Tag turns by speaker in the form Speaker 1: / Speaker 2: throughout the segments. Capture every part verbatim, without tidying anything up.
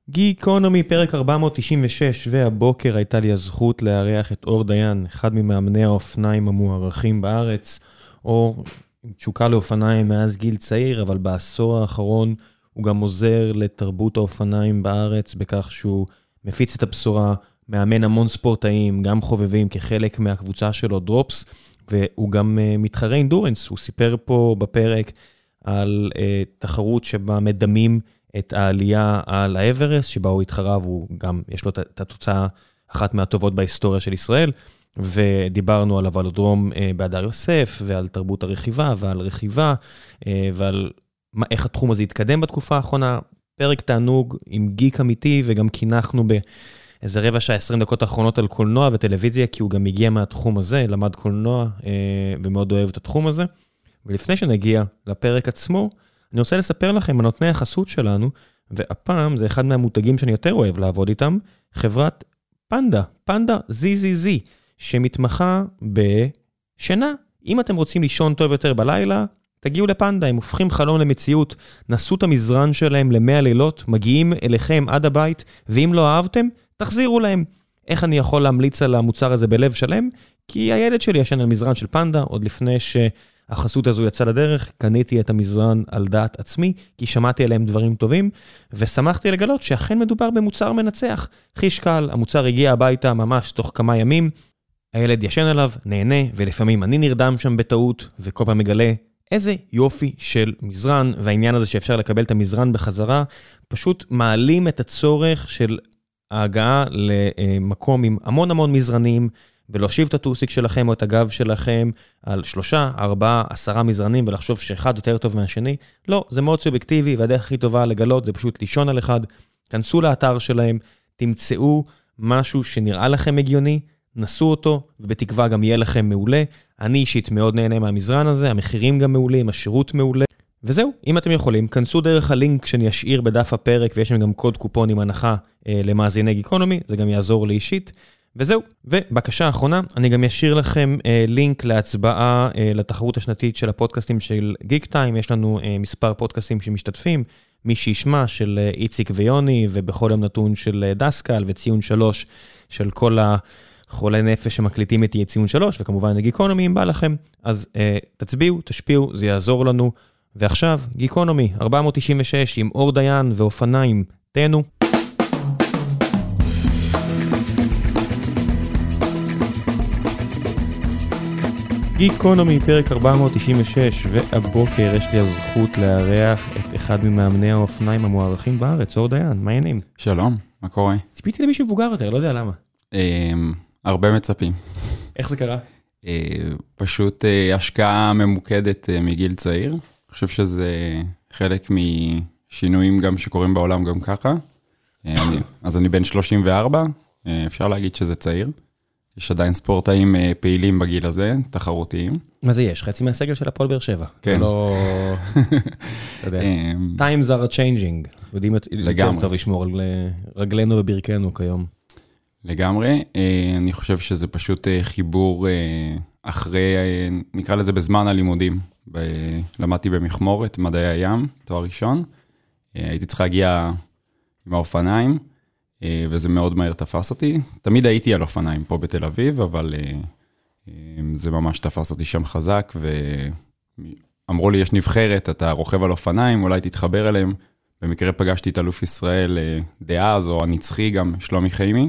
Speaker 1: גיקונומי, פרק ארבע מאות תשעים ושש, והבוקר הייתה לי הזכות לארח את אור דיין, אחד ממאמני האופניים המוערכים בארץ. אור עם תשוקה לאופניים מאז גיל צעיר, אבל בעשור האחרון הוא גם עוזר לתרבות האופניים בארץ, בכך שהוא מפיץ את הבשורה, מאמן המון ספורטאים, גם חובבים כחלק מהקבוצה שלו דרופס, והוא גם uh, מתחרה אינדורנס. הוא סיפר פה בפרק על uh, תחרות שבה מדמים את העלייה על האברסט, שבה הוא התחרה, והוא גם, יש לו את התוצאה אחת מהטובות בהיסטוריה של ישראל, ודיברנו על הוולודרום בהדר יוסף, ועל תרבות הרכיבה, ועל רכיבה, ועל מה, איך התחום הזה התקדם בתקופה האחרונה. פרק תענוג עם גיק אמיתי, וגם כינחנו באיזה רבע שעה, עשרים דקות האחרונות על קולנוע וטלוויזיה, כי הוא גם הגיע מהתחום הזה, למד קולנוע, ומאוד אוהב את התחום הזה. ולפני שנגיע לפרק עצמו, אני רוצה לספר לכם על נותני החסות שלנו, והפעם זה אחד מהמותגים שאני יותר אוהב לעבוד איתם, חברת פנדה, פנדה זי זי זי, שמתמחה בשינה. אם אתם רוצים לישון טוב יותר בלילה, תגיעו לפנדה, הם הופכים חלום למציאות, נסו את המזרן שלהם למאה לילות, מגיעים אליכם עד הבית, ואם לא אהבתם, תחזירו להם. איך אני יכול להמליץ על המוצר הזה בלב שלם? כי הילד שלי ישן על מזרן של פנדה, עוד לפני ש... החסות הזו יצאה לדרך, קניתי את המזרן על דעת עצמי, כי שמעתי עליהם דברים טובים, ושמחתי לגלות שאכן מדובר במוצר מנצח. חיש קל, המוצר הגיע הביתה ממש תוך כמה ימים, הילד ישן עליו, נהנה, ולפעמים אני נרדם שם בטעות, וכל פעם מגלה איזה יופי של מזרן, והעניין הזה שאפשר לקבל את המזרן בחזרה, פשוט מעלים את הצורך של ההגעה למקום עם המון המון מזרנים, ולהושיב את הטוסיק שלכם או את הגב שלכם על שלושה, ארבעה, עשרה מזרנים, ולחשוב שאחד יותר טוב מהשני. לא, זה מאוד סובייקטיבי, והדרך הכי טובה לגלות זה פשוט לישון על אחד. כנסו לאתר שלהם, תמצאו משהו שנראה לכם הגיוני, נסו אותו, ובתקווה גם יהיה לכם מעולה. אני אישית מאוד נהנה מהמזרן הזה, המחירים גם מעולים, השירות מעולה. וזהו, אם אתם יכולים, כנסו דרך הלינק שאני אשאיר בדף הפרק, ויש שם גם קוד קופון עם הנחה אה, למאזיני גיקונומי, זה גם יעזור לי אישית. וזהו, ובקשה האחרונה, אני גם אשאיר לכם אה, לינק להצבעה אה, לתחרות השנתית של הפודקאסטים של גיק טיים, יש לנו אה, מספר פודקאסטים שמשתתפים, מי שישמע של אה, איציק ויוני, ובכל יום נתון של אה, דסקל, וציון שלוש של כל החולי נפש שמקליטים איתי את ציון שלוש, וכמובן גיקונומי אם בא לכם, אז אה, תצביעו, תשפיעו, זה יעזור לנו, ועכשיו גיקונומי, ארבע מאות תשעים ושש עם אור דיין ואופניים, תהנו. גיקונומי, פרק ארבע מאות תשעים ושש, והבוקר יש לי הזכות לארח את אחד ממאמני האופניים המוערכים בארץ, אור דיין, מה העניינים?
Speaker 2: שלום, מה קורה?
Speaker 1: ציפיתי למישהו מבוגר יותר, לא יודע למה.
Speaker 2: הרבה מצפים.
Speaker 1: איך זה קרה?
Speaker 2: פשוט השקעה ממוקדת מגיל צעיר. אני חושב שזה חלק משינויים גם שקורים בעולם גם ככה. אז אני בן שלושים וארבע, אפשר להגיד שזה צעיר. יש עדיין ספורטאים פעילים בגיל הזה, תחרותיים.
Speaker 1: מה זה יש? חצי מהסגל של הפועל באר שבע.
Speaker 2: כן.
Speaker 1: זה לא... אתה יודע. Times are changing. יודעים יותר טוב לשמור על רגלינו וברכנו כיום.
Speaker 2: לגמרי. אני חושב שזה פשוט חיבור אחרי, נקרא לזה בזמן הלימודים. למדתי במכמורת, מדעי הים, תואר ראשון. הייתי צריך להגיע עם האופניים. וזה מאוד מהר תפס אותי. תמיד הייתי על אופניים פה בתל אביב, אבל זה ממש תפס אותי שם חזק, ואמרו לי, יש נבחרת, אתה רוכב על אופניים, אולי תתחבר אליהם. במקרה פגשתי את אלוף ישראל דאז, או הנצחי גם, שלומי חיימי,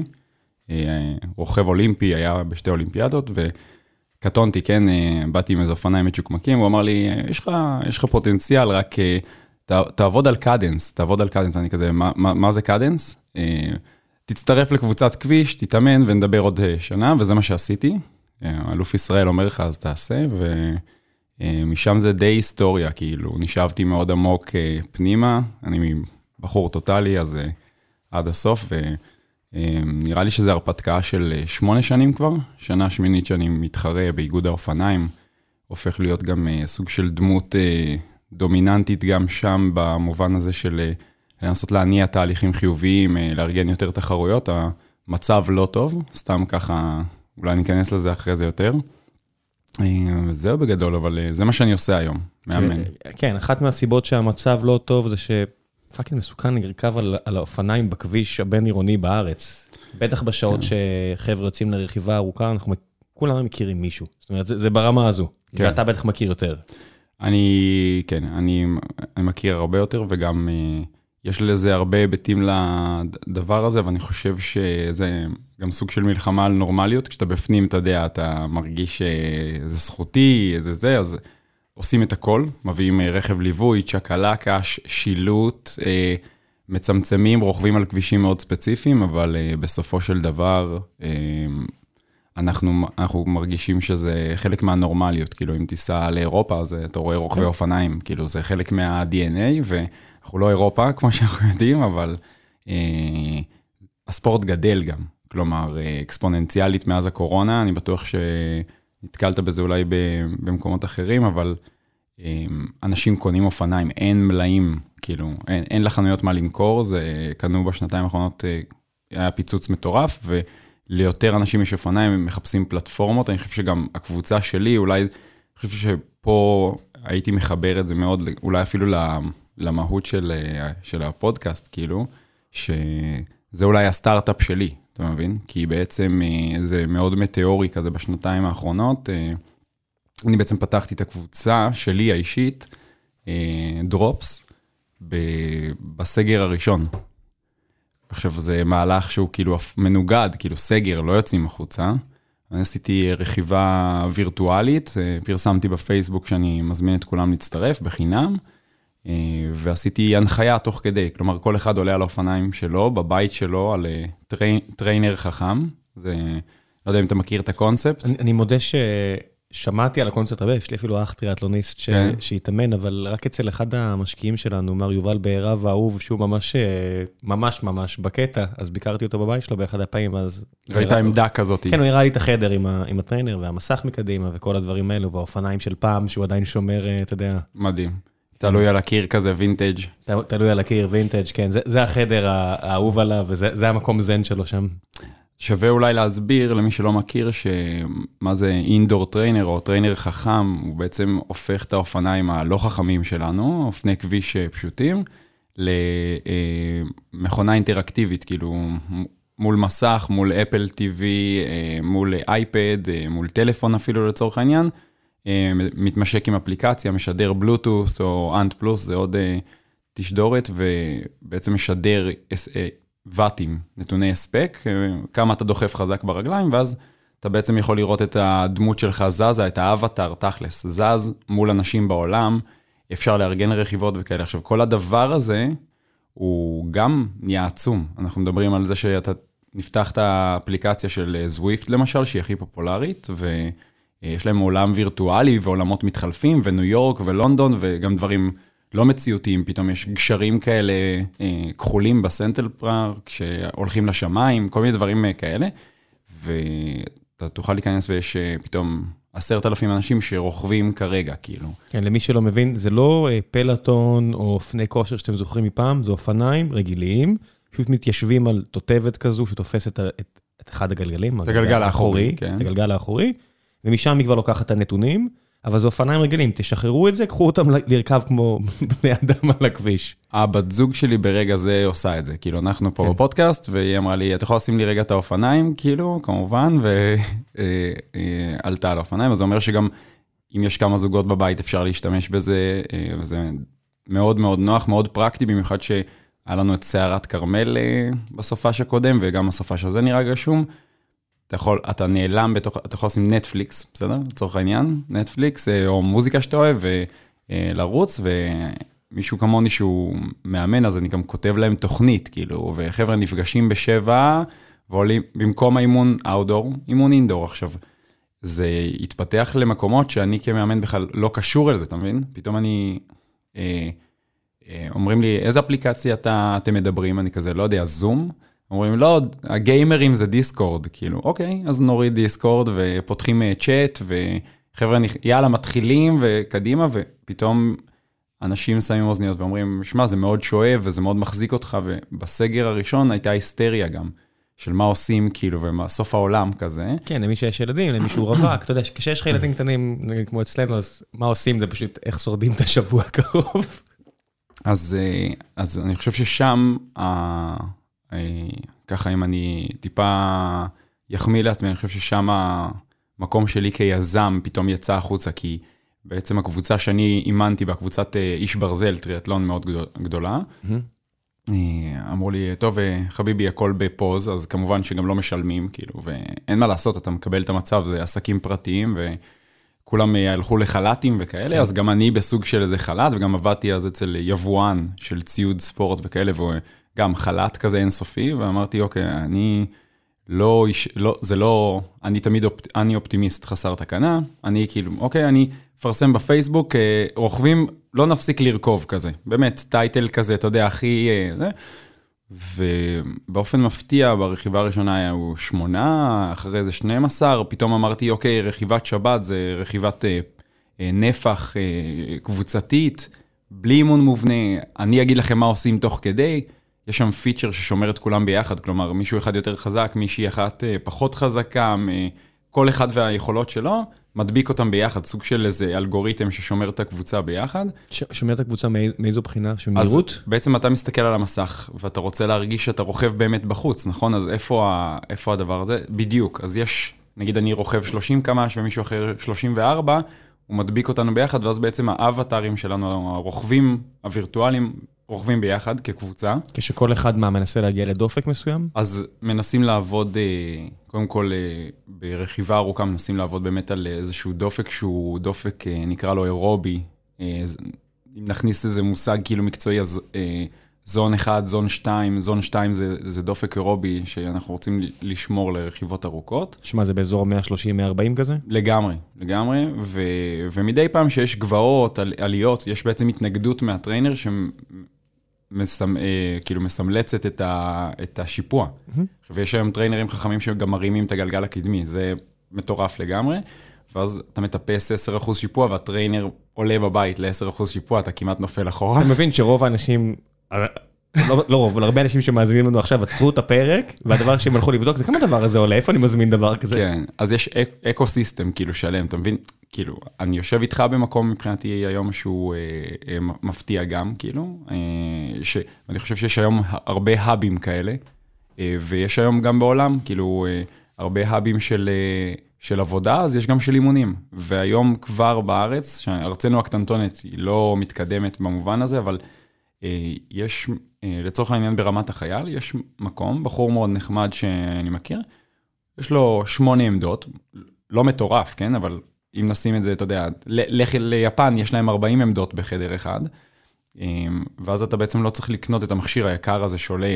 Speaker 2: רוכב אולימפי, היה בשתי אולימפיאדות, וקטונתי, כן, באתי עם איזה אופניים מצ'וקמקים, הוא אמר לי, יש לך, יש לך פוטנציאל, רק תעבוד על קדנס, תעבוד על קדנס, אני כזה, מה, מה, מה זה קדנס? תצטרף לקבוצת כביש, תתאמן ונדבר עוד שנה, וזה מה שעשיתי. אלוף ישראל אומר לך, אז תעשה, ומשם זה די היסטוריה, כאילו, נשאבתי מאוד עמוק פנימה, אני בחור טוטלי, אז עד הסוף, ונראה לי שזה הרפתקה של שמונה שנים כבר, שנה שמינית שאני מתחרה באיגוד האופניים, הופך להיות גם סוג של דמות דומיננטית גם שם, במובן הזה של לנסות להניע תהליכים חיוביים, לארגן יותר תחרויות, המצב לא טוב, סתם ככה, אולי ניכנס לזה אחרי זה יותר. זהו בגדול, אבל זה מה שאני עושה היום, מאמן.
Speaker 1: כן, אחת מהסיבות שהמצב לא טוב זה פאקינג מסוכן לרכב על, על האופניים בכביש הבין עירוני בארץ. בטח בשעות כן. שחבר'ה יוצאים לרכיבה ארוכה, אנחנו כולם מכירים מישהו. זאת אומרת, זה, זה ברמה הזו. כן. ואתה בטח מכיר יותר.
Speaker 2: אני, כן, אני, אני מכיר הרבה יותר, וגם יש לזה הרבה היבטים לדבר הזה, ואני חושב שזה גם סוג של מלחמה על נורמליות. כשאתה בפנים, אתה יודע, אתה מרגיש שזה זכותי, זה זה, אז עושים את הכל, מביאים רכב ליווי, צ'קלקה, שילוט, מצמצמים, רוכבים על כבישים מאוד ספציפיים, אבל בסופו של דבר, אנחנו, אנחנו מרגישים שזה חלק מהנורמליות, כאילו אם תיסע לאירופה, אז אתה רואה רוכבי אופניים, כאילו זה חלק מה-די אן איי, ואנחנו לא אירופה, כמו שאנחנו יודעים, אבל הספורט גדל גם, כלומר, אקספוננציאלית מאז הקורונה, אני בטוח שנתקלת בזה אולי במקומות אחרים, אבל אנשים קונים אופניים, אין מלאים, כאילו, אין, אין לחנויות מה למכור, זה קנו בשנתיים האחרונות, היה פיצוץ מטורף, וליותר אנשים יש אופניים, הם מחפשים פלטפורמות, אני חושב שגם הקבוצה שלי, אולי, אני חושב שפה הייתי מחבר את זה מאוד, אולי אפילו למהות של, של הפודקאסט, כאילו, שזה אולי הסטארט-אפ שלי, אתה מבין? כי בעצם זה מאוד מטאורי כזה בשנתיים האחרונות, אני בעצם פתחתי את הקבוצה שלי האישית, דרופס, בסגר הראשון. עכשיו, זה מהלך שהוא כאילו מנוגד, כאילו סגר, לא יוצאים החוצה. אני עשיתי רכיבה וירטואלית, פרסמתי בפייסבוק שאני מזמין את כולם להצטרף בחינם, ועשיתי הנחיה תוך כדי, כלומר כל אחד עולה על האופניים שלו, בבית שלו, על טריינ, טריינר חכם. זה, לא יודע אם אתה מכיר את הקונספט.
Speaker 1: אני, אני מודה ש... שמעתי על הקונספט הרבה, יש לי אפילו אח טריאטלוניסט ש... כן. שהתאמן, אבל רק אצל אחד המשקיעים שלנו, מר יובל בערב האהוב, שהוא ממש, ממש ממש בקטע, אז ביקרתי אותו בבית שלו באחד הפעמים, אז...
Speaker 2: ראית עמדה כזאת.
Speaker 1: כן, הוא הראה לי את החדר עם, ה... עם הטריינר, והמסך מקדימה, וכל הדברים האלו, והאופניים של פעם, שהוא עדיין שומר, אתה יודע...
Speaker 2: מדהים. תלוי על הקיר כזה, וינטג'.
Speaker 1: תלוי על הקיר, וינטג', כן. זה, זה החדר האהוב עליו, וזה המקום זן שלו שם.
Speaker 2: שווה אולי להסביר למי שלא מכיר שמה זה אינדור טריינר או טריינר חכם, הוא בעצם הופך את האופניים הלא חכמים שלנו, אופני כביש פשוטים, למכונה אינטראקטיבית, כאילו מול מסך, מול אפל טי וי, מול אייפד, מול טלפון אפילו לצורך העניין, מתמשק עם אפליקציה, משדר בלוטוס או אנט פלוס, זה עוד תשדורת, ובעצם משדר וואטים, נתוני הספק, כמה אתה דוחף חזק ברגליים, ואז אתה בעצם יכול לראות את הדמות שלך זזה, את האבטר, תכלס, זז מול אנשים בעולם, אפשר לארגן רכיבות וכאלה. עכשיו, כל הדבר הזה, הוא גם נהיה עצום. אנחנו מדברים על זה שאתה נפתח את האפליקציה של זוויפט, למשל, שהיא הכי פופולרית, ויש להם עולם וירטואלי, ועולמות מתחלפים, וניו יורק ולונדון, וגם דברים לא מציאותיים, פתאום יש גשרים כאלה כחולים בסנטרל פארק, שהולכים לשמיים, כל מיני דברים כאלה, ואתה תוכל להיכנס ויש פתאום עשרת אלפים אנשים שרוכבים כרגע, כאילו. כן,
Speaker 1: למי שלא מבין, זה לא פלטון או אופני כושר שאתם זוכרים מפעם, זה אופניים רגילים, פשוט מתיישבים על תותבת כזו שתופסת את, את אחד הגלגלים,
Speaker 2: את הגלגל האחורי, כן.
Speaker 1: את הגלגל האחורי, ומשם היא כבר לוקחת את הנתונים, אבל זה אופניים רגילים, תשחררו את זה, קחו אותם לרכב כמו בני אדם על הכביש.
Speaker 2: הבת זוג שלי ברגע זה עושה את זה, כאילו אנחנו פה בפודקאסט, והיא אמרה לי, אתה יכול לשים לי רגע את האופניים, כאילו, כמובן, ועלתה על האופניים, אז זה אומר שגם אם יש כמה זוגות בבית, אפשר להשתמש בזה, וזה מאוד מאוד נוח, מאוד פרקטי, במיוחד שהיה לנו את סערת קרמל בסופש הקודם, וגם הסופש הזה נראה גשום, אתה יכול, אתה נעלם בתוך, אתה יכול לשים נטפליקס, בסדר? לצורך העניין, נטפליקס, או מוזיקה שאתה אוהב, ולרוץ, ומישהו כמוני שהוא מאמן, אז אני גם כותב להם תוכנית, כאילו, וחבר'ה נפגשים בשבע, ועולים, במקום האימון אאוטדור, אימון אינדור. עכשיו, זה התפתח למקומות שאני כמאמן בכלל לא קשור אל זה, אתה מבין? פתאום אני, אה, אה, אומרים לי, איזה אפליקציה אתה, אתם מדברים? אני כזה, לא יודע, זום? אומרים, לא, הגיימרים זה דיסקורד, כאילו, אוקיי, אז נוריד דיסקורד, ופותחים צ'אט, וחבר'ה, יאללה, מתחילים, וקדימה, ופתאום אנשים שמים אוזניות, ואומרים, שמע, זה מאוד שואב, וזה מאוד מחזיק אותך, ובסגר הראשון הייתה היסטריה גם, של מה עושים, כאילו, ומסוף העולם כזה.
Speaker 1: כן, למי שיש ילדים, למישהו רווק, אתה יודע, כשיש לך ילדים קטנים, כמו אצלנו, אז מה עושים, זה פשוט איך שורדים את השבוע הקרוב.
Speaker 2: אז, אז אני חושב ששם, ככה אם אני טיפה יחמיא לעצמי, אני חושב ששם המקום שלי כיזם פתאום יצא החוצה, כי בעצם הקבוצה שאני אימנתי בה, קבוצת איש ברזל, טריאטלון מאוד גדולה, אמרו לי, טוב, חביבי, הכל בפוז, אז כמובן שגם לא משלמים, כאילו, ואין מה לעשות, אתה מקבל את המצב, זה עסקים פרטיים, וכולם הלכו לחלטים וכאלה, אז גם אני בסוג של איזה חלט, וגם עבדתי אז אצל יבואן של ציוד ספורט וכאלה, וגם חלט כזה אינסופי, ואמרתי, אוקיי, אני לא, לא זה לא, אני תמיד אופ, אני אופטימיסט חסר תקנה, אני כאילו, אוקיי, אני פרסם בפייסבוק, רוכבים, לא נפסיק לרכוב כזה, באמת, טייטל כזה, אתה יודע, הכי, זה, ובאופן מפתיע, ברכיבה הראשונה היו שמונה, אחרי זה שנים עשר, פתאום אמרתי, אוקיי, רכיבת שבת, זה רכיבת נפח קבוצתית, בלי אימון מובנה, אני אגיד לכם מה עושים תוך כדי, יש שם פיצ'ר ששומר את כולם ביחד, כלומר, מישהו אחד יותר חזק, מישהי אחת פחות חזקה, כל אחד והיכולות שלו, מדביק אותם ביחד, סוג של איזה אלגוריתם ששומר את הקבוצה ביחד.
Speaker 1: ש- שומר את הקבוצה מאיזו בחינה? של מהירות?
Speaker 2: אז בעצם אתה מסתכל על המסך, ואתה רוצה להרגיש שאתה רוכב באמת בחוץ, נכון? אז איפה, ה- איפה הדבר הזה? בדיוק. אז יש, נגיד אני רוכב שלושים קמ"ש ומישהו אחר שלושים וארבע, הוא מדביק אותנו ביחד, ואז בעצם האבטרים שלנו, הרוכבים הווירטואליים, רוכבים ביחד כקבוצה.
Speaker 1: כשכל אחד מה מנסה להגיע לדופק מסוים?
Speaker 2: אז מנסים לעבוד, קודם כל ברכיבה ארוכה, מנסים לעבוד באמת על איזשהו דופק שהוא דופק, נקרא לו אירובי. אם נכניס איזה מושג כאילו מקצועי, אז זון אחד, זון שתיים, זון שתיים זה, זה דופק אירובי שאנחנו רוצים לשמור לרכיבות ארוכות.
Speaker 1: שמה, זה באזור מאה שלושים מאה ארבעים כזה?
Speaker 2: לגמרי, לגמרי, ו, ומדי פעם שיש גבעות, על, עליות, יש בעצם התנגדות מהטריינר שמסמ, כאילו מסמלצת את, ה, את השיפוע. Mm-hmm. ויש היום טריינרים חכמים שגם מרימים את הגלגל הקדמי, זה מטורף לגמרי, ואז אתה מטפס עשרה אחוז שיפוע, והטריינר עולה בבית ל-עשרה אחוז שיפוע, אתה כמעט נופל אחורה.
Speaker 1: אתה מבין שרוב האנשים... לא, לא רוב, אבל הרבה אנשים שמאזינים לנו עכשיו עצרו את הפרק, והדבר שהם הלכו לבדוק זה כמה דבר הזה עולה, איפה אני מזמין דבר כזה?
Speaker 2: כן, אז יש אקו-סיסטם כאילו שלם, אתה מבין? כאילו, אני יושב איתך במקום מבחינתי היום שהוא אה, אה, מפתיע גם, כאילו, אה, שאני חושב שיש היום הרבה האבים כאלה, אה, ויש היום גם בעולם, כאילו, אה, הרבה האבים של, אה, של עבודה, אז יש גם של אימונים, והיום כבר בארץ, שארצנו הקטנטונת היא לא מתקדמת במובן הזה, אבל יש, לצורך העניין ברמת החייל, יש מקום, בחור מאוד נחמד שאני מכיר, יש לו שמונה עמדות, לא מטורף, כן? אבל אם נשים את זה, אתה יודע, לך ליפן, יש להם ארבעים עמדות בחדר אחד, ואז אתה בעצם לא צריך לקנות את המכשיר היקר הזה שעולה,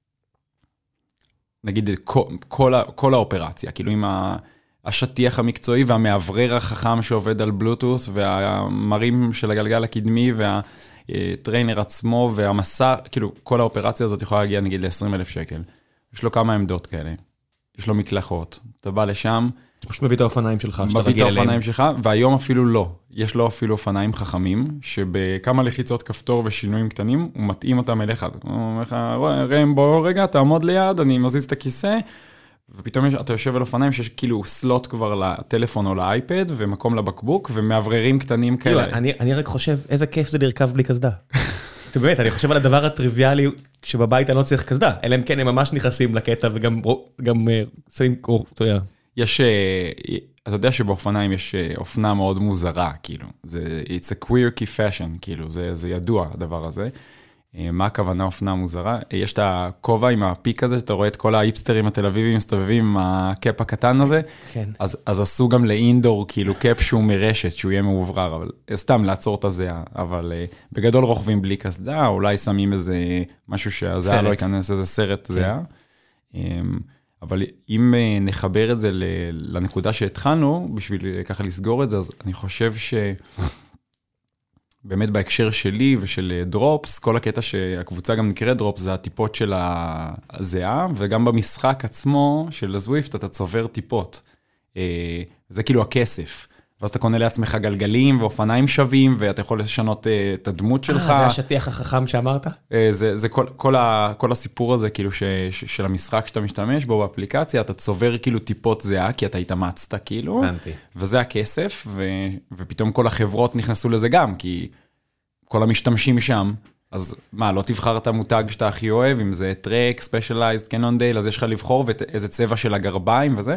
Speaker 2: נגיד, כל, כל, כל האופרציה, כאילו עם השטיח המקצועי והמעברר החכם שעובד על בלוטוס, והמרים של הגלגל הקדמי, וה... טריינר עצמו והמסע, כאילו, כל האופרציה הזאת יכולה להגיע נגיד ל-עשרים אלף שקל. יש לו כמה עמדות כאלה. יש לו מקלחות. אתה בא לשם.
Speaker 1: אתה פשוט מביא את האופניים שלך.
Speaker 2: מביא את האופניים שלך, והיום אפילו לא. יש לו אפילו אופניים חכמים, שבכמה לחיצות כפתור ושינויים קטנים, הוא מתאים אותם אליך. הוא אומר לך, ראם, בוא רגע, תעמוד ליד, אני מזיז את הכיסא, ופתאום אתה יושב על אופניים שיש כאילו סלוט כבר לטלפון או לאייפד, ומקום לבקבוק, ומעבררים קטנים כאלה.
Speaker 1: אני, אני רק חושב, איזה כיף זה לרכב בלי קסדה. באמת, אני חושב על הדבר הטריוויאלי, שבבית אני לא צריך קסדה, אלא אם כן הם ממש נכנסים לקטע, וגם גם שמים קור, אתה יודע.
Speaker 2: יש, אתה יודע שבאופניים יש אופנה מאוד מוזרה, כאילו. זה, it's a quirky fashion, כאילו, זה, זה ידוע, הדבר הזה. מה הכוונה אופנה מוזרה? יש את הכובע עם הפיק הזה, שאתה רואה את כל האיפסטרים התל אביבים מסתובבים עם הקאפ הקטן הזה,
Speaker 1: כן.
Speaker 2: אז, אז עשו גם לאינדור, כאילו קאפ שהוא מרשת, שהוא יהיה מעוברר, אבל סתם לעצור את הזהה, אבל בגדול רוכבים בלי קסדה, אולי שמים איזה משהו שהזהה לא ייכנס, איזה סרט כן. זהה. אבל אם נחבר את זה לנקודה שהתחלנו, בשביל ככה לסגור את זה, אז אני חושב ש... באמת בהקשר שלי ושל דרופס, כל הקטע שהקבוצה גם נקראת דרופס, זה הטיפות של הזהה, וגם במשחק עצמו של הזוויפט, אתה צובר טיפות. זה כאילו הכסף. ואז אתה קונה לעצמך גלגלים ואופניים שווים, ואתה יכול לשנות את הדמות שלך.
Speaker 1: זה השטיח החכם שאמרת?
Speaker 2: זה, זה כל, כל, ה, כל הסיפור הזה, כאילו, ש, ש, של המשחק שאתה משתמש בו באפליקציה, אתה צובר כאילו טיפות זהה, כי אתה התאמצת, כאילו. הבנתי. וזה הכסף, ו, ופתאום כל החברות נכנסו לזה גם, כי כל המשתמשים שם, אז מה, לא תבחר את המותג שאתה הכי אוהב, אם זה טרק, ספיישלייזד, קנונדייל, אז יש לך לבחור ואיזה צבע של הגרביים וזה,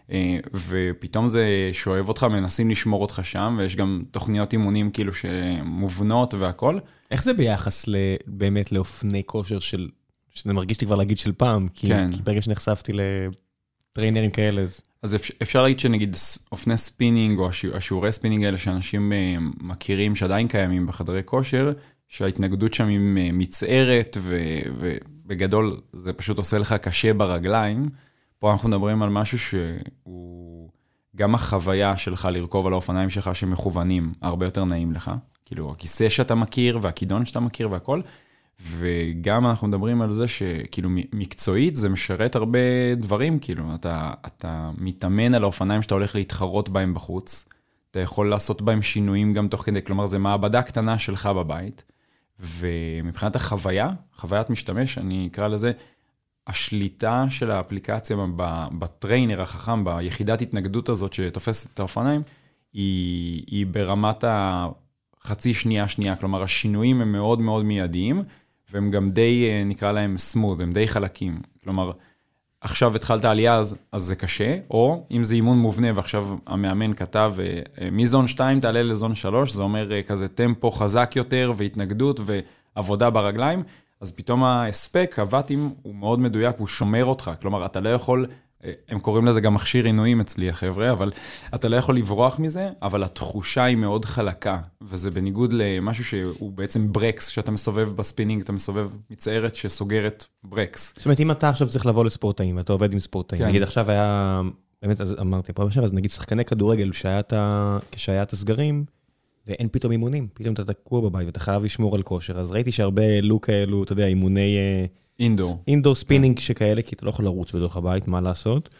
Speaker 2: ופתאום זה שואב אותך, מנסים לשמור אותך שם, ויש גם תוכניות אימונים כאילו שמובנות והכל.
Speaker 1: איך זה ביחס באמת לאופני כושר של, שזה מרגיש לי כבר להגיד של פעם, כי, כן. כי ברגע שנחשפתי לטריינרים כאלה.
Speaker 2: אז אפשר להגיד שנגיד אופני ספינינג, או השיעורי ספינינג האלה שאנשים מכירים, שעדיין קיימים בחדרי כושר, שההתנגדות שם היא מצערת, ובגדול זה פשוט עושה לך קשה ברגליים. פה אנחנו מדברים על משהו שהוא גם החוויה שלך לרכוב על האופניים שלך שמכוונים, הרבה יותר נעים לך. כאילו, הכיסא שאתה מכיר, והכידון שאתה מכיר והכל. וגם אנחנו מדברים על זה שכאילו מקצועית זה משרת הרבה דברים, כאילו, אתה, אתה מתאמן על האופניים שאתה הולך להתחרות בהם בחוץ. אתה יכול לעשות בהם שינויים גם תוך כדי, כלומר, זה מעבדה קטנה שלך בבית. ומבחינת החוויה, חוויית משתמש, אני אקרא לזה, השליטה של האפליקציה בטריינר החכם, ביחידת התנגדות הזאת שתופסת את האופניים, היא, היא ברמת החצי שנייה שנייה, כלומר השינויים הם מאוד מאוד מיידיים, והם גם די, נקרא להם smooth, הם די חלקים. כלומר, עכשיו התחלת עלייה, אז, אז זה קשה, או אם זה אימון מובנה, ועכשיו המאמן כתב, מזון שתיים תעלה לזון שלוש, זה אומר כזה טמפו חזק יותר, והתנגדות ועבודה ברגליים, אז פתאום ההספק, הוואטים, הוא מאוד מדויק, והוא שומר אותך. כלומר, אתה לא יכול, הם קוראים לזה גם מכשיר עינויים אצלי, החבר'ה, אבל אתה לא יכול לברוח מזה, אבל התחושה היא מאוד חלקה, וזה בניגוד למשהו שהוא בעצם ברקס, שאתה מסובב בספינינג, אתה מסובב מצערת שסוגרת ברקס.
Speaker 1: זאת אומרת, אם אתה עכשיו צריך לבוא לספורטאים, אתה עובד עם ספורטאים, נגיד עכשיו היה, באמת, אז אמרתי פה עכשיו, אז נגיד שחקני כדורגל, כשהיה את הסגרים, ואין פתאום אימונים, פתאום אתה תקוע בבית, ואתה חייב לשמור על כושר, אז ראיתי שהרבה העלו כאלו, אתה יודע, אימוני
Speaker 2: אינדור.
Speaker 1: אינדור ספינינג שכאלה, כי אתה לא יכול לרוץ בתוך הבית, מה לעשות?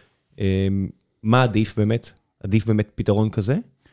Speaker 1: מה עדיף באמת? עדיף באמת פתרון כזה?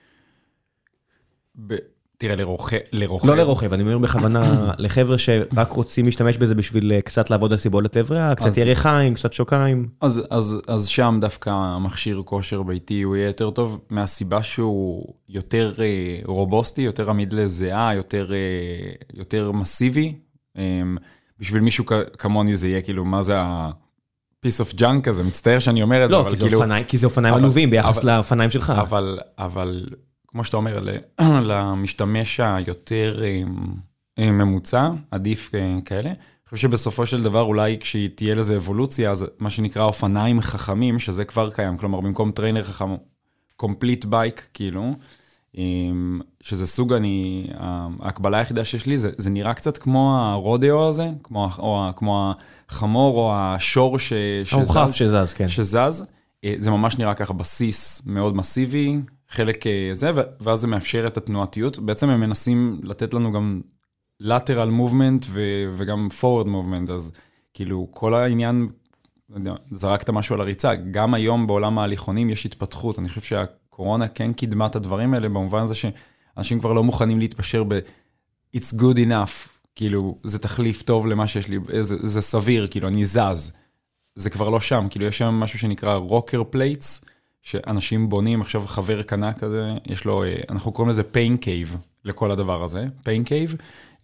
Speaker 2: תראה, לרוכב.
Speaker 1: לא לרוכב, אני אומר בכוונה לחבר'ה שרק רוצים להשתמש בזה בשביל קצת לעבוד על סיבולת עברה, קצת ירחיים, קצת שוקיים.
Speaker 2: אז, אז, אז שם דווקא המכשיר כושר ביתי הוא יהיה יותר טוב, מהסיבה שהוא יותר רובוסטי, יותר עמיד לזיעה, יותר, יותר מסיבי. בשביל מישהו כמוני זה יהיה כאילו, מה זה ה... piece of junk כזה, מצטער שאני אומר את זה,
Speaker 1: אבל כאילו... לא, כי זה אופניים עלובים ביחס לאופניים שלך.
Speaker 2: אבל, אבל... כמו שאתה אומר, למשתמש היותר ממוצע, עדיף כאלה. אני חושב שבסופו של דבר, אולי כשתהיה לזה אבולוציה, אז מה שנקרא אופניים חכמים, שזה כבר קיים, כלומר, במקום טריינר חכם, complete bike, כאילו, שזה סוג, אני, ההקבלה היחידה שיש לי, זה, זה נראה קצת כמו הרודאו הזה, כמו, או, כמו החמור או השור ש, שזז.
Speaker 1: הרוחב שזז, כן.
Speaker 2: שזז. זה ממש נראה ככה בסיס מאוד מסיבי, חלק זה, ואז זה מאפשר את התנועתיות. בעצם הם מנסים לתת לנו גם lateral movement וגם forward movement, אז כאילו כל העניין, זרקת משהו על הריצה, גם היום בעולם ההליכונים יש התפתחות, אני חושב שהקורונה כן קידמה את הדברים האלה, במובן הזה שאנשים כבר לא מוכנים להתפשר ב- it's good enough, כאילו זה תחליף טוב למה שיש לי, זה, זה סביר, כאילו אני זז, זה כבר לא שם, כאילו יש שם משהו שנקרא רוקר פלייטס, שאנשים בונים, עכשיו חבר קנה כזה, יש לו, אנחנו קוראים לזה pain cave, לכל הדבר הזה, pain cave,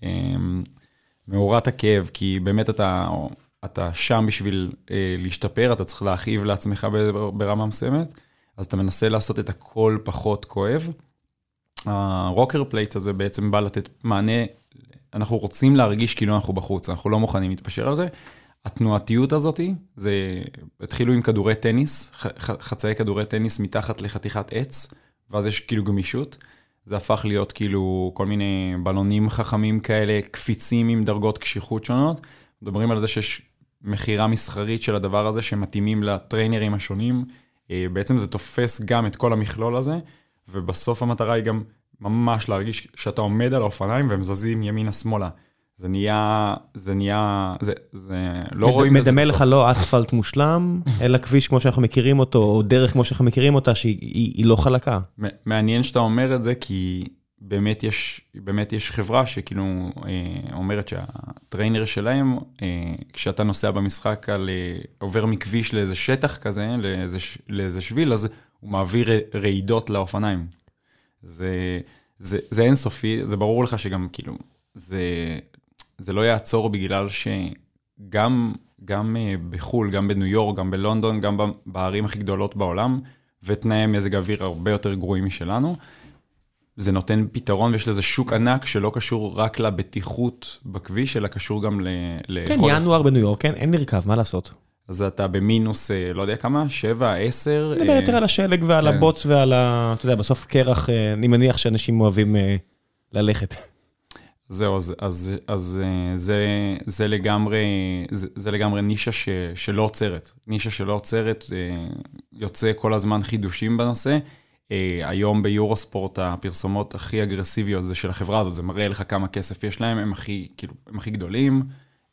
Speaker 2: מאורת הכאב, כי באמת אתה, אתה שם בשביל להשתפר, אתה צריך להכאיב לעצמך ברמה מסוימת, אז אתה מנסה לעשות את הכל פחות כואב. הרוקר פלייט הזה בעצם בא לתת מענה, אנחנו רוצים להרגיש כאילו אנחנו בחוץ, אנחנו לא מוכנים להתפשר על זה, התנועתיות הזאת, זה התחילו עם כדורי טניס, חצאי כדורי טניס מתחת לחתיכת עץ, ואז יש כאילו גמישות, זה הפך להיות כאילו כל מיני בלונים חכמים כאלה, קפיצים עם דרגות קשיחות שונות, מדברים על זה שיש מחירה מסחרית של הדבר הזה, שמתאימים לטריינרים השונים, בעצם זה תופס גם את כל המכלול הזה, ובסוף המטרה היא גם ממש להרגיש שאתה עומד על האופניים, והם זזים ימינה-שמאלה. זה נהיה, זה נהיה, זה, זה, לא רואים לזה בסוף.
Speaker 1: מדמה לך לא אספלט מושלם, אלא כביש כמו שאנחנו מכירים אותו, או דרך כמו שאנחנו מכירים אותה, שהיא לא חלקה.
Speaker 2: מעניין שאתה אומר את זה, כי באמת יש, באמת יש חברה שכאילו אומרת שהטריינר שלהם, כשאתה נוסע במשחק על, עובר מכביש לאיזה שטח כזה, לאיזה, לאיזה שביל, אז הוא מעביר רעידות לאופניים. זה, זה, זה אינסופי, זה ברור לך שגם כאילו, זה... זה לא יעצור בגלל שגם גם בחול, גם בניו יורק, גם בלונדון, גם בערים הכי גדולות בעולם, ותנאי מזג האוויר הרבה יותר גרועים משלנו, זה נותן פתרון, ויש לזה שוק ענק שלא קשור רק לבטיחות בכביש, אלא קשור גם ל...
Speaker 1: כן, ינואר בניו יורק, כן, אין נרכב, מה לעשות?
Speaker 2: אז אתה במינוס, לא יודע כמה, שבע, עשר.
Speaker 1: זה יותר על השלג ועל הבוץ ועל ה... אתה יודע, בסוף קרח, אני מניח שאנשים אוהבים ללכת.
Speaker 2: זהו, אז, אז, אז זה, זה לגמרי, זה, זה לגמרי נישה ש, שלא עוצרת. נישה שלא עוצרת, יוצא כל הזמן חידושים בנושא. היום ביורוספורט הפרסומות הכי אגרסיביות זה של החברה הזאת, זה מראה לך כמה כסף יש להם, הם הכי, כאילו, הם הכי גדולים.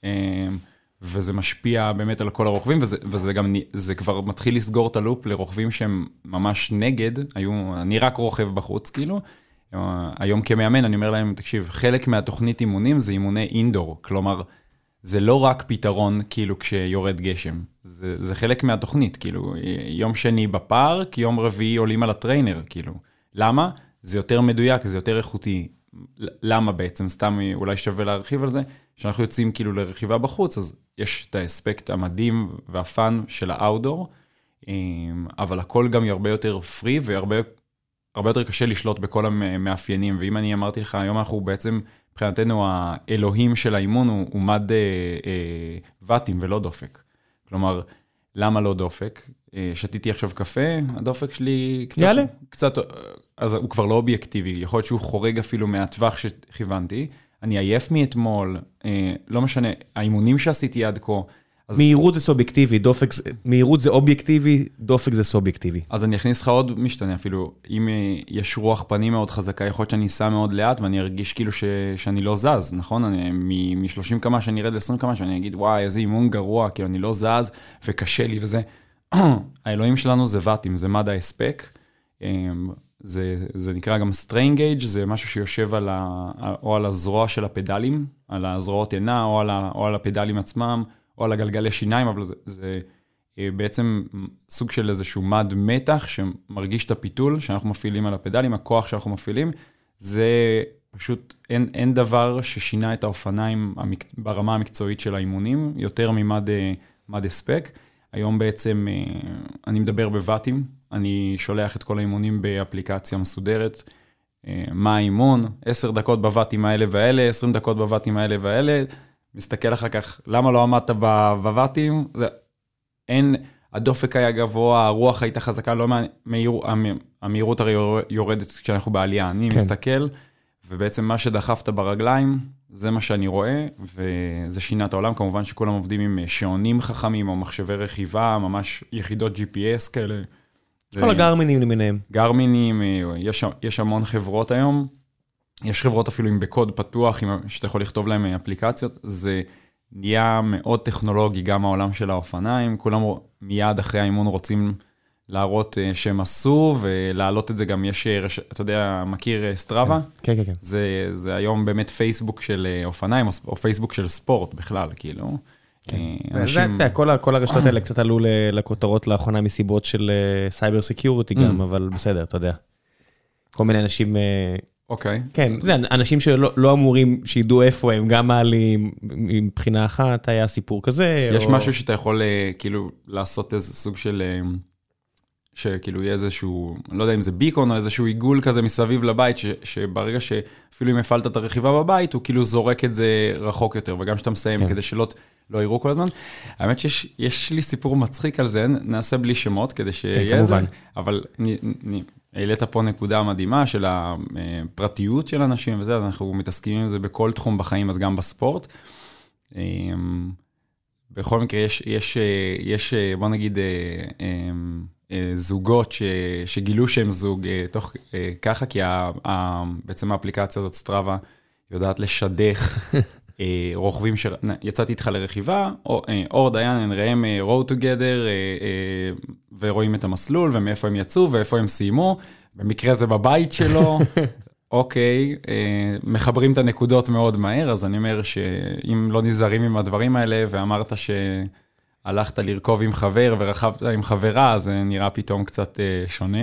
Speaker 2: וזה משפיע באמת על כל הרוכבים, וזה, וזה גם, זה כבר מתחיל לסגור את הלופ לרוכבים שהם ממש נגד, היו, אני רק רוכב בחוץ, כאילו, היום כמאמן, אני אומר להם, תקשיב, חלק מהתוכנית אימונים זה אימוני אינדור, כלומר, זה לא רק פתרון, כאילו, כשיורד גשם, זה, זה חלק מהתוכנית, כאילו, יום שני בפארק, יום רביעי עולים על הטריינר, כאילו, למה? זה יותר מדויק, זה יותר איכותי, למה בעצם? סתם אולי שווה להרחיב על זה, שאנחנו יוצאים כאילו לרכיבה בחוץ, אז יש את האספקט המדהים והפן של האוטדור, אבל הכל גם הרבה יותר פרי, והרבה הרבה יותר קשה לשלוט בכל המאפיינים, ואם אני אמרתי לך, היום אנחנו בעצם, מבחינתנו, האלוהים של האימון הוא, הוא מד אה, אה, וטים ולא דופק. כלומר, למה לא דופק? שתיתי עכשיו קפה, הדופק שלי קצת... יאללה. קצת, אז הוא כבר לא אובייקטיבי, יכול להיות שהוא חורג אפילו מהטווח שכיוונתי, אני עייף מאתמול, אה, לא משנה, האימונים שעשיתי עד כה... אז...
Speaker 1: מהירות זה סובייקטיבי, דופק, מהירות זה אובייקטיבי, דופק זה סובייקטיבי.
Speaker 2: אז אני אכניס לך עוד משתנה אפילו, אם יש רוח פנים מאוד חזקה, יכול להיות שאני אסע מאוד לאט, ואני ארגיש כאילו ש... שאני לא זז, נכון? אני, מ-שלושים קמה שאני ארד ל-עשרים קמה, שאני אגיד, וואי, איזה אימון גרוע, כאילו אני לא זז, וקשה לי וזה. האלוהים שלנו זה וטים, זה מד ההספק, זה, זה נקרא גם strain gauge, זה משהו שיושב על ה, או על הזרוע של הפדלים, על הזרועות עינה, או על, ה, או על הפדלים עצמם, או על הגלגלי שיניים, אבל זה, זה בעצם סוג של איזשהו מד מתח, שמרגיש את הפיתול שאנחנו מפעילים על הפדלים, הכוח שאנחנו מפעילים, זה פשוט, אין, אין דבר ששינה את האופניים המק, ברמה המקצועית של האימונים, יותר ממד מד הספק. היום בעצם אני מדבר בוואטים, אני שולח את כל האימונים באפליקציה מסודרת, מה האימון, עשר דקות בוואטים האלה והאלה, עשרים דקות בוואטים האלה והאלה, מסתכל אחר כך, למה לא עמדת בוואטים? אין, הדופק היה גבוה, הרוח הייתה חזקה, לא מהיר, המהירות הרי יורדת כשאנחנו בעלייה, אני כן. מסתכל, ובעצם מה שדחפת ברגליים, זה מה שאני רואה, וזה שינה את העולם, כמובן שכולם עובדים עם שעונים חכמים, או מחשבי רכיבה, ממש יחידות ג'י פי אס כאלה.
Speaker 1: כל הגרמינים למיניהם.
Speaker 2: גרמינים, יש, יש המון חברות היום, יש חברות אפילו עם בקוד פתוח, שאתה יכול לכתוב להם אפליקציות, זה נהיה מאוד טכנולוגי, גם העולם של האופניים, כולם מיד אחרי האימון רוצים להראות שהם עשו, ולהעלות את זה גם יש, אתה יודע, מכיר סטרבה?
Speaker 1: כן, כן, כן.
Speaker 2: זה, זה היום באמת פייסבוק של אופניים, או פייסבוק של ספורט בכלל, כאילו.
Speaker 1: אנשים... זה, כל, כל הרשתות האלה קצת עלו לכותרות לאחרונה מסיבות של סייבר סקיוריטי גם, אבל בסדר, אתה יודע. כל מיני אנשים...
Speaker 2: אוקיי.
Speaker 1: כן, אנשים שלא לא אמורים שידעו איפה הם, גם מעלים מבחינה אחת, היה סיפור כזה.
Speaker 2: יש או... משהו שאתה יכול כאילו לעשות איזה סוג של, שכאילו יהיה איזשהו, לא יודע אם זה ביקון או איזשהו עיגול כזה מסביב לבית, ש, שברגע שאפילו אם הפעלת את הרכיבה בבית, הוא כאילו זורק את זה רחוק יותר, וגם שאתה מסיים כן. כדי שלא לא יראו כל הזמן. האמת שיש לי סיפור מצחיק על זה, נעשה בלי שמות כדי שיהיה כן, זה, אבל אני... אני העלית פה נקודה מדהימה של הפרטיות של אנשים וזה, אז אנחנו מתעסקים עם זה בכל תחום בחיים, אז גם בספורט. בכל מקרה, יש, יש, יש בוא נגיד, זוגות ש, שגילו שהם זוג תוך ככה, כי בעצם האפליקציה הזאת, סטרבה, יודעת לשדך רוכבים שיצאתי איתך לרכיבה, אור דיין, ראם road together, ורואים את המסלול, ומאיפה הם יצאו, ואיפה הם סיימו, במקרה זה בבית שלו, אוקיי, מחברים את הנקודות מאוד מהר, אז אני אומר שאם לא נזהרים עם הדברים האלה, ואמרת שהלכת לרכוב עם חבר, ורכבת עם חברה, אז זה נראה פתאום קצת שונה.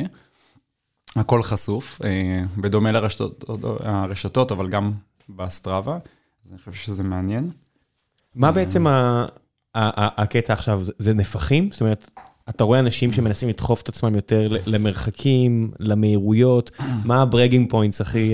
Speaker 2: הכל חשוף, בדומה לרשתות, הרשתות, אבל גם בסטרבה. אז אני חושב שזה מעניין.
Speaker 1: מה בעצם הקטע עכשיו? זה נפחים? זאת אומרת, אתה רואה אנשים שמנסים לדחוף את עצמם יותר למרחקים, למהירויות, מה הברגינג פוינטס הכי...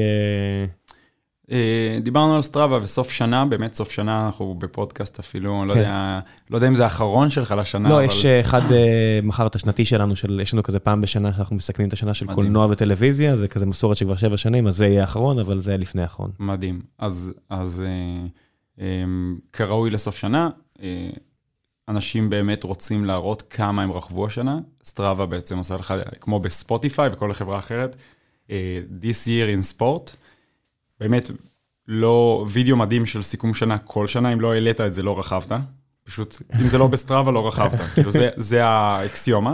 Speaker 2: דיברנו על סטראבה וסוף שנה, באמת סוף שנה, אנחנו בפודקאסט אפילו, לא יודע, לא יודע אם זה האחרון שלך לשנה.
Speaker 1: לא, יש אחד מחר את השנתי שלנו, יש לנו כזה פעם בשנה שאנחנו מסכמים את השנה של קולנוע וטלוויזיה, זה כזה מסורת שכבר שבע שנים, אז זה יהיה האחרון, אבל זה לפני האחרון.
Speaker 2: מדהים. אז, אז כראוי לסוף שנה, אנשים באמת רוצים להראות כמה הם רכבו השנה, סטראבה בעצם עושה לך, כמו בספוטיפיי וכל החברה אחרת, This year in sport, באמת, לא, וידאו מדהים של סיכום שנה כל שנה, אם לא העלית את זה, לא רכבת. פשוט, אם זה לא בסטראבה, לא רכבת. כאילו, זה, זה האקסיומה.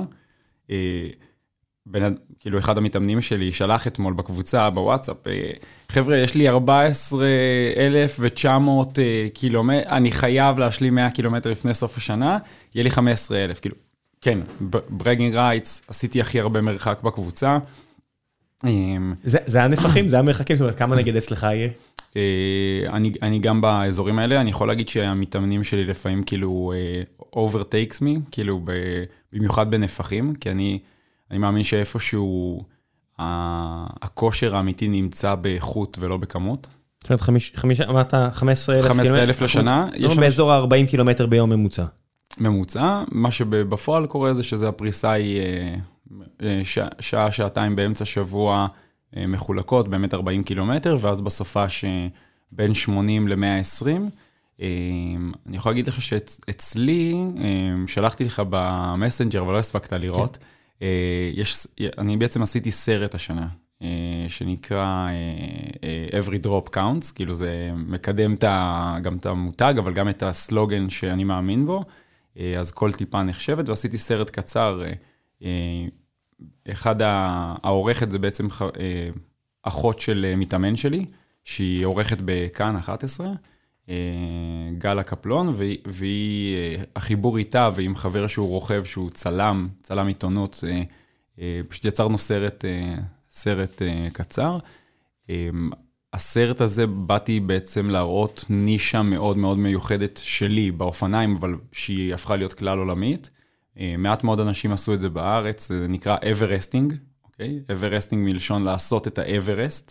Speaker 2: בין, כאילו, אחד המתאמנים שלי שלח אתמול בקבוצה, בוואטסאפ, חבר'ה, יש לי ארבעה עשר אלף ותשע מאות קילומטר, אני חייב להשלים מאה קילומטר לפני סוף השנה, יהיה לי חמישה עשר אלף. כאילו, כן, ברגינג רייטס, עשיתי הכי הרבה מרחק בקבוצה,
Speaker 1: זה הנפחים, זה המרחקים, זאת אומרת, כמה נגד אצלך יהיה?
Speaker 2: אני, אני גם באזורים האלה, אני יכול להגיד שהמתאמנים שלי לפעמים כאילו overtakes me, כאילו במיוחד בנפחים, כי אני, אני מאמין שאיפשהו הכושר האמיתי נמצא באיכות ולא בכמות.
Speaker 1: זאת אומרת, חמישה, אמרת חמישה עשר אלף
Speaker 2: חמישה עשר אלף לשנה.
Speaker 1: באזור ה-ארבעים קילומטר ביום ממוצע.
Speaker 2: ממוצע, מה שבפועל קורה זה שזה הפריסה היא שעה, שעתיים באמצע שבוע מחולקות, באמת ארבעים קילומטר, ואז בסופה שבין שמונים ל-מאה ועשרים. אני יכול להגיד לך שאצלי, שלחתי לך במסנג'ר, אבל לא הספקת לראות, יש, אני בעצם עשיתי סרט השנה, שנקרא Every Drop Counts, כאילו זה מקדם גם את המותג, אבל גם את הסלוגן שאני מאמין בו, אז כל טיפה נחשבת, ועשיתי סרט קצר, אחד העורכת זה בעצם אחות של מתאמן שלי, שהיא עורכת בכאן אחת עשרה, גלה קפלון, והיא, החיבור איתה ועם חבר שהוא רוכב, שהוא צלם, צלם עיתונות, פשוט יצרנו סרט, סרט קצר. הסרט הזה באתי בעצם להראות נישה מאוד מאוד מיוחדת שלי באופניים, אבל שהיא הפכה להיות כלל עולמית. מעט מאוד אנשים עשו את זה בארץ, זה נקרא אברסטינג, אוקיי? אברסטינג מלשון לעשות את האברסט.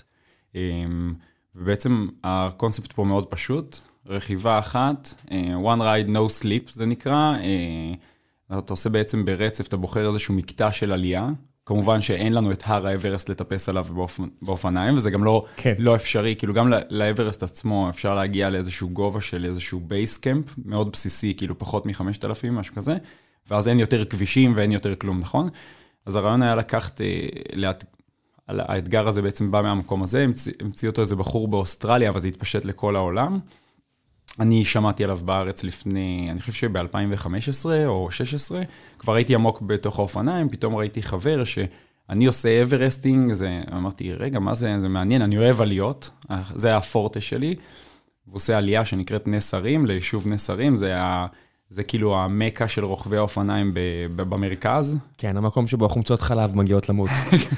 Speaker 2: ובעצם הקונספט פה מאוד פשוט, רכיבה אחת, one ride no sleep זה נקרא, אתה עושה בעצם ברצף, אתה בוחר איזשהו מקטע של עלייה, כמובן שאין לנו את הר האברסט לטפס עליו באופניים, וזה גם לא, כן. לא אפשרי, כאילו גם לאברסט עצמו אפשר להגיע לאיזשהו גובה של איזשהו בייס קמפ, מאוד בסיסי, כאילו פחות מ-חמשת אלפים, משהו כזה, ואז אין יותר כבישים ואין יותר כלום, נכון? אז הרעיון היה לקחת, לאט, האתגר הזה בעצם בא מהמקום הזה, המציא, המציא אותו איזה בחור באוסטרליה, אבל זה התפשט לכל העולם. אני שמעתי עליו בארץ לפני, אני חושב שב-אלפיים וחמש עשרה או שש עשרה, כבר הייתי עמוק בתוך האופניים, פתאום ראיתי חבר שאני עושה אברסטינג, זה, אמרתי, רגע, מה זה? זה מעניין, אני אוהב עליות, זה הפורטה שלי, ועושה עלייה שנקראת נס הרים, ליישוב נס הרים, זה ה... זה כאילו המקה של רוכבי האופניים במרכז. כן,
Speaker 1: המקום שבו החומצות חלב מגיעות למות.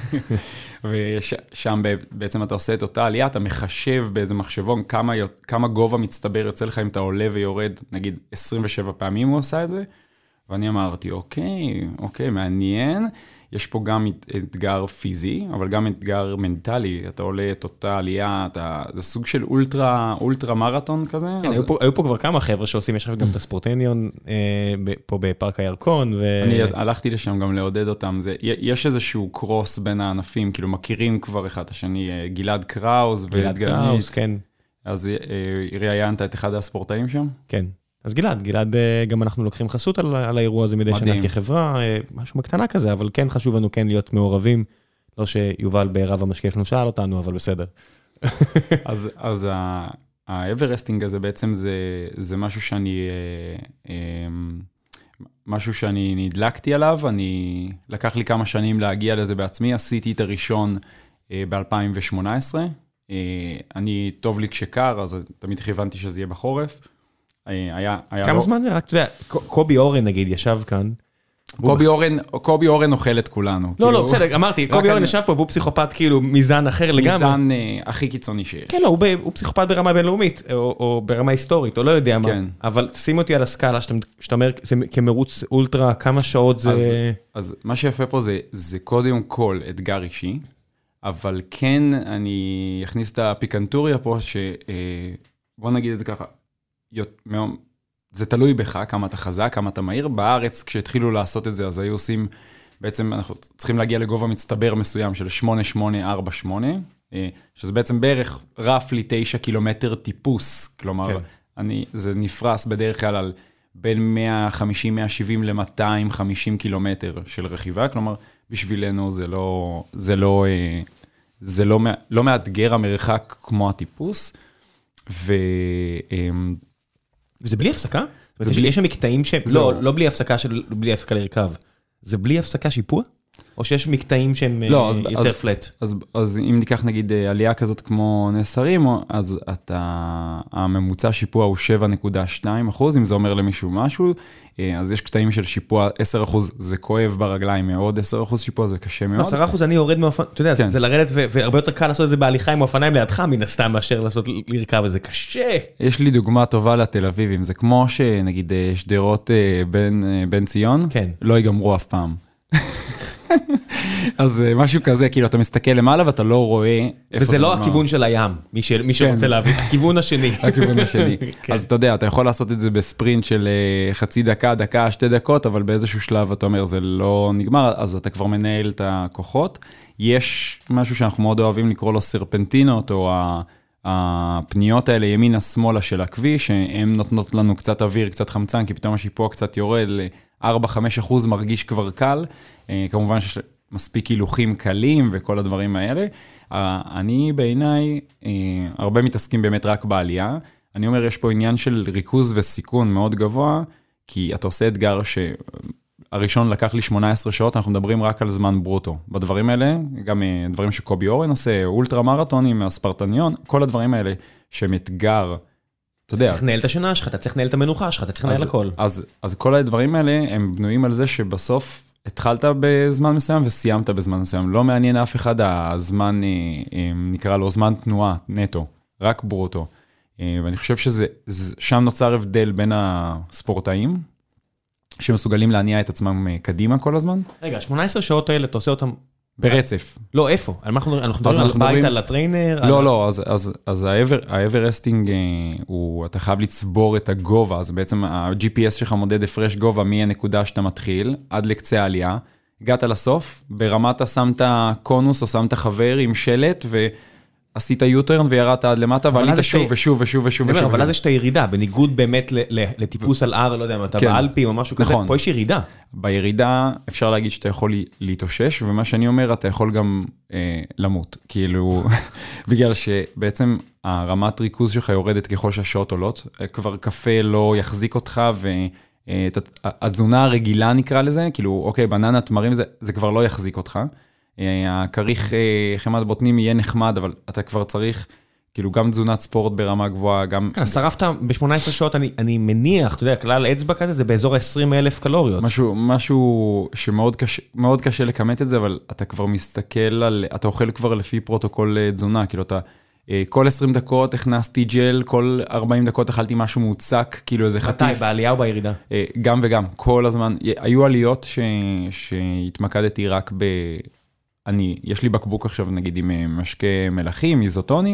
Speaker 2: ושם בעצם אתה עושה את אותה עלייה, אתה מחשב באיזה מחשבון כמה, כמה גובה מצטבר יוצא לך אם אתה עולה ויורד, נגיד עשרים ושבע פעמים הוא עושה את זה, ואני אמרתי, אוקיי, אוקיי, מעניין. יש פה גם אתגר פיזי, אבל גם אתגר מנטלי. אתה עולה את אותה עלייה, אתה, זה סוג של אולטרה, אולטרה מרתון כזה.
Speaker 1: כן, אז... היו, פה, היו פה כבר כמה חבר'ה שעושים, יש גם את הספורטניון, אה, פה בפארק הירקון. ו...
Speaker 2: אני הלכתי לשם גם לעודד אותם. זה, יש איזשהו קרוס בין הענפים, כאילו מכירים כבר אחד השני, גלעד קראוס.
Speaker 1: גלעד קראוס, כן.
Speaker 2: אז אה, ראיינת את אחד הספורטאים שם?
Speaker 1: כן. אז גלעד, גלעד, גם אנחנו לוקחים חסות על, על האירוע הזה מדי מדהים. שנה כחברה, משהו מקטנה כזה, אבל כן חשוב לנו כן להיות מעורבים, לא שיובל בערב המשקיע שלנו שאל אותנו, אבל בסדר.
Speaker 2: אז, אז האברסטינג הזה בעצם זה, זה משהו שאני, משהו שאני נדלקתי עליו, אני, לקח לי כמה שנים להגיע לזה בעצמי, עשיתי את הראשון ב-אלפיים ושמונה עשרה, אני טוב לי כשקר, אז תמיד כיוונתי שזה יהיה בחורף, היה, היה
Speaker 1: כמה
Speaker 2: לא...
Speaker 1: זמן זה? רק, אתה יודע, קובי אורן, נגיד, ישב כאן,
Speaker 2: קובי אורן, קובי אורן אוכל את כולנו.
Speaker 1: לא, לא, בסדר, אמרתי, קובי אורן ישב פה, והוא פסיכופת כאילו מזן אחר לגמרי.
Speaker 2: מזן הכי קיצוני שיש.
Speaker 1: כן, לא, הוא פסיכופת ברמה בינלאומית, או ברמה היסטורית, או לא יודע מה. אבל שים אותי על הסקאלה, שאתה אומר, כמרוץ אולטרה, כמה שעות זה...
Speaker 2: אז מה שיפה פה זה קודם כל אתגר אישי, אבל כן, אני אכניס את הפיקנטוריה פה, שבוא נגיד את זה ככה, זה תלוי בך, כמה אתה חזק, כמה אתה מהיר. בארץ, כשהתחילו לעשות את זה, אז היו עושים, בעצם אנחנו צריכים להגיע לגובה מצטבר מסוים של שמונה שמונה ארבע שמונה, שזה בעצם בערך רפלי תשע קילומטר טיפוס, כלומר, כן. אני, זה נפרס בדרך כלל על בין מאה וחמישים מאה שבעים ל-מאתיים וחמישים קילומטר של רכיבה, כלומר, בשבילנו זה לא, זה לא, זה לא, לא מאתגר המרחק כמו הטיפוס, ו...
Speaker 1: וזה בלי הפסקה? זאת אומרת, יש שם מקטעים שהם... לא, לא בלי הפסקה של... בלי הפסקה לרכב. זה בלי הפסקה שיפוע? או שיש מקטעים שהם יותר פלט?
Speaker 2: אז אם ניקח נגיד עלייה כזאת כמו נסרים, אז הממוצע שיפוע הוא שבע נקודה שתיים אחוז, אם זה אומר למישהו משהו, אז יש קטעים של שיפוע עשרה אחוז, זה כואב ברגליים מאוד, עשרה אחוז שיפוע זה קשה מאוד.
Speaker 1: עשרה אחוז אני יורד מאופניים, אתה יודע, זה לרדת, והרבה יותר קל לעשות את זה בהליכה עם אופניים לידך, מן הסתם, מאשר לעשות לרכב, וזה קשה.
Speaker 2: יש לי דוגמה טובה לתל אביבים, זה כמו שנגיד שדרות בן ציון, לא ייגמרו אף פעם. אז משהו כזה, כאילו אתה מסתכל למעלה ואתה לא רואה...
Speaker 1: וזה לא הכיוון של הים, מי שרוצה להבין, הכיוון השני.
Speaker 2: הכיוון השני. אז אתה יודע, אתה יכול לעשות את זה בספרינט של חצי דקה, דקה, שתי דקות, אבל באיזשהו שלב אתה אומר, זה לא נגמר, אז אתה כבר מנהל את הכוחות. יש משהו שאנחנו מאוד אוהבים לקרוא לו סרפנטינות, או הפניות האלה ימינה שמאלה של הכביש, שהן נותנות לנו קצת אוויר, קצת חמצן, כי פתאום השיפוע קצת יורד ל-ארבע עד חמש אחוז מרגיש כבר קל. כמובן שיש מספיק הילוכים קלים וכל הדברים האלה. אני בעיניי, הרבה מתעסקים באמת רק בעלייה. אני אומר, יש פה עניין של ריכוז וסיכון מאוד גבוה, כי אתה עושה אתגר שהראשון לקח לי שמונה עשרה שעות, אנחנו מדברים רק על זמן ברוטו. בדברים האלה, גם דברים שקובי אורן עושה, אולטרה מרתונים, הספרטניון, כל הדברים האלה שהם אתגר, אתה יודע.
Speaker 1: אתה צריך לנהל את השנה שלך, אתה צריך לנהל את המנוחה שלך, אתה צריך לנהל הכל.
Speaker 2: אז, אז כל הדברים האלה הם בנויים על זה שבסוף התחלת בזמן מסוים וסיימת בזמן מסוים. לא מעניין אף אחד הזמן, נקרא לו זמן תנועה, נטו, רק ברוטו. ואני חושב שזה, שם נוצר הבדל בין הספורטאים, שמסוגלים להניע את עצמם קדימה כל הזמן. רגע,
Speaker 1: שמונה עשרה שעות האלה, אתה עושה אותם...
Speaker 2: ברצף.
Speaker 1: לא, איפה? אנחנו מדברים על בית, על הטריינר?
Speaker 2: לא, לא, אז האברסטינג, אתה חייב לצבור את הגובה, אז בעצם ה-ג'י פי אס שלך מודד הפרש גובה מהנקודה שאתה מתחיל, עד לקצה העלייה, הגעת לסוף, ברמת שמת קונוס או שמת חבר עם שלט, ועשית יוטרן וירדת עד למטה, ועלית שוב ושוב ושוב ושוב.
Speaker 1: אבל אז יש את הירידה, בניגוד באמת לטיפוס על הר, לא יודע, אתה באלפים או משהו כזה, פה יש ירידה.
Speaker 2: בירידה אפשר להגיד שאתה יכול להתאושש, ומה שאני אומר, אתה יכול גם אה, למות, כאילו, בגלל שבעצם הרמת ריכוז שלך יורדת ככל שהשעות עולות, כבר קפה לא יחזיק אותך, והתזונה הרגילה נקרא לזה, כאילו, אוקיי, בננה, תמרים, זה, זה כבר לא יחזיק אותך, הכריך חמת בוטנים יהיה נחמד, אבל אתה כבר צריך... כאילו גם תזונת ספורט ברמה גבוהה, גם...
Speaker 1: כן, שרפת ב-שמונה עשרה שעות, אני, אני מניח, אתה יודע, כלל אצבע כזה, זה באזור ה-עשרים אלף קלוריות.
Speaker 2: משהו, משהו שמאוד קשה, מאוד קשה לכמת את זה, אבל אתה כבר מסתכל על, אתה אוכל כבר לפי פרוטוקול תזונה, כאילו אתה, כל עשרים דקות הכנסתי ג'ל, כל ארבעים דקות אכלתי משהו מוצק, כאילו איזה חטיף.
Speaker 1: מתי, בעלייה או בירידה?
Speaker 2: גם וגם, כל הזמן. היו עליות ש, שהתמקדתי רק ב... אני, יש לי בקבוק עכשיו, נגיד, עם משקה מלחים, איזוטוני,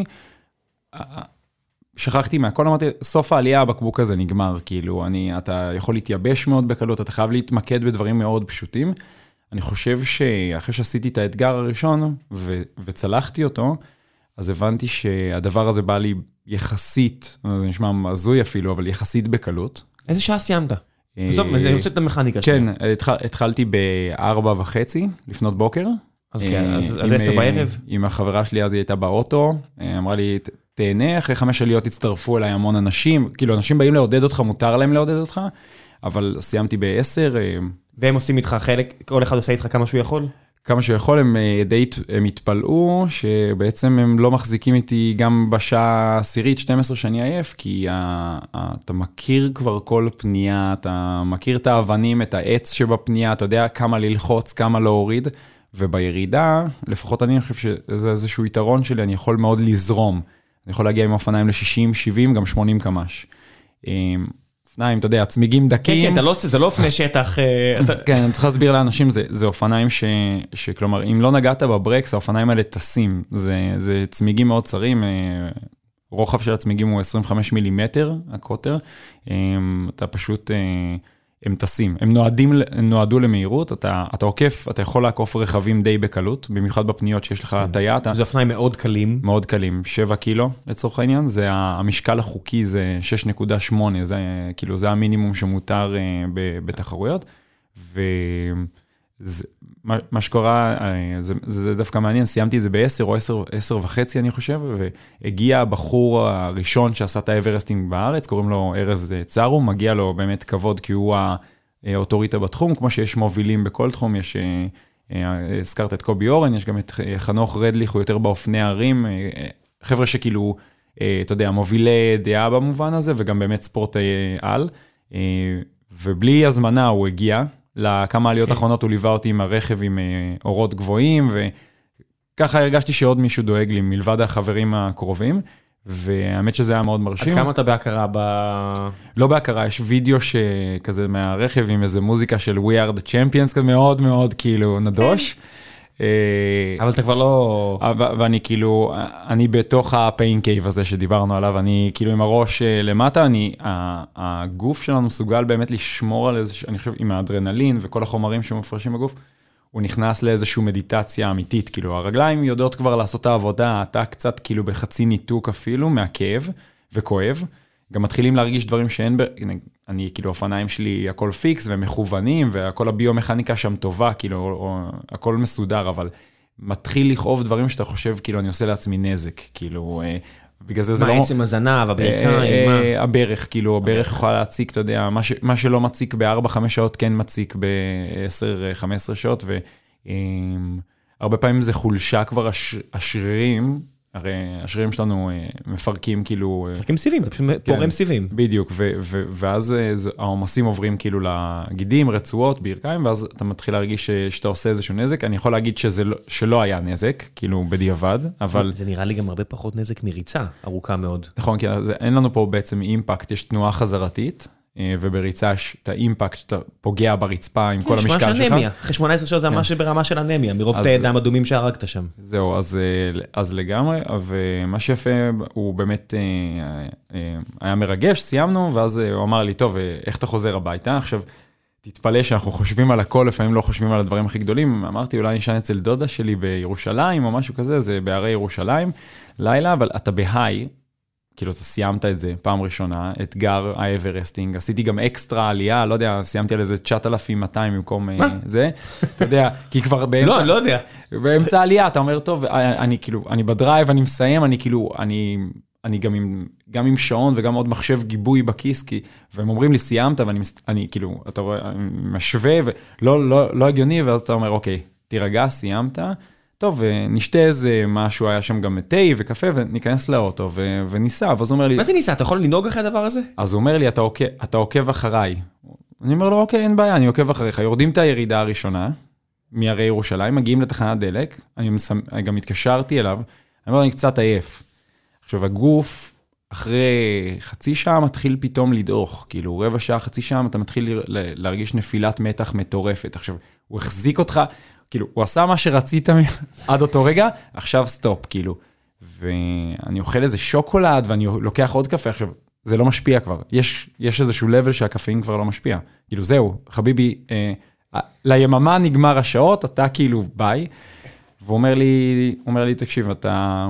Speaker 2: שכחתי מהכל, אמרתי, סוף העלייה הבקבוק הזה נגמר, כאילו, אני, אתה יכול להתייבש מאוד בקלות, אתה חייב להתמקד בדברים מאוד פשוטים. אני חושב שאחרי שעשיתי את האתגר הראשון, ו, וצלחתי אותו, אז הבנתי שהדבר הזה בא לי יחסית, זה נשמע מזוי אפילו, אבל יחסית בקלות.
Speaker 1: איזה שעה סיימת? בסוף, אני רוצה את המכניקה
Speaker 2: שלי. כן, התחלתי בארבע וחצי, לפנות בוקר.
Speaker 1: אז כן, אז עשר בערב?
Speaker 2: עם החברה שלי, אז היא הייתה באוטו, אמרה לי, תהנה, אחרי חמש עליות הצטרפו אליי המון אנשים, כאילו אנשים באים לעודד אותך, מותר להם לעודד אותך, אבל סיימתי בעשר.
Speaker 1: והם עושים איתך חלק, כל אחד עושה איתך כמה שהוא יכול?
Speaker 2: כמה שיכול, הם די, הם התפלאו, שבעצם הם לא מחזיקים איתי גם בשעה עשירית, שתים עשרה שאני עייף, כי ה, ה, אתה מכיר כבר כל פנייה, אתה מכיר את האבנים, את העץ שבפנייה, אתה יודע כמה ללחוץ, כמה להוריד, ובירידה, לפחות אני חושב שזה איזשהו יתרון שלי, אני יכול מאוד לזרום. אני יכול להגיע עם אופניים ל-שישים, שבעים, גם שמונים קמ"ש. אופניים, אתה יודע, הצמיגים דקים.
Speaker 1: כן, כן, אתה לא עושה, זה לא אופני שטח.
Speaker 2: כן, אני צריך להסביר לאנשים, זה אופניים שכלומר, אם לא נגעת בברקס, האופניים האלה טסים. זה צמיגים מאוד צרים, רוחב של הצמיגים הוא עשרים וחמישה מילימטר, הקוטר. אתה פשוט, הם טסים. הם נועדים, הם נועדו למהירות, אתה, אתה עוקף, אתה יכול לעקוף רכבים די בקלות, במיוחד בפניות שיש לך הטיה.
Speaker 1: זה אופניים מאוד קלים.
Speaker 2: מאוד קלים, שבע קילו לצורך העניין, זה המשקל החוקי זה שש נקודה שמונה, זה כאילו זה המינימום שמותר בתחרויות, ומה שקורה, זה, זה דווקא מעניין, סיימתי את זה בעשר או עשר, עשר וחצי אני חושב, והגיע הבחור הראשון שעשה את האברסטינג בארץ, קוראים לו ארז צארו, מגיע לו באמת כבוד כי הוא האוטוריטה בתחום, כמו שיש מובילים בכל תחום, יש... הזכרת את קובי אורן, יש גם את חנוך רדליך, הוא יותר באופני הערים, חבר'ה שכאילו, אתה יודע, מובילי דעה במובן הזה, וגם באמת ספורט על, ובלי הזמנה הוא הגיע, לכמה עליות אחרונות הוא ליווה אותי עם הרכב עם אורות גבוהים, וככה הרגשתי שעוד מישהו דואג לי, מלבד החברים הקרובים, והאמת שזה היה מאוד מרשים.
Speaker 1: עד כמה אתה בהכרה ב...
Speaker 2: לא בהכרה, יש וידאו שכזה מהרכב עם איזה מוזיקה של We are the Champions, כזה מאוד מאוד כאילו נדוש.
Speaker 1: אבל אתה כבר לא...
Speaker 2: ואני כאילו, אני בתוך הפיין קייב הזה שדיברנו עליו, אני כאילו עם הראש למטה, אני, הגוף שלנו מסוגל באמת לשמור על איזה, אני חושב, עם האדרנלין וכל החומרים שמפרשים בגוף, הוא נכנס לאיזושהי מדיטציה אמיתית, כאילו הרגליים יודעות כבר לעשות את העבודה, אתה קצת כאילו בחצי ניתוק אפילו מהכאב וכואב, גם מתחילים להרגיש דברים שאין, אני כאילו האופניים שלי הכל פיקס ומכוונים, והכל הביומכניקה שם טובה, כאילו או, הכל מסודר, אבל מתחיל לכאוב דברים שאתה חושב כאילו אני עושה לעצמי נזק, כאילו בגלל זה זה לא...
Speaker 1: מה, עצם הזנב, הברכיים, מה?
Speaker 2: הברך, כאילו, הברך יכולה להציק, אתה יודע, מה שלא מציק ב-ארבע חמש שעות, כן מציק ב-עשר חמש עשרה שעות, והרבה פעמים זה חולשה כבר השרירים, הרי השרירים שלנו מפרקים כאילו...
Speaker 1: מפרקים סיבים, זה פשוט פורם סיבים.
Speaker 2: בדיוק, ואז העומסים עוברים כאילו לגידים, רצועות, ברכיים, ואז אתה מתחיל להרגיש שאתה עושה איזשהו נזק. אני יכול להגיד שלא היה נזק, כאילו בדיעבד, אבל...
Speaker 1: זה נראה לי גם הרבה פחות נזק מריצה, ארוכה מאוד.
Speaker 2: נכון, כי אין לנו פה בעצם אימפקט, יש תנועה חזרתית, ובריצה יש את האימפקט שאתה פוגע ברצפה עם כל המשקל שלך.
Speaker 1: אחרי שמונה עשרה שעות זה ממש ברמה של אנמיה, מרוב תאי דם אדומים שהרגת שם.
Speaker 2: זהו, אז לגמרי, ומה שיפה הוא באמת היה מרגש, סיימנו, ואז הוא אמר לי, טוב, איך אתה חוזר הביתה? עכשיו, תתפלא שאנחנו חושבים על הכל, לפעמים לא חושבים על הדברים הכי גדולים. אמרתי, אולי נשען אצל דודה שלי בירושלים, או משהו כזה, זה בערי ירושלים, לילה, אבל אתה בהיי, כאילו אתה סיימת את זה פעם ראשונה, אתגר האברסטינג, עשיתי גם אקסטרה עלייה, לא יודע, סיימתי על איזה תשעת אלפים ומאתיים במקום זה, אתה יודע, כי כבר באמצע...
Speaker 1: לא, לא יודע.
Speaker 2: באמצע העלייה, אתה אומר, טוב, אני כאילו, אני בדרייב, אני מסיים, אני כאילו, אני... אני גם עם, גם עם שעון וגם עוד מחשב גיבוי בכיס, כי, והם אומרים לי, סיימת, ואני אני, כאילו, אתה רואה, אני משווה, ולא, לא, לא הגיוני, ואז אתה אומר, אוקיי, תירגע, סיימת, טוב, נשתה איזה משהו, היה שם גם תה וקפה, וניכנס לאוטו, ו, וניסה, ואז הוא אומר לי...
Speaker 1: מה זה ניסה? אתה יכול לנהוג אחרי הדבר הזה?
Speaker 2: אז הוא אומר לי, אתה עוקב, אתה עוקב אחריי. אני אומר לו, אוקיי, אין בעיה, אני עוקב אחריך. יורדים את הירידה הראשונה, מהרי ירושלים, מגיעים לתחנת דלק, אני מסמ... גם התקשרתי אליו, אני אומר, אני קצת עייף. עכשיו, הגוף, אחרי חצי שעה, מתחיל פתאום לדעוך. כאילו, רבע שעה, חצי שעה, אתה מתחיל להרגיש נפילת מתח מטורפת. עכשיו, הוא החזיק אותך, כאילו, הוא עשה מה שרצית עד אותו רגע, עכשיו סטופ, כאילו. ואני אוכל איזה שוקולד, ואני לוקח עוד קפה. עכשיו, זה לא משפיע כבר. יש, יש איזשהו לבל שהקפאין כבר לא משפיע. כאילו, זהו, חביבי, אה, ליממה נגמר השעות, אתה כאילו ביי. והוא אומר לי, אומר לי, תקשיב, אתה...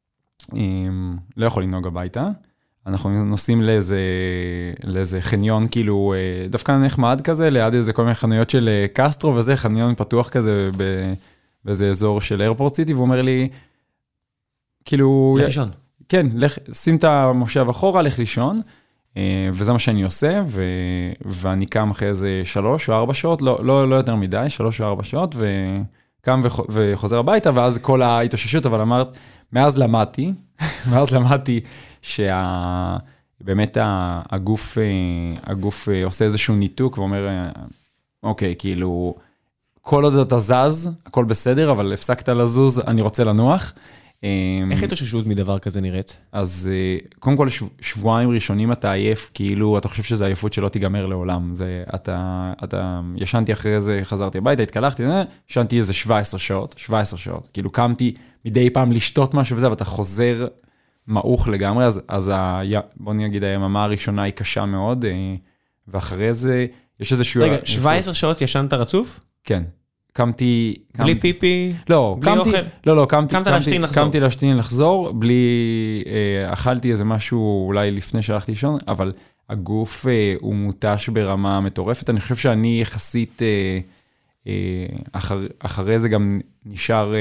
Speaker 2: לא יכול לנהוג הביתה, אנחנו נוסעים לאיזה, לאיזה חניון כאילו, דווקא נחמד כזה, ליד איזה כל מיני חנויות של קסטרו וזה, חניון פתוח כזה באיזה אזור של איירפורט סיטי, והוא אומר לי, כאילו...
Speaker 1: לך לישון.
Speaker 2: כן, לך, שים את המושב אחורה, לך לישון, וזה מה שאני עושה, ו, ואני קם אחרי איזה שלוש או ארבע שעות, לא, לא, לא יותר מדי, שלוש או ארבע שעות, ו... קם וחוזר הביתה, ואז כל ההתאוששות, אבל אמרת, מאז למדתי, מאז למדתי שבאמת הגוף, הגוף עושה איזשהו ניתוק, ואומר, אוקיי, כאילו, כל עוד אתה זז, הכל בסדר, אבל הפסקת לזוז, אני רוצה לנוח.
Speaker 1: איך התאוששות מדבר כזה נראית?
Speaker 2: אז קודם כל, שבועיים ראשונים אתה עייף, כאילו, אתה חושב שזה עייפות שלא תיגמר לעולם. זה, אתה, אתה, ישנתי אחרי זה, חזרתי הביתה, התקלחתי, ישנתי איזה שבע עשרה שעות, שבע עשרה שעות. כאילו, קמתי מדי פעם לשתות משהו וזה, ואתה חוזר מעוך לגמרי, אז, אז ה, בוא נגיד, היממה הראשונה היא קשה מאוד, ואחרי זה, יש איזשהו...
Speaker 1: רגע, שבע עשרה שעות ישנת רצוף?
Speaker 2: כן. קמתי...
Speaker 1: בלי פיפי?
Speaker 2: לא,
Speaker 1: בלי
Speaker 2: קמתי...
Speaker 1: אוכל?
Speaker 2: לא, לא, קמתי...
Speaker 1: קמת להשתין לחזור?
Speaker 2: קמתי להשתין לחזור, בלי... אה, אכלתי איזה משהו אולי לפני שהלכתי לישון, אבל הגוף אה, הוא מוטש ברמה מטורפת. אני חושב שאני יחסית... אה, אה, אחר, אחרי זה גם נשאר... אה,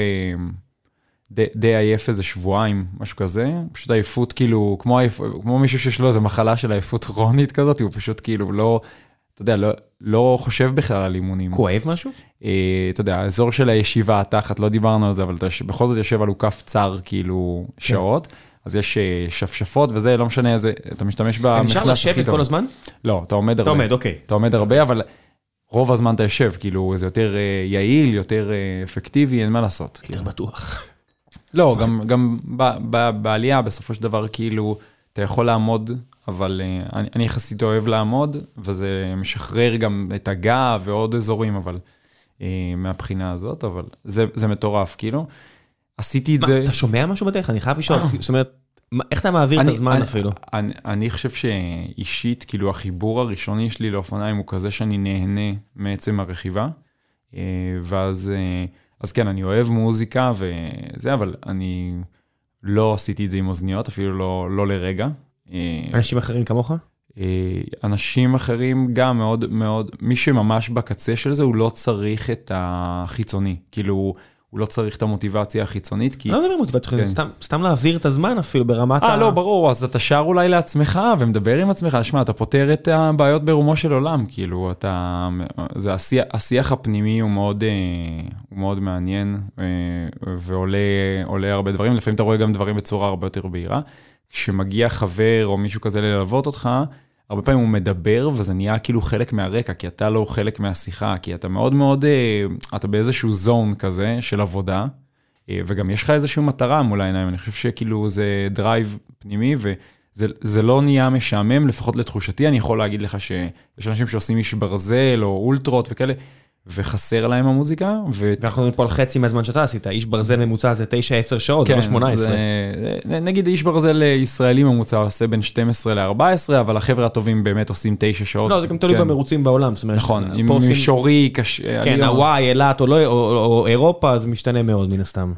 Speaker 2: די, די עייף איזה שבועיים, משהו כזה. פשוט עייפות כאילו... כמו, עייפ, כמו מישהו שיש לו איזו מחלה של עייפות כרונית כזאת, הוא פשוט כאילו לא... אתה יודע, לא, לא חושב בכלל על אימונים.
Speaker 1: כואב משהו?
Speaker 2: אה, אתה יודע, האזור של הישיבה התחת, לא דיברנו על זה, אבל אתה בכל זאת יושב על עוקף צר, כאילו, שעות, אז יש שפשפות, וזה לא משנה איזה, אתה משתמש במכנס הכי טוב.
Speaker 1: אתה נשאר לשבת כל הזמן?
Speaker 2: לא, אתה עומד הרבה.
Speaker 1: אתה עומד, אוקיי.
Speaker 2: אתה עומד הרבה, אבל רוב הזמן אתה יושב, כאילו, זה יותר יעיל, יותר אפקטיבי, אין מה לעשות.
Speaker 1: יותר בטוח.
Speaker 2: לא, גם, גם בעלייה, בסופו של דבר, כאילו, אתה יכול לעמוד, אבל uh, אני, אני יחסית אוהב לעמוד, וזה משחרר גם את הגב ועוד אזורים, אבל uh, מהבחינה הזאת, אבל זה, זה מטורף, כאילו. עשיתי את
Speaker 1: מה,
Speaker 2: זה...
Speaker 1: אתה שומע משהו בדרך? אני חייב לשאול, זאת אומרת, איך אתה מעביר
Speaker 2: אני,
Speaker 1: את הזמן
Speaker 2: אני,
Speaker 1: אפילו?
Speaker 2: אני, אני חושב שאישית, כאילו, החיבור הראשוני שלי לאופניים הוא כזה שאני נהנה מעצם הרכיבה, uh, ואז, uh, אז כן, אני אוהב מוזיקה וזה, אבל אני לא עשיתי את זה עם אוזניות, אפילו לא, לא לרגע.
Speaker 1: אנשים אחרים כמוך?
Speaker 2: אנשים אחרים גם מאוד מאוד, מי שממש בקצה של זה, הוא לא צריך את החיצוני, כאילו, הוא לא צריך את המוטיבציה החיצונית, כי...
Speaker 1: אני לא מדבר מוטיבציה חיצונית, סתם להעביר את הזמן אפילו ברמת ה...
Speaker 2: אה, לא, ברור, אז אתה שר אולי לעצמך, ומדבר עם עצמך, שמע, אתה פותר את הבעיות ברומו של עולם, כאילו, אתה... זה השיח הפנימי הוא מאוד, הוא מאוד מעניין, ועולה הרבה דברים, לפעמים אתה רואה גם דברים בצורה הרבה יותר בהירה, כשמגיע חבר או מישהו כזה ללוות אותך, הרבה פעמים הוא מדבר, וזה נהיה כאילו חלק מהרקע, כי אתה לא חלק מהשיחה, כי אתה מאוד מאוד, אתה באיזשהו זון כזה של עבודה, וגם יש לך איזושהי מטרה מול העיניים, אני חושב שכאילו זה דרייב פנימי, וזה לא נהיה משעמם, לפחות לתחושתי, אני יכול להגיד לך שיש אנשים שעושים איש ברזל, או אולטרות וכאלה, וחסר להם המוזיקה.
Speaker 1: ואנחנו נראים פה על חצי מהזמן שאתה עשית, איש ברזל ממוצע זה תשע עשר שעות, זה לא שמונה עשרה.
Speaker 2: נגיד איש ברזל ישראלי ממוצע עושה בין שתים עשרה לארבע עשרה, אבל החבר'ה הטובים באמת עושים תשע שעות.
Speaker 1: לא, זה גם תלוי במרוצים בעולם.
Speaker 2: נכון, עם מישורי קשה.
Speaker 1: כן, הוואי, אילת או אירופה, זה משתנה מאוד מן הסתם.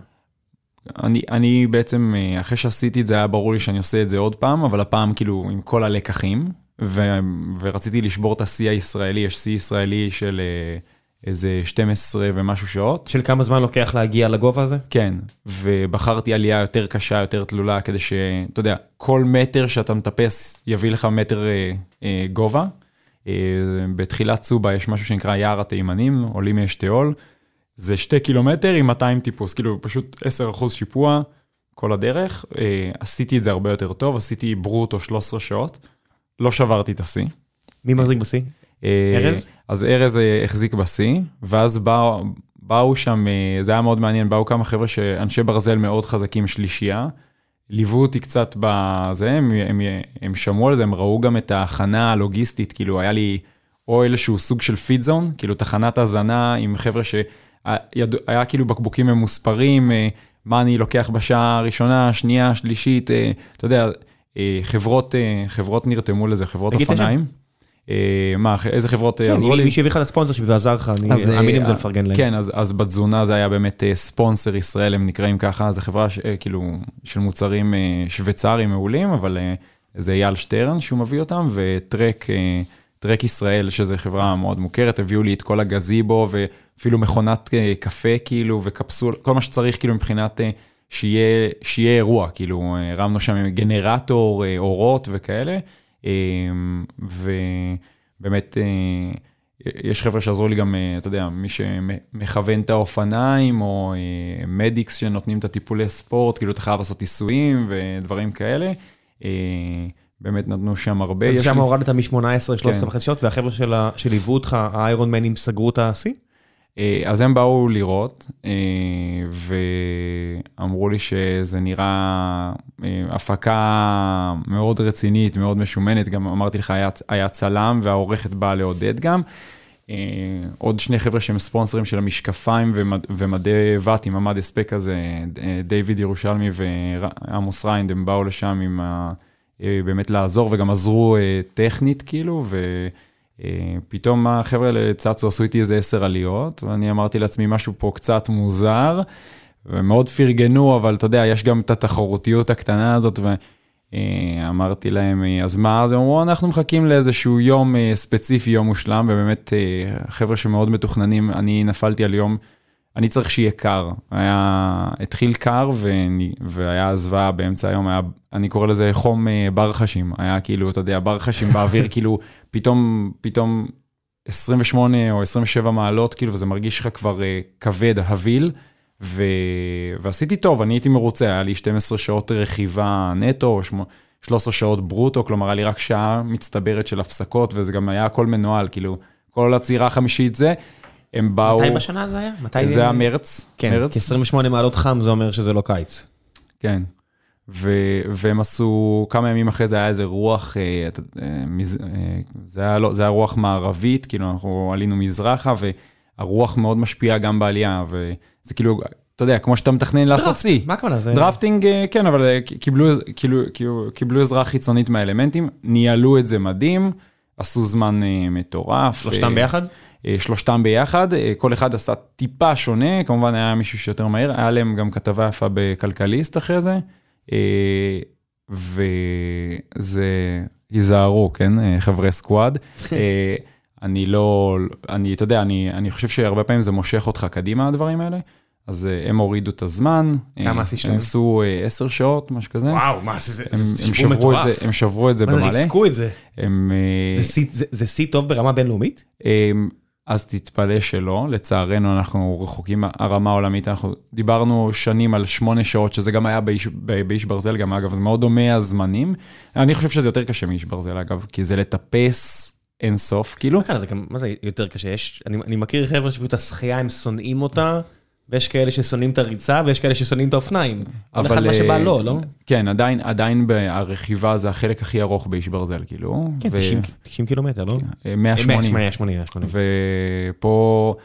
Speaker 2: אני בעצם, אחרי שעשיתי את זה, היה ברור לי שאני עושה את זה עוד פעם, אבל הפעם כאילו עם כל הלקחים, ורציתי לשבור את השיא הישראלי, יש שיא ישראלי של... איזה שתים עשרה ומשהו שעות. של
Speaker 1: כמה זמן לוקח להגיע לגובה הזה?
Speaker 2: כן, ובחרתי עלייה יותר קשה, יותר תלולה, כדי שאתה יודע, כל מטר שאתה מטפס יביא לך מטר אה, אה, גובה. אה, בתחילת סובה יש משהו שנקרא יער התימנים, עולים יש תיאול. זה שתי קילומטר עם מאתיים טיפוס, כאילו פשוט עשרה אחוז שיפוע כל הדרך. אה, עשיתי את זה הרבה יותר טוב, עשיתי ברוטו שלוש עשרה שעות, לא שברתי את השיא.
Speaker 1: מי מחזיק בשיא? ארז?
Speaker 2: אז ארז החזיק בשיא, ואז באו, באו שם, זה היה מאוד מעניין, באו כמה חבר'ה שאנשי ברזל מאוד חזקים שלישייה, ליוו אותי קצת בזה, הם, הם, הם שמעו על זה, הם ראו גם את ההכנה הלוגיסטית, כאילו היה לי או איזשהו סוג של פיד זון, כאילו תחנת הזנה עם חבר'ה שהיה כאילו בקבוקים ממוספרים, מה אני לוקח בשעה הראשונה, שנייה, שלישית, אתה יודע, חברות, חברות נרתמו לזה, חברות אופניים. מה, איזה חברות עזרו לי?
Speaker 1: מי שהביא לך לספונסר שעזר לך, אני אמינים זה לפרגן להם.
Speaker 2: כן, אז בתזונה זה היה באמת ספונסר ישראל, הם נקראים ככה, זו חברה כאילו של מוצרים שוויצריים מעולים, אבל זה אייל שטרן שהוא מביא אותם, וטרק, טרק ישראל, שזו חברה מאוד מוכרת, הביאו לי את כל הגזיבו, ואפילו מכונת קפה, כאילו, וקפסול, כל מה שצריך, כאילו, מבחינת שיהיה, שיהיה אירוע, כאילו, הרמנו שם גנרטור, אורות וכאלה, ובאמת יש חבר'ה שעזרו לי גם, אתה יודע, מי שמכוון את האופניים, או מדיקס שנותנים את הטיפולי ספורט, כאילו אתה חייב לעשות עיסויים ודברים כאלה. באמת נתנו שם הרבה.
Speaker 1: אז שם הורדת מ-שמונה עשרה שלוש עשרה וחצי שעות, והחבר'ה שליוו אותך, האיירון מנים סגרו את ה-C?
Speaker 2: אז הם באו לראות, ואמרו לי שזה נראה הפקה מאוד רצינית, מאוד משומנת, גם אמרתי לך, היה צלם, והעורכת באה לעודד גם. עוד שני חבר'ה שהם ספונסרים של המשקפיים ומדי ואטים, המד הספק הזה, דיוויד ירושלמי ועמוס ריינד, הם באו לשם עם ה... באמת לעזור, וגם עזרו טכנית כאילו, ופתאום החבר'ה האלה צצו, עשו איתי איזה עשר עליות, ואני אמרתי לעצמי משהו פה קצת מוזר, ומאוד פרגנו, אבל אתה יודע, יש גם את התחרותיות הקטנה הזאת, ואמרתי להם, אז מה? אז הם אמרו, אנחנו מחכים לאיזשהו יום ספציפי, יום מושלם, ובאמת חבר'ה שמאוד מתוכננים, אני נפלתי על יום, אני צריך שיהיה קר. היה, התחיל קר, והיה הזוואה באמצע היום, היה, אני קורא לזה חום ברחשים, היה כאילו, אתה יודע, ברחשים באוויר, כאילו, פתאום, פתאום עשרים ושמונה או עשרים ושבע מעלות, כאילו, וזה מרגיש לך כבר כבד, הביל, ו... ועשיתי טוב, אני הייתי מרוצה, היה לי שתים עשרה שעות רכיבה נטו, או שלוש עשרה שעות ברוטו, כלומר, היה לי רק שעה מצטברת של הפסקות, וזה גם היה הכל מנוהל, כאילו, כל הצעירה החמישית זה, הם באו...
Speaker 1: מתי בשנה זה היה? מתי
Speaker 2: זה היה מרץ.
Speaker 1: כן,
Speaker 2: מרץ.
Speaker 1: כ-עשרים ושמונה מעלות חם, זה אומר שזה לא קיץ.
Speaker 2: כן. ו- והם עשו, כמה ימים אחרי זה היה איזה רוח, זה היה, לא, זה היה רוח מערבית, כאילו אנחנו עלינו מזרחה, והרוח מאוד משפיעה גם בעלייה, וזה כאילו, אתה יודע, כמו שאתה מתכנן לעשות סי.
Speaker 1: מה הכוונה? זה...
Speaker 2: דרפטינג, כן, אבל קיבלו, כאילו, קיבלו עזרה חיצונית מהאלמנטים, ניהלו את זה מדהים, עשו זמן מטורף.
Speaker 1: שלושתם ביחד?
Speaker 2: שלושתם ביחד, כל אחד עשה טיפה שונה, כמובן היה מישהו שיותר מהיר, היה להם גם כתבה יפה בכלכליסט אחרי זה, וזה, היזהרו, כן, חברי סקואד, אני לא, אני, אתה יודע, אני, אני חושב שהרבה פעמים זה מושך אותך קדימה, הדברים האלה, אז הם הורידו את הזמן,
Speaker 1: כמה עשי שלהם?
Speaker 2: הם עשו עשר שעות, משהו כזה.
Speaker 1: וואו, מה זה,
Speaker 2: הם,
Speaker 1: זה
Speaker 2: הם
Speaker 1: שיפור מטורף.
Speaker 2: את זה, הם שברו את זה במלא.
Speaker 1: מה זה, ריסקו את זה?
Speaker 2: הם,
Speaker 1: זה, זה, זה סי טוב ברמה בינלאומית?
Speaker 2: הם, אז תתפלא שלא, לצערנו אנחנו רחוקים הרמה העולמית, אנחנו דיברנו שנים על שמונה שעות, שזה גם היה באיש, באיש ברזל, גם אגב, זה מאוד דומה הזמנים, אני חושב שזה יותר קשה מאיש ברזל, אגב, כי זה לטפס אין סוף, כאילו.
Speaker 1: מה, זה, מה זה יותר קשה? יש, אני, אני מכיר חבר'ה שפשוט השחייה, הם שונאים אותה, ויש כאלה ששונאים את הריצה, ויש כאלה ששונאים את האופניים. אבל אחד מה שבא לא, לא?
Speaker 2: כן, עדיין, עדיין הרכיבה זה החלק הכי ארוך באיש ברזל, כאילו.
Speaker 1: כן, ו... תשעים קילומטר, לא?
Speaker 2: מאה ושמונים.
Speaker 1: מאה ושמונים.
Speaker 2: ופה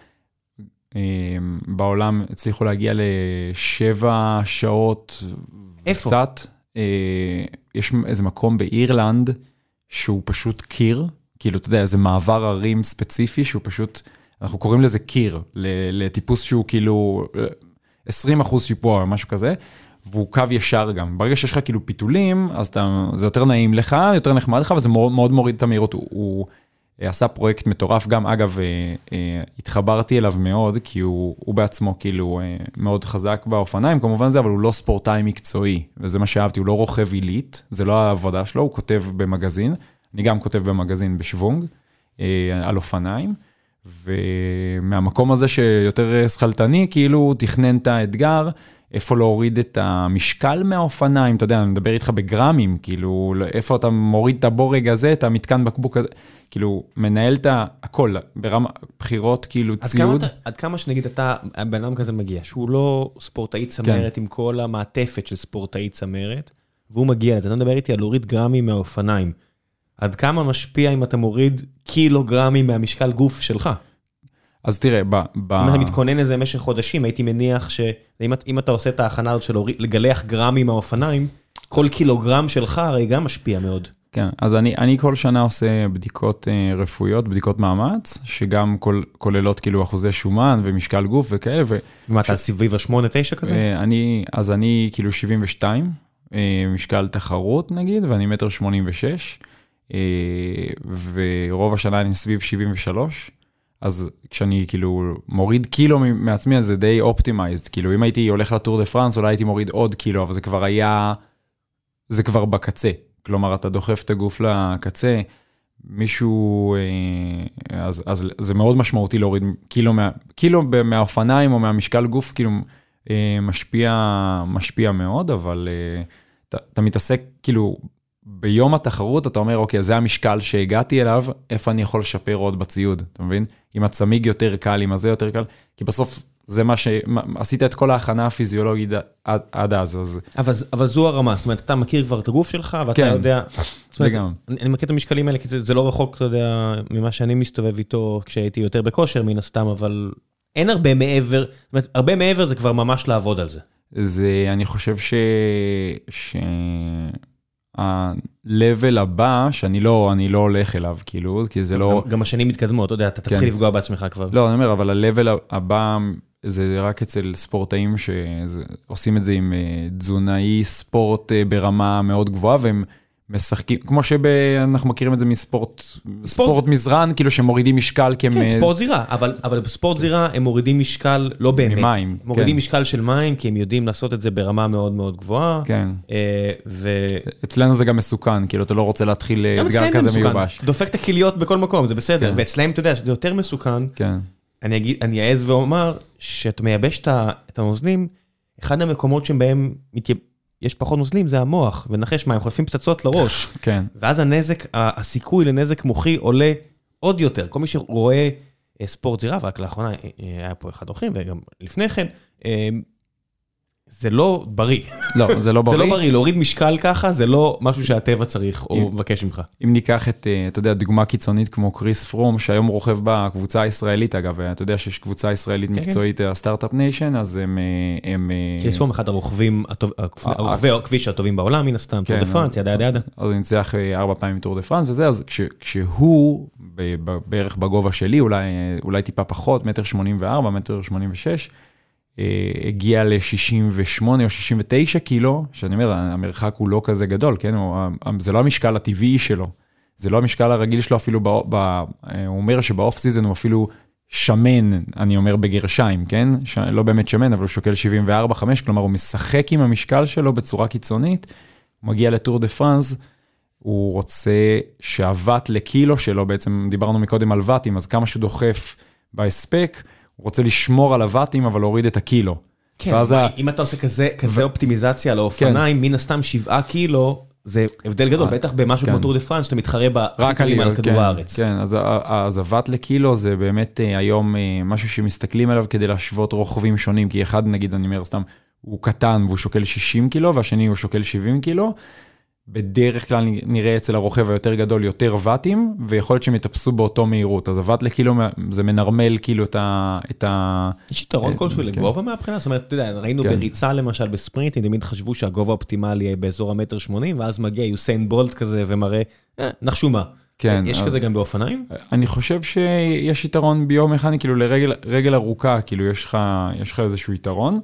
Speaker 2: בעולם הצליחו להגיע לשבע שעות.
Speaker 1: איפה?
Speaker 2: קצת. יש איזה מקום באירלנד, שהוא פשוט קיר, כאילו, אתה יודע, זה מעבר ערים ספציפי, שהוא פשוט... אנחנו קוראים לזה קיר, לטיפוס שהוא כאילו עשרים אחוז שיפוע או משהו כזה, והוא קו ישר גם. ברגע שיש לך כאילו פיתולים, אז אתה, זה יותר נעים לך, יותר נחמד לך, וזה מאוד, מאוד מוריד את המהירות. הוא, הוא עשה פרויקט מטורף, גם אגב, התחברתי אליו מאוד, כי הוא, הוא בעצמו כאילו מאוד חזק באופניים, כמובן זה, אבל הוא לא ספורטאי מקצועי, וזה מה שאהבתי, הוא לא רוכב עילית, זה לא העבודה שלו, הוא כותב במגזין, אני גם כותב במגזין בשוונג, על אופניים, ומהמקום הזה שיותר שחלטני, כאילו הוא תכנן את האתגר, איפה להוריד את המשקל מהאופניים, אתה יודע, אני מדבר איתך בגרמים, כאילו, איפה אתה מוריד את הבורג הזה, את המתקן בקבוק הזה, כאילו, מנהל את הכל, ברמה, בחירות, כאילו, ציוד.
Speaker 1: עד כמה שנגיד אתה, הבן אדם כזה מגיע, שהוא לא ספורטאי צמרת, עם כל המעטפת של ספורטאי צמרת, והוא מגיע לזה, אתה מדבר איתי על להוריד גרמים מהאופניים, עד כמה משפיע אם אתה מוריד קילוגרמים מהמשקל גוף שלך?
Speaker 2: אז תראה, ב... ב...
Speaker 1: אם אתה מתכונן לזה במשך חודשים, הייתי מניח שאם אתה עושה את ההכנה הזאת של לגלח גרמים מהאופניים, כל קילוגרם שלך הרי גם משפיע מאוד.
Speaker 2: כן, אז אני, אני כל שנה עושה בדיקות רפואיות, בדיקות מאמץ, שגם כל, כוללות כאילו אחוזי שומן ומשקל גוף וכאלה. ו...
Speaker 1: ומה, אתה סביב ה-שמונה תשע כזה?
Speaker 2: אני, אז אני כאילו שבעים ושתיים, משקל תחרות נגיד, ואני מטר שמונים ושש, ורוב השנה אני סביב שבעים ושלוש, אז כשאני כאילו מוריד קילו מעצמי, אז זה די אופטימייזד, כאילו אם הייתי הולך לטור דה פרנס, אולי הייתי מוריד עוד קילו, אבל זה כבר היה, זה כבר בקצה, כלומר אתה דוחף את הגוף לקצה, מישהו, אז, אז זה מאוד משמעותי להוריד קילו, מה, קילו מהאופניים או מהמשקל גוף, כאילו משפיע, משפיע מאוד, אבל אתה, אתה מתעסק כאילו ביום התחרות, אתה אומר, אוקיי, זה המשקל שהגעתי אליו, איפה אני יכול לשפר עוד בציוד, אתה מבין? אם הצמיג יותר קל, אם הזה יותר קל, כי בסוף זה מה שעשית את כל ההכנה הפיזיולוגית עד, עד אז. אז...
Speaker 1: אבל, אבל זו הרמה, זאת אומרת, אתה מכיר כבר את הגוף שלך, ואתה כן, יודע...
Speaker 2: לגמרי.
Speaker 1: אני, אני מכיר את המשקלים האלה, כי זה, זה לא רחוק, אתה יודע, ממה שאני מסתובב איתו, כשהייתי יותר בכושר מן הסתם, אבל אין הרבה מעבר, זאת אומרת, הרבה מעבר זה כבר ממש לעבוד על זה.
Speaker 2: זה, אני חושב ש... ש... ה-level הבא, שאני לא, אני לא הולך אליו, כאילו, כי זה לא...
Speaker 1: גם השנים מתקדמות, אתה יודע, אתה תתחיל לפגוע בעצמך כבר.
Speaker 2: לא, אני אומר, אבל ה-level הבא, זה רק אצל ספורטאים שעושים את זה עם תזונאי ספורט ברמה מאוד גבוהה, והם משחקים, כמו שאנחנו מכירים את זה מספורט, ספורט מזרן, כאילו שמורידים משקל כי הם...
Speaker 1: כן, ספורט זירה, אבל בספורט זירה הם מורידים משקל לא באמת.
Speaker 2: ממים.
Speaker 1: מורידים משקל של מים, כי הם יודעים לעשות את זה ברמה מאוד מאוד גבוהה.
Speaker 2: כן. אצלנו זה גם מסוכן, כאילו אתה לא רוצה להתחיל אתגר כזה מיובש.
Speaker 1: דופק את הכליות בכל מקום, זה בסדר. ואצלהם, אתה יודע, זה יותר מסוכן.
Speaker 2: כן.
Speaker 1: אני אעז ואומר, שאתה מייבש את הנוזלים, אחד המקומות שבהם יש פחות נוזלים, זה המוח, ונחש מה, הם חולפים פצצות לראש.
Speaker 2: כן.
Speaker 1: ואז הנזק, הסיכוי לנזק מוחי עולה עוד יותר. כל מי שרואה ספורט זירה, ורק לאחרונה היה פה אחד אורחים, וגם לפני כן, זה לא בריא.
Speaker 2: לא, זה לא בריא.
Speaker 1: זה לא בריא, להוריד משקל ככה, זה לא משהו שהטבע צריך או מבקש ממך.
Speaker 2: אם ניקח את, אתה יודע, דוגמה קיצונית כמו קריס פרום, שהיום רוכב בקבוצה הישראלית, אגב, אתה יודע שיש קבוצה ישראלית מקצועית, הסטארט-אפ ניישן, אז הם...
Speaker 1: קריס פרום, אחד הרוכבים, הרוכבי הכביש הטובים בעולם, מן הסתם, טור דה פרנס, ידה ידה ידה.
Speaker 2: אז הוא ניצח ארבע פעמים טור דה פרנס, וזה, אז כשהוא, בערך בגובה שלי, אולי טיפה פחות, מטר שמונים וארבע, מטר שמונים ושש, הגיע ל-שישים ושמונה או שישים ותשע קילו, שאני אומר, המרחק הוא לא כזה גדול, כן? זה לא המשקל הטבעי שלו, זה לא המשקל הרגיל שלו, אפילו, ב, ב, הוא אומר שבאוף סיזן הוא אפילו שמן, אני אומר בגרשיים, כן? ש, לא באמת שמן, אבל הוא שוקל שבעים וארבע חמש, כלומר הוא משחק עם המשקל שלו בצורה קיצונית, הוא מגיע לטור דה פרנס, הוא רוצה שהוואט לקילו שלו, בעצם דיברנו מקודם על וואטים, אז כמה שהוא דוחף בהספק, הוא רוצה לשמור על הוואטים, אבל להוריד את הקילו.
Speaker 1: כן, אם אתה עושה כזה אופטימיזיה על האופניים, מן הסתם שבעה קילו, זה הבדל גדול, בטח במשהו כמו טור דה פרנס, שאתה מתחרה בחיתולים על כדור הארץ.
Speaker 2: כן, אז הוואט לקילו זה באמת היום משהו שמסתכלים עליו כדי להשוות רוכבים שונים, כי אחד, נגיד, אני אומר סתם, הוא קטן והוא שוקל שישים קילו, והשני הוא שוקל שבעים קילו, בדרך כלל נראה אצל הרוכב היותר גדול יותר וואטים, ויכול להיות שהם יתפסו באותו מהירות. אז הוואט לקילו זה מנרמל כאילו את ה...
Speaker 1: יש יתרון כלשהו לגובה מהבחינה? זאת אומרת, אתה יודע, ראינו בריצה למשל בספרינטים, תמיד חשבו שהגובה האופטימלי יהיה באזור המטר שמונים, ואז מגיע יוסיין בולט כזה ומראה, נחשו מה. יש כזה גם באופניים?
Speaker 2: אני חושב שיש יתרון ביומכני, כאילו לרגל ארוכה, כאילו יש לך איזשהו יתרון.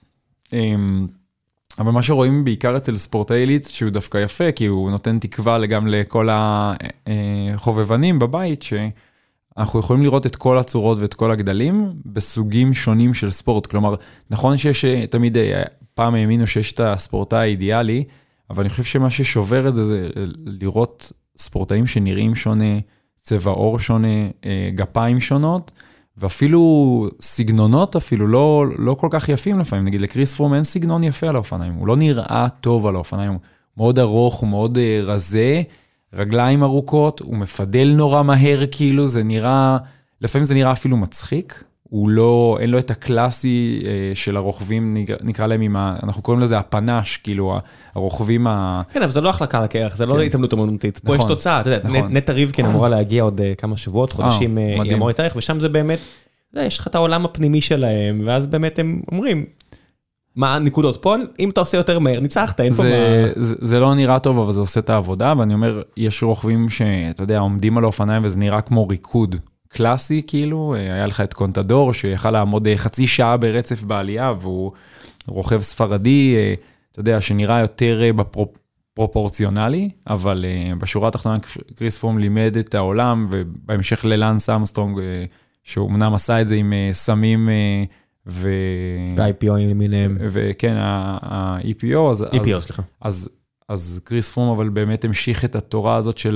Speaker 2: אבל מה שרואים בעיקר אצל ספורטאי עילית, שהוא דווקא יפה, כי הוא נותן תקווה גם לכל החובבנים בבית, שאנחנו יכולים לראות את כל הצורות ואת כל הגדלים, בסוגים שונים של ספורט. כלומר, נכון שיש תמיד, פעם האמינו שיש את הספורטאי האידיאלי, אבל אני חושב שמה ששובר את זה, זה לראות ספורטאים שנראים שונה, צבע עור שונה, גפיים שונות, ואפילו סגנונות אפילו לא, לא כל כך יפים לפעמים. נגיד לקריס פרום אין סגנון יפה על האופניים, הוא לא נראה טוב על האופניים, הוא מאוד ארוך, הוא מאוד uh, רזה, רגליים ארוכות, הוא מפדל נורא מהר כאילו, זה נראה, לפעמים זה נראה אפילו מצחיק, הוא לא, אין לו את הקלאסי uh, של הרוכבים, נקרא להם עם ה... אנחנו קוראים לזה הפנש, כאילו הרוכבים ה...
Speaker 1: כן, אבל זה לא החלקה על הקרח, זה לא התאמנות אמנותית. פה יש תוצאה, אתה יודע, נטע ריבקין אמורה להגיע עוד כמה שבועות, חודשים, היא אמורה להתארך, ושם זה באמת, יש לך את העולם הפנימי שלהם, ואז באמת הם אומרים, מה הנקודות פה? אם אתה עושה יותר מהר, ניצחת, אין פה מה...
Speaker 2: זה לא נראה טוב, אבל זה עושה את העבודה, ואני אומר, יש רוכבים שאתה יודע, עומדים על האופניים, וזה נראה כמו ריקוד. קלאסי, כאילו, היה לך את קונטדור, שיכל לעמוד חצי שעה ברצף בעלייה, והוא רוכב ספרדי, אתה יודע, שנראה יותר בפרופורציונלי, אבל בשורה התחתונה, קריס פרום לימד את העולם, ובהמשך ללנס אמסטרונג, שהוא אמנם עשה את זה עם סמים, ו...
Speaker 1: ו-איי פי או למיניהם.
Speaker 2: וכן, ה-אי פי או, אז...
Speaker 1: אי פי או, סליחה.
Speaker 2: אז קריס פרום, אבל באמת המשיך את התורה הזאת של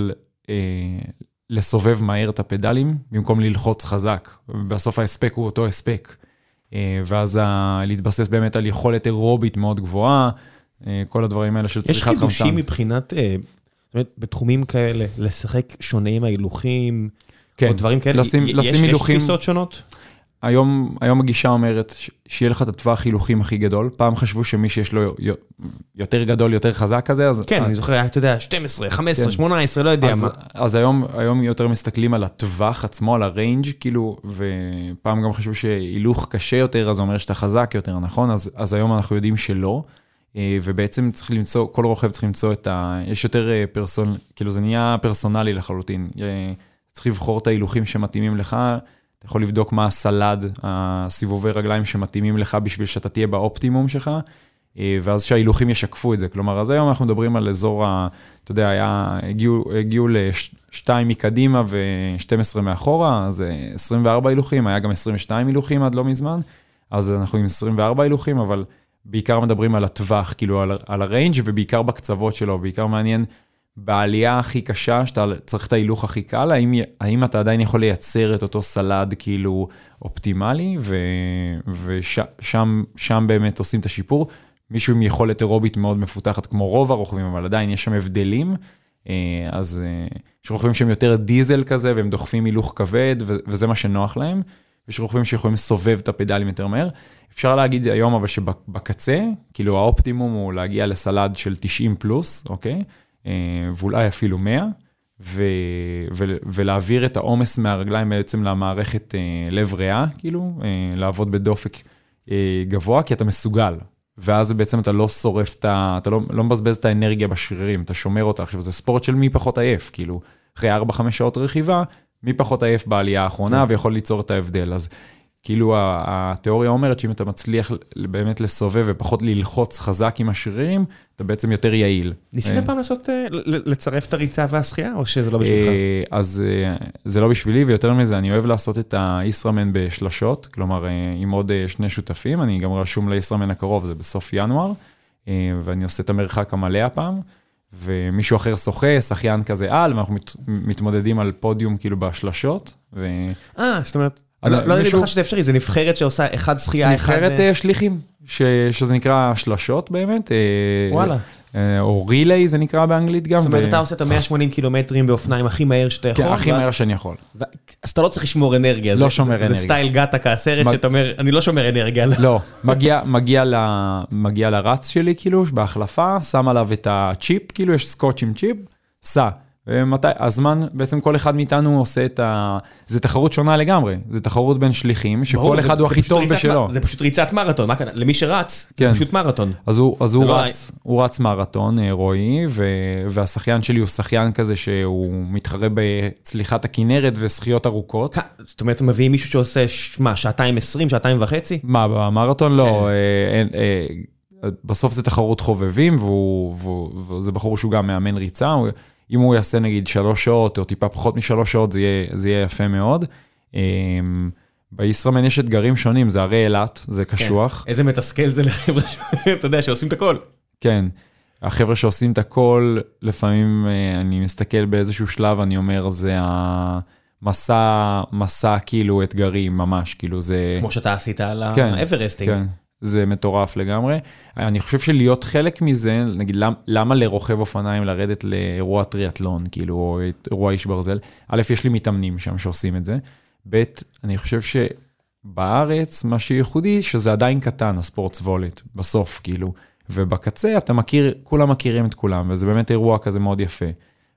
Speaker 3: לסובב מהר את הפדלים, במקום ללחוץ חזק. בסוף ההספק הוא אותו הספק. ואז להתבסס באמת על יכולת אירובית מאוד גבוהה, כל הדברים האלה של צריכת חמצן.
Speaker 1: יש חידושים מבחינת, זאת אומרת, בתחומים כאלה, לשחק שונה עם ההילוכים,
Speaker 3: כן,
Speaker 1: או דברים כאלה,
Speaker 3: לשים,
Speaker 1: יש,
Speaker 3: לשים
Speaker 1: יש
Speaker 3: הילוכים,
Speaker 1: תפיסות שונות?
Speaker 3: היום, היום הגישה אומרת שיהיה לך את הטווח הילוכים הכי גדול. פעם חשבו שמי שיש לו יותר גדול, יותר חזק כזה, אז...
Speaker 1: כן,
Speaker 3: אז,
Speaker 1: אני זוכר, אתה יודע, שתים עשרה, חמש עשרה, שמונה עשרה, לא יודע
Speaker 3: אז,
Speaker 1: מה.
Speaker 3: אז היום, היום יותר מסתכלים על הטווח עצמו, על הריינג' כאילו, ופעם גם חשבו שהילוך קשה יותר, אז זה אומר שאתה חזק יותר, נכון? אז, אז היום אנחנו יודעים שלא, ובעצם צריך למצוא, כל רוכב צריך למצוא את ה... יש יותר פרסונל, כאילו זה נהיה פרסונלי לחלוטין. צריך לבחור את ההילוכים שמתאימים לך, אתה יכול לבדוק מה הסלד, הסיבובי רגליים שמתאימים לך בשביל שאתה תהיה באופטימום שלך, ואז שההילוכים ישקפו את זה. כלומר, אז היום אנחנו מדברים על אזור, ה, אתה יודע, היה, הגיעו, הגיעו לשתיים מקדימה ו-שתים עשרה מאחורה, אז עשרים וארבע הילוכים, היה גם עשרים ושתיים הילוכים עד לא מזמן, אז אנחנו עם עשרים וארבע הילוכים, אבל בעיקר מדברים על הטווח, כאילו על, על הריינג' ובעיקר בקצוות שלו, בעיקר מעניין, בעלייה הכי קשה, שאתה צריך את ההילוך הכי קל, האם, האם אתה עדיין יכול לייצר את אותו סלד כאילו אופטימלי, ושם שם באמת עושים את השיפור. מישהו עם יכולת אירובית מאוד מפותחת, כמו רוב הרוכבים, אבל עדיין יש שם הבדלים, אז יש רוכבים שהם יותר דיזל כזה, והם דוחפים הילוך כבד, וזה מה שנוח להם, ויש רוכבים שיכולים לסובב את הפדלים יותר מהר. אפשר להגיד היום אבל שבקצה, כאילו האופטימום הוא להגיע לסלד של תשעים פלוס, אוקיי? ואולי אפילו מאה, ו, ו, ולהעביר את העומס מהרגליים בעצם למערכת לב ריאה, כאילו, לעבוד בדופק גבוה, כי אתה מסוגל, ואז בעצם אתה לא שורף, אתה לא, לא מבזבז את האנרגיה בשרירים, אתה שומר אותה. עכשיו, זה ספורט של מי פחות עייף, כאילו, אחרי ארבע חמש שעות רכיבה, מי פחות עייף בעלייה האחרונה, ויכול ליצור את ההבדל. אז כאילו התיאוריה אומרת שאם אתה מצליח באמת לסובב ופחות ללחוץ חזק עם השרירים, אתה בעצם יותר יעיל.
Speaker 1: ניסית פעם לעשות, לצרף את הריצה והשחייה, או שזה לא בשבילך?
Speaker 3: אז זה לא בשבילי, ויותר מזה, אני אוהב לעשות את הישראמן בשלשות, כלומר עם עוד שני שותפים, אני גם רשום לישראמן הקרוב, זה בסוף ינואר, ואני עושה את המרחק המלא הפעם, ומישהו אחר שוחה, שחיין כזה על, ואנחנו מתמודדים על פודיום כאילו בשלשות.
Speaker 1: אה, זאת אומרת, לא יודעים לך שזה אפשרי, זה נבחרת שעושה אחד שחייה, אחד...
Speaker 3: נבחרת שליחים, שזה נקרא שלשות באמת.
Speaker 1: וואלה.
Speaker 3: או רילי זה נקרא באנגלית גם.
Speaker 1: זאת אומרת, אתה עושה את ה-מאה ושמונים קילומטרים באופניים הכי מהר שאתה יכול.
Speaker 3: כן, הכי מהר שאני יכול.
Speaker 1: אז אתה לא צריך לשמור אנרגיה.
Speaker 3: לא שומר אנרגיה.
Speaker 1: זה סטייל גאטה כסרט שאתה אומר, אני לא שומר אנרגיה.
Speaker 3: לא, מגיע לרץ שלי כאילו, בהחלפה, שם עליו את הצ'יפ, כאילו יש סקוץ' עם צ'יפ, סע. ומתי, הזמן, בעצם כל אחד מאיתנו עושה את ה... זה תחרות שונה לגמרי, זה תחרות בין שליחים, שכל אחד הוא הכי טוב בשלו.
Speaker 1: זה פשוט ריצת מרתון, למי שרץ, זה פשוט מרתון.
Speaker 3: אז הוא רץ מרתון, רועי, והשחיין שלי הוא שחיין כזה, שהוא מתחרה בצליחת הכינרת ושחיות ארוכות.
Speaker 1: זאת אומרת, מביאים מישהו שעושה, מה, שעתיים עשרים, שעתיים וחצי?
Speaker 3: מה, במרתון לא, בסוף זה תחרות חובבים, וזה בחור שהוא גם מאמן ריצה, אם הוא יעשה נגיד שלוש שעות, או טיפה פחות משלוש שעות, זה יהיה, זה יהיה יפה מאוד. בישראמן יש אתגרים שונים, זה הרי אילת, זה קשוח.
Speaker 1: כן. איזה מתסכל זה לחבר'ה, אתה יודע, שעושים את הכל.
Speaker 3: כן, החבר'ה שעושים את הכל, לפעמים אני מסתכל באיזשהו שלב, אני אומר, זה המסע, מסע כאילו אתגרים ממש, כאילו זה...
Speaker 1: כמו שאתה עשית על
Speaker 3: כן,
Speaker 1: האברסטינג.
Speaker 3: כן. זה מטורף לגמרי. אני חושב שלהיות חלק מזה, נגיד, למה לרוכב אופניים לרדת לאירוע טריאטלון, כאילו, או אירוע איש ברזל? א', יש לי מתאמנים שם שעושים את זה. ב', אני חושב שבארץ, מה שייחודי, שזה עדיין קטן, הספורט סבולת, בסוף, כאילו. ובקצה, אתה מכיר, כולם מכירים את כולם, וזה באמת אירוע כזה מאוד יפה.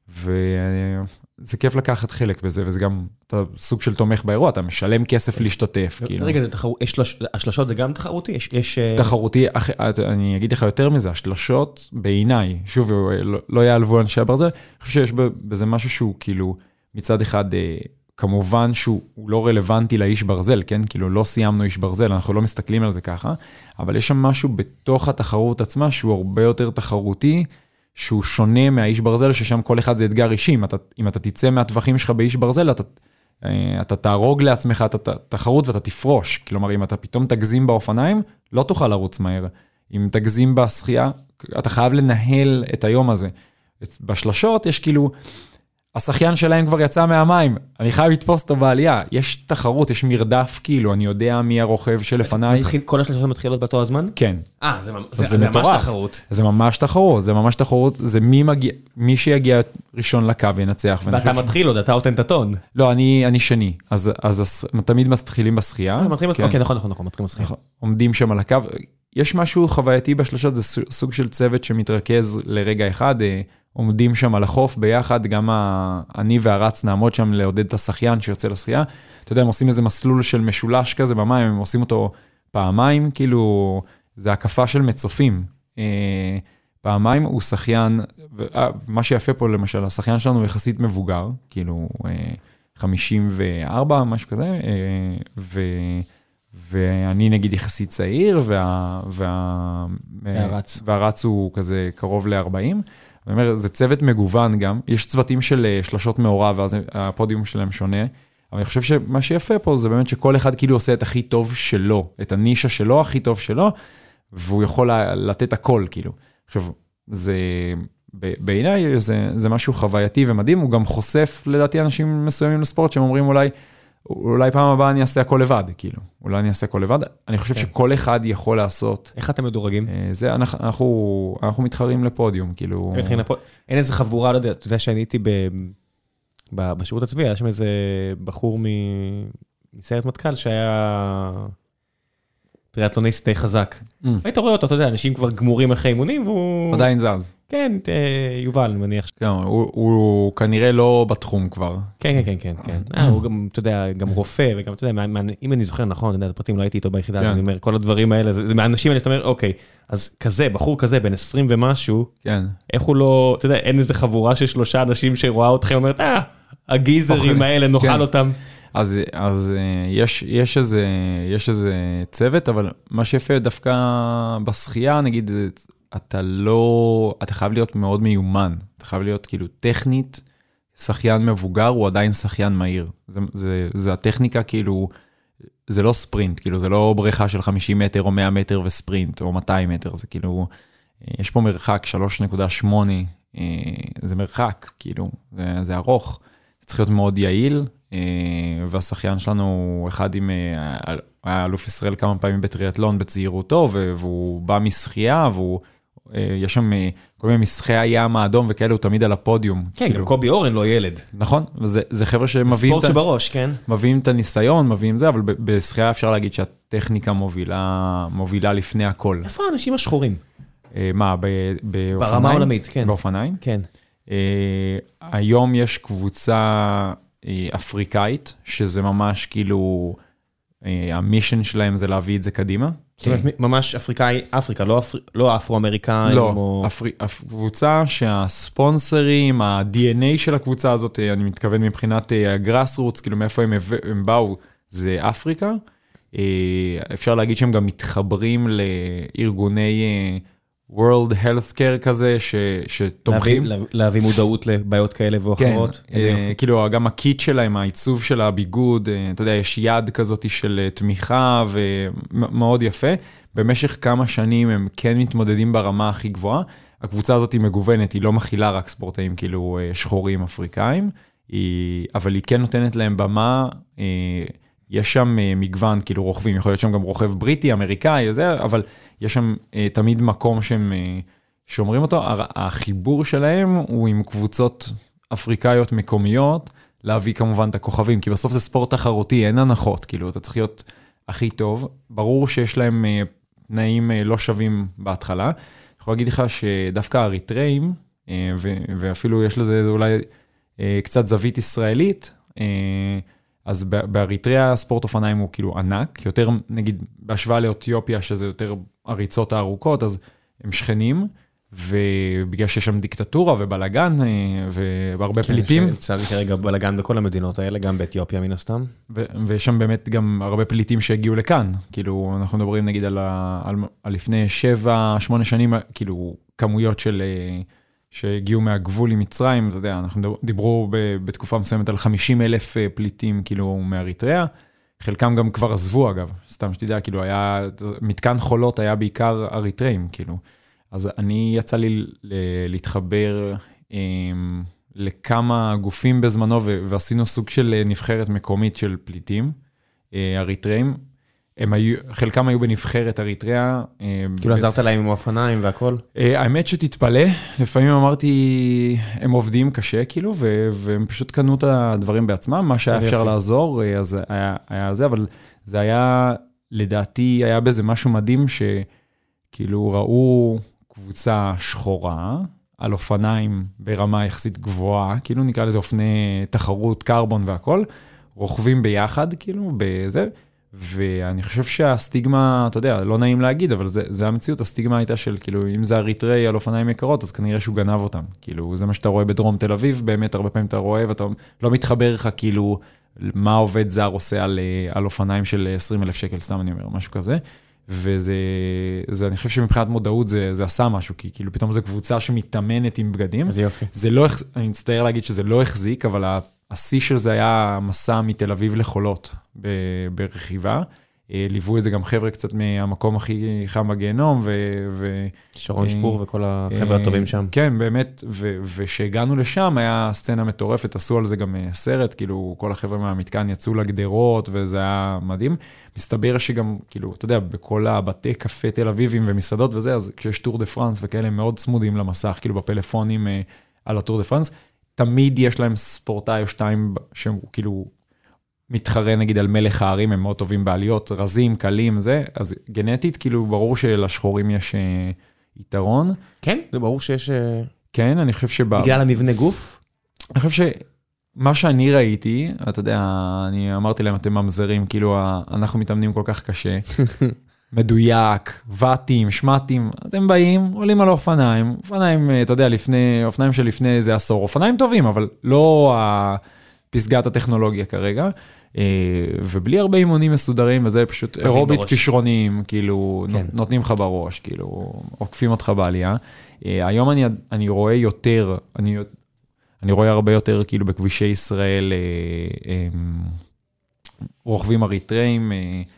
Speaker 3: וזה כיף לקחת חלק בזה, וזה גם, אתה סוג של תומך באירוע, אתה משלם כסף להשתתף, כאילו.
Speaker 1: רגע, השלשות זה גם תחרותי? יש...
Speaker 3: תחרותי, אני אגיד לך יותר מזה, השלשות בעיניי, שוב, לא יעלבו אנשי הברזל, אני חושב שיש בזה משהו שהוא כאילו, מצד אחד, כמובן שהוא לא רלוונטי לאיש ברזל, כן? כאילו, לא סיימנו איש ברזל, אנחנו לא מסתכלים על זה ככה, אבל יש שם משהו בתוך התחרות עצמה, שהוא הרבה יותר תחרותי, שהוא שונה מהאיש ברזל, ששם כל אחד זה אתגר אישי. אם אתה, אם אתה תצא מהטווחים שלך באיש ברזל, אתה, אתה תהרוג לעצמך את התחרות ואתה תפרוש. כלומר, אם אתה פתאום תגזים באופניים, לא תוכל לרוץ מהר. אם תגזים בשחייה, אתה חייב לנהל את היום הזה. בשלשות יש כאילו, השחיין שלהם כבר יצא מהמים, אני חייב לתפוס אותו בעלייה. יש תחרות, יש מרדף, כאילו, אני יודע מי הרוכב שלפניי.
Speaker 1: כל השלושות מתחילות באותו הזמן?
Speaker 3: כן.
Speaker 1: אה, זה ממש תחרות.
Speaker 3: זה ממש תחרות, זה ממש תחרות, זה מי מגיע, מי שיגיע ראשון לקו ינצח.
Speaker 1: ואתה מתחיל עוד, אתה נותן את הטון.
Speaker 3: לא, אני שני, אז תמיד מתחילים בשחייה.
Speaker 1: אה, מתחילים בשחייה, אוקיי, נכון, נכון, נכון, מתחילים בשחייה.
Speaker 3: עומדים שם על הקו. יש משהו חווייתי בשלושות, זה סוג של צוות שמתרכז לרגע אחד, עומדים שם על החוף ביחד, גם אני והרץ נעמוד שם לעודד את השחיין שיוצא לשחייה. אתה יודע, הם עושים איזה מסלול של משולש כזה במים, הם עושים אותו פעמיים, כאילו, זה הקפה של מצופים. פעמיים הוא שחיין, ומה שיפה פה למשל, השחיין שלנו הוא יחסית מבוגר, כאילו חמישים וארבע, משהו כזה, ו... ואני נגיד יחסית צעיר, וה... וה...
Speaker 1: והרץ.
Speaker 3: והרץ הוא כזה קרוב ל-ארבעים. אני אומר, זה צוות מגוון גם, יש צוותים של שלשות מעורב, ואז הפודיום שלהם שונה, אבל אני חושב שמה שיפה פה זה באמת שכל אחד כאילו עושה את הכי טוב שלו, את הנישה שלו, הכי טוב שלו, והוא יכול לתת הכל, כאילו. עכשיו, זה, בעיניי זה, זה משהו חווייתי ומדהים, הוא גם חושף לדעתי אנשים מסוימים לספורט, שהם אומרים אולי, אולי פעם הבאה אני אעשה הכל לבד, כאילו. אולי אני אעשה הכל לבד. אני חושב שכל אחד יכול לעשות.
Speaker 1: איך אתם מדורגים?
Speaker 3: זה, אנחנו, אנחנו מתחרים לפודיום, כאילו.
Speaker 1: אין איזה חבורה, לא יודע, אתה יודע שאני הייתי בשירות הצבאי, היה שם איזה בחור מסיירת מטכ"ל שהיה טריאטלוניסט די חזק. היית רואה אותו, אתה יודע, אנשים כבר גמורים אחרי אימונים, והוא...
Speaker 3: עדיין זז.
Speaker 1: כן, יובל, אני מניח.
Speaker 3: הוא כנראה לא בתחום כבר.
Speaker 1: כן, כן, כן, כן. הוא גם, אתה יודע, גם רופא, וגם, אתה יודע, אם אני זוכר נכון, אתה יודע, את הפרטים לא הייתי איתו ביחידה, אז אני אומר, כל הדברים האלה, זה מהאנשים האלה שאתה אומר, אוקיי, אז כזה, בחור כזה, בין עשרים ומשהו, איך הוא לא, אתה יודע, אין איזה חבורה של שלושה אנשים שרואה אתכם, אומרת, אה, הגיזרים האלה, נאכל אותם.
Speaker 3: אז, אז יש, יש איזה, יש איזה צוות, אבל מה שיפה דווקא בשחייה, נגיד, אתה לא, אתה חייב להיות מאוד מיומן, אתה חייב להיות כאילו טכנית, שחיין מבוגר הוא עדיין שחיין מהיר. זה, זה, זה הטכניקה כאילו, זה לא ספרינט, כאילו זה לא בריכה של חמישים מטר או מאה מטר וספרינט, או מאתיים מטר, זה כאילו, יש פה מרחק שלוש נקודה שמונה, זה מרחק, כאילו, זה, זה ארוך, זה צריך להיות מאוד יעיל, והשחיין שלנו הוא אחד עם, היה אלוף ישראל כמה פעמים בטריאטלון בצעירותו, והוא בא משחייה, והוא, יש שם כל מיני משחי הים האדום וכאלה, הוא תמיד על הפודיום.
Speaker 1: כן, גם קובי אורן לא ילד.
Speaker 3: נכון, וזה חבר'ה שמביאים...
Speaker 1: ספורט שבראש, כן.
Speaker 3: מביאים את הניסיון, מביאים זה, אבל בשחייה אפשר להגיד שהטכניקה מובילה, מובילה לפני הכל.
Speaker 1: איפה האנשים השחורים?
Speaker 3: מה, באופניים?
Speaker 1: ברמה העולמית, כן.
Speaker 3: באופניים?
Speaker 1: כן.
Speaker 3: היום יש קבוצה אפריקאית, שזה ממש כאילו, המישן שלהם זה להביא את זה קדימה.
Speaker 1: זאת אומרת, ממש אפריקאי, אפריקה, לא אפרו-אמריקאים.
Speaker 3: לא, קבוצה שהספונסרים, ה-די אן איי של הקבוצה הזאת, אני מתכוון מבחינת הגראסרוטס, כאילו מאיפה הם באו, זה אפריקה. אפשר להגיד שהם גם מתחברים לארגוני World Healthcare כזה, שתומכים.
Speaker 1: להביא מודעות לבעיות כאלה ואחרות.
Speaker 3: כן, כאילו גם הקיט שלהם, העיצוב של הביגוד, אתה יודע, יש יד כזאת של תמיכה, ומאוד יפה. במשך כמה שנים הם כן מתמודדים ברמה הכי גבוהה. הקבוצה הזאת היא מגוונת, היא לא מכילה רק ספורטאים כאילו שחורים אפריקאים, אבל היא כן נותנת להם במה, יש שם מגוון, כאילו רוכבים, יכול להיות שם גם רוכב בריטי, אמריקאי, זה, אבל יש שם תמיד מקום שהם שומרים אותו. החיבור שלהם הוא עם קבוצות אפריקאיות מקומיות, להביא כמובן את הכוכבים, כי בסוף זה ספורט תחרותי, אין הנחות, כאילו, אתה צריך להיות הכי טוב. ברור שיש להם תנאים לא שווים בהתחלה. אני יכול להגיד לך שדווקא האריתראים, ואפילו יש לזה אולי קצת זווית ישראלית, אז באריתריה ספורט אופניים הוא כאילו ענק, יותר נגיד בהשוואה לאתיופיה, שזה יותר הריצות הארוכות, אז הם שכנים, ובגלל שיש שם דיקטטורה ובלגן, והרבה פליטים.
Speaker 1: צריך כרגע בלגן בכל המדינות האלה, גם באתיופיה מן הסתם.
Speaker 3: ויש שם באמת גם הרבה פליטים שהגיעו לכאן, כאילו אנחנו מדברים נגיד על, על, על לפני שבע, שמונה שנים, כאילו כמויות של... שהגיעו מהגבול עם מצרים, אתה יודע, אנחנו דיברו בתקופה מסוימת על חמישים אלף פליטים כאילו מאריתריה, חלקם גם כבר עזבו אגב, סתם שתדע, כאילו היה, מתקן חולות היה בעיקר אריתראים, כאילו. אז אני יצא לי להתחבר לכמה גופים בזמנו, ועשינו סוג של נבחרת מקומית של פליטים, אריתראים, הם היו, חלקם היו בנבחרת אריתריאה.
Speaker 1: כאילו עזרת להם עם האופניים והכל?
Speaker 3: האמת שתתפלא, לפעמים אמרתי, הם עובדים קשה כאילו, והם פשוט קנו את הדברים בעצמם, מה שהיה אפשר לעזור, אז היה זה, אבל זה היה, לדעתי, היה בזה משהו מדהים, שכאילו ראו קבוצה שחורה, על אופניים ברמה יחסית גבוהה, כאילו נקרא לזה אופני תחרות, קרבון והכל, רוכבים ביחד, כאילו, בזה, ואני חושב שהסטיגמה, אתה יודע, לא נעים להגיד, אבל זה, זה המציאות, הסטיגמה הייתה של, כאילו, אם זה אריתראי על אופניים יקרות, אז כנראה שהוא גנב אותם. כאילו, זה מה שאתה רואה בדרום תל אביב, באמת הרבה פעמים אתה רואה, ואתה לא מתחבר לך, כאילו, מה עובד זר עושה על, על אופניים של עשרים אלף שקל, סתם אני אומר, משהו כזה. וזה, זה, אני חושב שמבחינת מודעות זה, זה עשה משהו, כי כאילו פתאום זו קבוצה שמתאמנת עם בגדים.
Speaker 1: זה יופי.
Speaker 3: זה לא, אני מצטער להגיד שזה לא החזיק, אבל השיא של זה היה מסע מתל אביב לחולות ברכיבה. ליוו את זה גם חבר'ה קצת מהמקום הכי חם בגיהנום, ו... ו
Speaker 1: שרון שפור וכל החבר'ה הטובים שם.
Speaker 3: כן, באמת, ו... ושהגענו לשם, היה סצנה מטורפת, עשו על זה גם סרט, כאילו, כל החבר'ה מהמתקן יצאו לגדרות, וזה היה מדהים. מסתבר שגם, כאילו, אתה יודע, בכל הבתי קפה תל אביבים ומסעדות וזה, אז כשיש טור דה פרנס וכאלה, הם מאוד צמודים למסך, כאילו, בפלאפונים על הטור דה פרנס, תמיד יש להם ספורטאי או שתיים, שהם כאילו, מתחרה נגיד על מלך הערים, הם מאוד טובים בעליות, רזים, קלים, זה, אז גנטית, כאילו, ברור שלשחורים יש אה, יתרון.
Speaker 1: כן, זה ברור שיש... אה...
Speaker 3: כן, אני חושב שבא...
Speaker 1: בגלל המבנה גוף?
Speaker 3: אני חושב שמה שאני ראיתי, אתה יודע, אני אמרתי להם, אתם ממזרים, כאילו, אנחנו מתאמנים כל כך קשה, מדויק, וטים, שמטים, אתם באים, עולים על אופניים, אופניים, אתה יודע, לפני, אופניים שלפני איזה עשור, אופניים טובים, אבל לא פסגת הטכנולוגיה כרגע, ובלי הרבה אימונים מסודרים, וזה פשוט אירובית כישרוניים, כאילו, נותנים לך בראש, כאילו, עוקפים אותך בעלייה. היום אני, אני רואה יותר, אני, אני רואה הרבה יותר, כאילו, בכבישי ישראל, רוכבים אריתראים,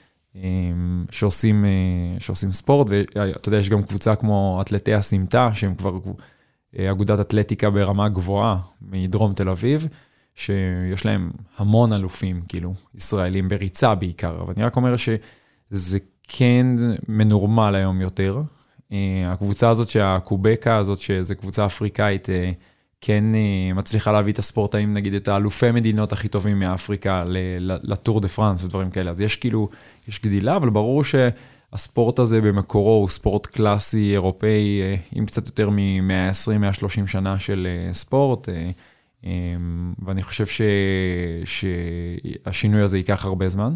Speaker 3: שעושים, שעושים ספורט, ואתה יודע, יש גם קבוצה כמו אתלטי הסמטה, שהם כבר אגודת אתלטיקה ברמה גבוהה, מדרום תל אביב, שיש להם המון אלופים, כאילו, ישראלים, בריצה בעיקר, אבל אני רק אומר שזה כן מנורמל היום יותר. הקבוצה הזאת, שהקובקה הזאת, שזו קבוצה אפריקאית, כן מצליחה להביא את הספורטאים, נגיד, את האלופי מדינות הכי טובים מאפריקה לטור דה פרנס ודברים כאלה. אז יש כאילו, יש גדילה, אבל ברור שהספורט הזה במקורו הוא ספורט קלאסי אירופאי, עם קצת יותר מ-מאה ועשרים מאה ושלושים שנה של ספורט, ואני חושב ש... שהשינוי הזה ייקח הרבה זמן.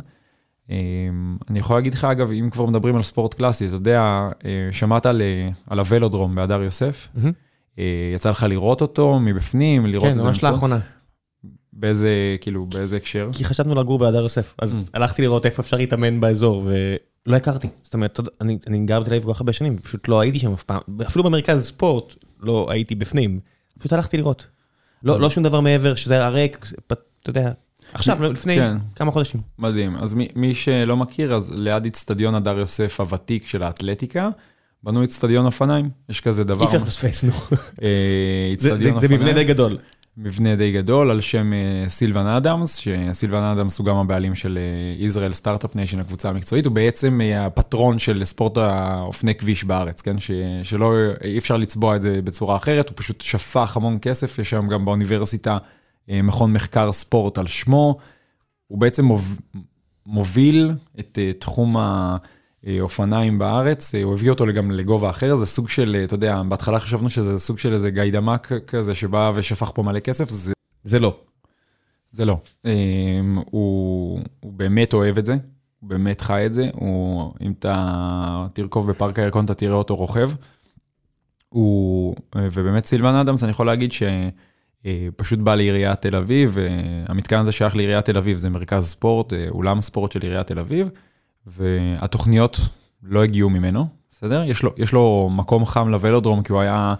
Speaker 3: אני יכול להגיד לך, אגב, אם כבר מדברים על ספורט קלאסי, אתה יודע, שמעת על, על הוולודרום בהדר יוסף? יצא לך לראות אותו מבפנים, לראות את זה.
Speaker 1: כן, ממש לאחרונה.
Speaker 3: באיזה, כאילו, באיזה הקשר?
Speaker 1: כי חשבנו לגור בהדר יוסף, אז הלכתי לראות איפה אפשר להתאמן באזור, ולא הכרתי. זאת אומרת, אני, אני גר בתל אביב כל כך הרבה שנים, פשוט לא הייתי שם אף פעם, אפילו במרכז ספורט לא הייתי בפנים, פשוט הלכתי לראות. לא, לא שום דבר מעבר, שזה הריק, אתה יודע, עכשיו, לפני כמה חודשים.
Speaker 3: מדהים. אז מי, מי שלא מכיר, אז ליד אצטדיון הדר יוסף הוותיק של האתלטיקה, בנו אצטדיון אופניים. יש כזה דבר...
Speaker 1: אי אפשר לפספס, נו.
Speaker 3: אצטדיון אופניים.
Speaker 1: זה מבנה די גדול.
Speaker 3: מבנה די גדול, על שם סילבן אדמס, שסילבן אדמס הוא גם הבעלים של ישראל סטארט-אפ ניישן, הקבוצה המקצועית, הוא בעצם הפטרון של ספורט האופני כביש בארץ, כן? שלא, אי אפשר לצבוע את זה בצורה אחרת, הוא פשוט שפך המון כסף, יש היום גם באוניברסיטה מכון מחקר ספורט על שמו, הוא בעצם מוביל את תחום האופניים בארץ, הוא הביא אותו גם לגובה אחר, זה סוג של, אתה יודע, בהתחלה חשבנו שזה סוג של איזה גיידמק כזה שבא ושפך פה מלא כסף, זה,
Speaker 1: זה לא.
Speaker 3: זה לא. הוא, הוא באמת אוהב את זה, הוא באמת חי את זה, הוא, אם אתה תרכוב בפארק הירקון, אתה תראה אותו רוכב, הוא, ובאמת סילבן אדמס, אני יכול להגיד ש... פשוט בא לעיריית תל אביב, המתקן הזה שייך לעיריית תל אביב, זה מרכז ספורט, אולם ספורט של עיריית תל אביב, והתוכניות לא הגיעו ממנו, בסדר? יש לו, יש לו מקום חם לוולודרום, כי הוא היה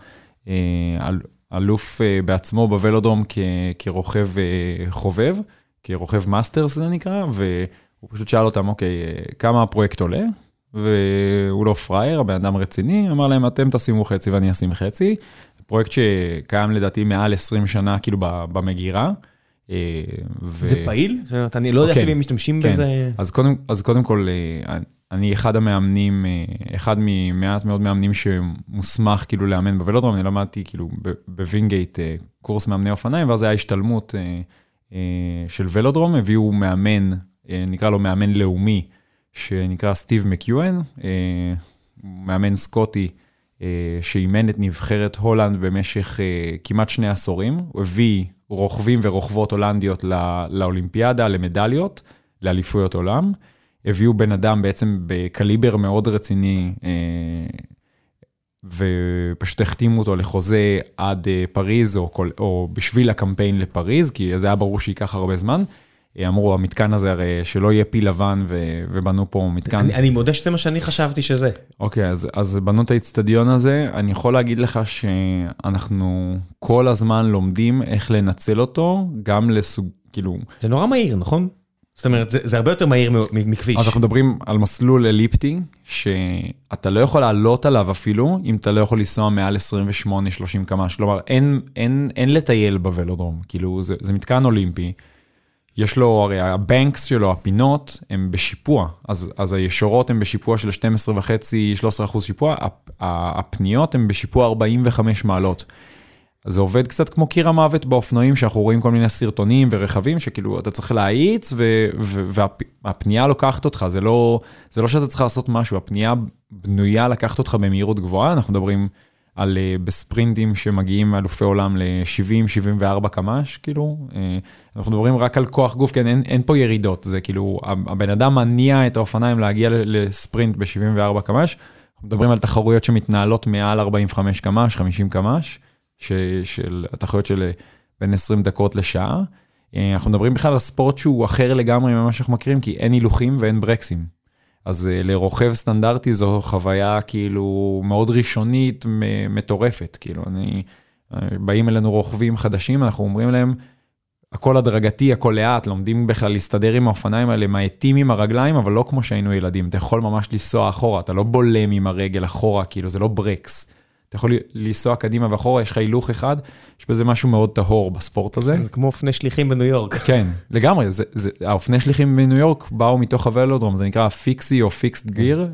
Speaker 3: אלוף בעצמו בוולודרום כ, כרוכב חובב, כרוכב מאסטרס זה נקרא, והוא פשוט שאל אותם, אוקיי, כמה הפרויקט עולה? והוא לא פרייר, הבן אדם רציני, אמר להם, אתם תשימו חצי ואני אשים חצי, פרויקט שקיים לדעתי מעל עשרים שנה, כאילו במגירה.
Speaker 1: זה פעיל? זאת אומרת, אני לא יודע אפילו אם משתמשים בזה.
Speaker 3: אז קודם כל, אני אחד המאמנים, אחד ממעט מאוד מאמנים שמוסמך כאילו לאמן בוולודרום, אני למדתי כאילו בווינגייט קורס מאמני אופניים, ואז היה השתלמות של וולודרום, הביאו מאמן, נקרא לו מאמן לאומי, שנקרא סטיב מקיואן, מאמן סקוטי, שאימן את נבחרת הולנד במשך כמעט שני עשורים, הוא הביא רוכבים ורוכבות הולנדיות לאולימפיאדה, למדליות, לאליפויות עולם, הביאו בן אדם בעצם בקליבר מאוד רציני, ופשוט החתימו אותו לחוזה עד פריז, או, כל, או בשביל הקמפיין לפריז, כי זה היה ברור שיקח הרבה זמן. אמרו, המתקן הזה הרי שלא יהיה פי לבן, ו, ובנו פה מתקן.
Speaker 1: אני, אני מודה שזה מה שאני חשבתי שזה.
Speaker 3: אוקיי, אז, אז בנו את האצטדיון הזה, אני יכול להגיד לך שאנחנו כל הזמן לומדים איך לנצל אותו, גם לסוג, כאילו...
Speaker 1: זה נורא מהיר, נכון? זאת אומרת, זה, זה הרבה יותר מהיר מכביש.
Speaker 3: אז אנחנו מדברים על מסלול אליפטי, שאתה לא יכול לעלות עליו אפילו, אם אתה לא יכול לנסוע מעל עשרים ושמונה שלושים קמ"ש. כלומר, אין, אין, אין לטייל בוולודרום. כאילו, זה, זה מתקן אולימפי. יש לו, הרי הבנקס שלו, הפינות, הם בשיפוע. אז, אז הישורות הם בשיפוע של שתים עשרה וחצי שלושה עשר אחוז שיפוע. הפניות הם בשיפוע ארבעים וחמש מעלות. אז זה עובד קצת כמו קיר המוות באופנועים, שאנחנו רואים כל מיני סרטונים ורכבים, שכאילו אתה צריך להאיץ, והפנייה לוקחת אותך, זה לא, זה לא שאתה צריך לעשות משהו, הפנייה בנויה לקחת אותך במהירות גבוהה, אנחנו מדברים על בספרינטים שמגיעים אלופי עולם ל-שבעים שבעים וארבע קמ"ש, כאילו, אנחנו מדברים רק על כוח גוף, כן, אין, אין פה ירידות, זה כאילו, הבן אדם מניע את האופניים להגיע לספרינט ב-שבעים וארבע קמ"ש, אנחנו מדברים על תחרויות שמתנהלות מעל ארבעים וחמש קמ"ש, חמישים קמ"ש, של התחרויות של בין עשרים דקות לשעה. אנחנו מדברים בכלל על ספורט שהוא אחר לגמרי ממה שאנחנו מכירים, כי אין הילוכים ואין ברקסים. אז לרוכב סטנדרטי זו חוויה כאילו מאוד ראשונית, מטורפת. כאילו, אני, באים אלינו רוכבים חדשים, אנחנו אומרים להם, הכל הדרגתי, הכל לאט, לומדים בכלל להסתדר עם האופניים האלה, מעטים עם הרגליים, אבל לא כמו שהיינו ילדים. אתה יכול ממש לנסוע אחורה, אתה לא בולם עם הרגל אחורה, כאילו זה לא ברקס. אתה יכול לנסוע קדימה ואחורה, יש לך הילוך אחד, יש בזה משהו מאוד טהור בספורט הזה.
Speaker 1: זה כמו אופני שליחים בניו יורק.
Speaker 3: כן, לגמרי. זה, זה, האופני שליחים בניו יורק באו מתוך הוולודרום, זה נקרא פיקסי או פיקסד גיר,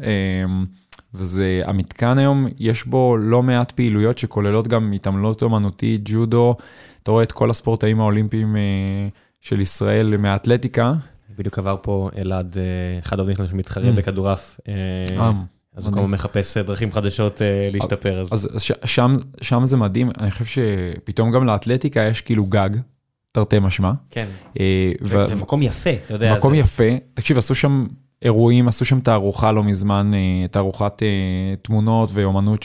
Speaker 3: וזה, המתקן היום, יש בו לא מעט פעילויות שכוללות גם התעמלות אומנותית, ג'ודו, אתה רואה את כל הספורטאים האולימפיים של ישראל מהאתלטיקה.
Speaker 1: בדיוק עבר פה אלעד, אחד העובדים שלנו שמתחרה בכדורף. אז הוא כמו מחפש דרכים חדשות להשתפר.
Speaker 3: אז שם, שם זה מדהים, אני חושב שפתאום גם לאתלטיקה יש כאילו גג, תרתי משמע.
Speaker 1: כן, זה מקום יפה, אתה יודע.
Speaker 3: מקום יפה, תקשיב, עשו שם אירועים, עשו שם תערוכה לא מזמן, תערוכת תמונות ואומנות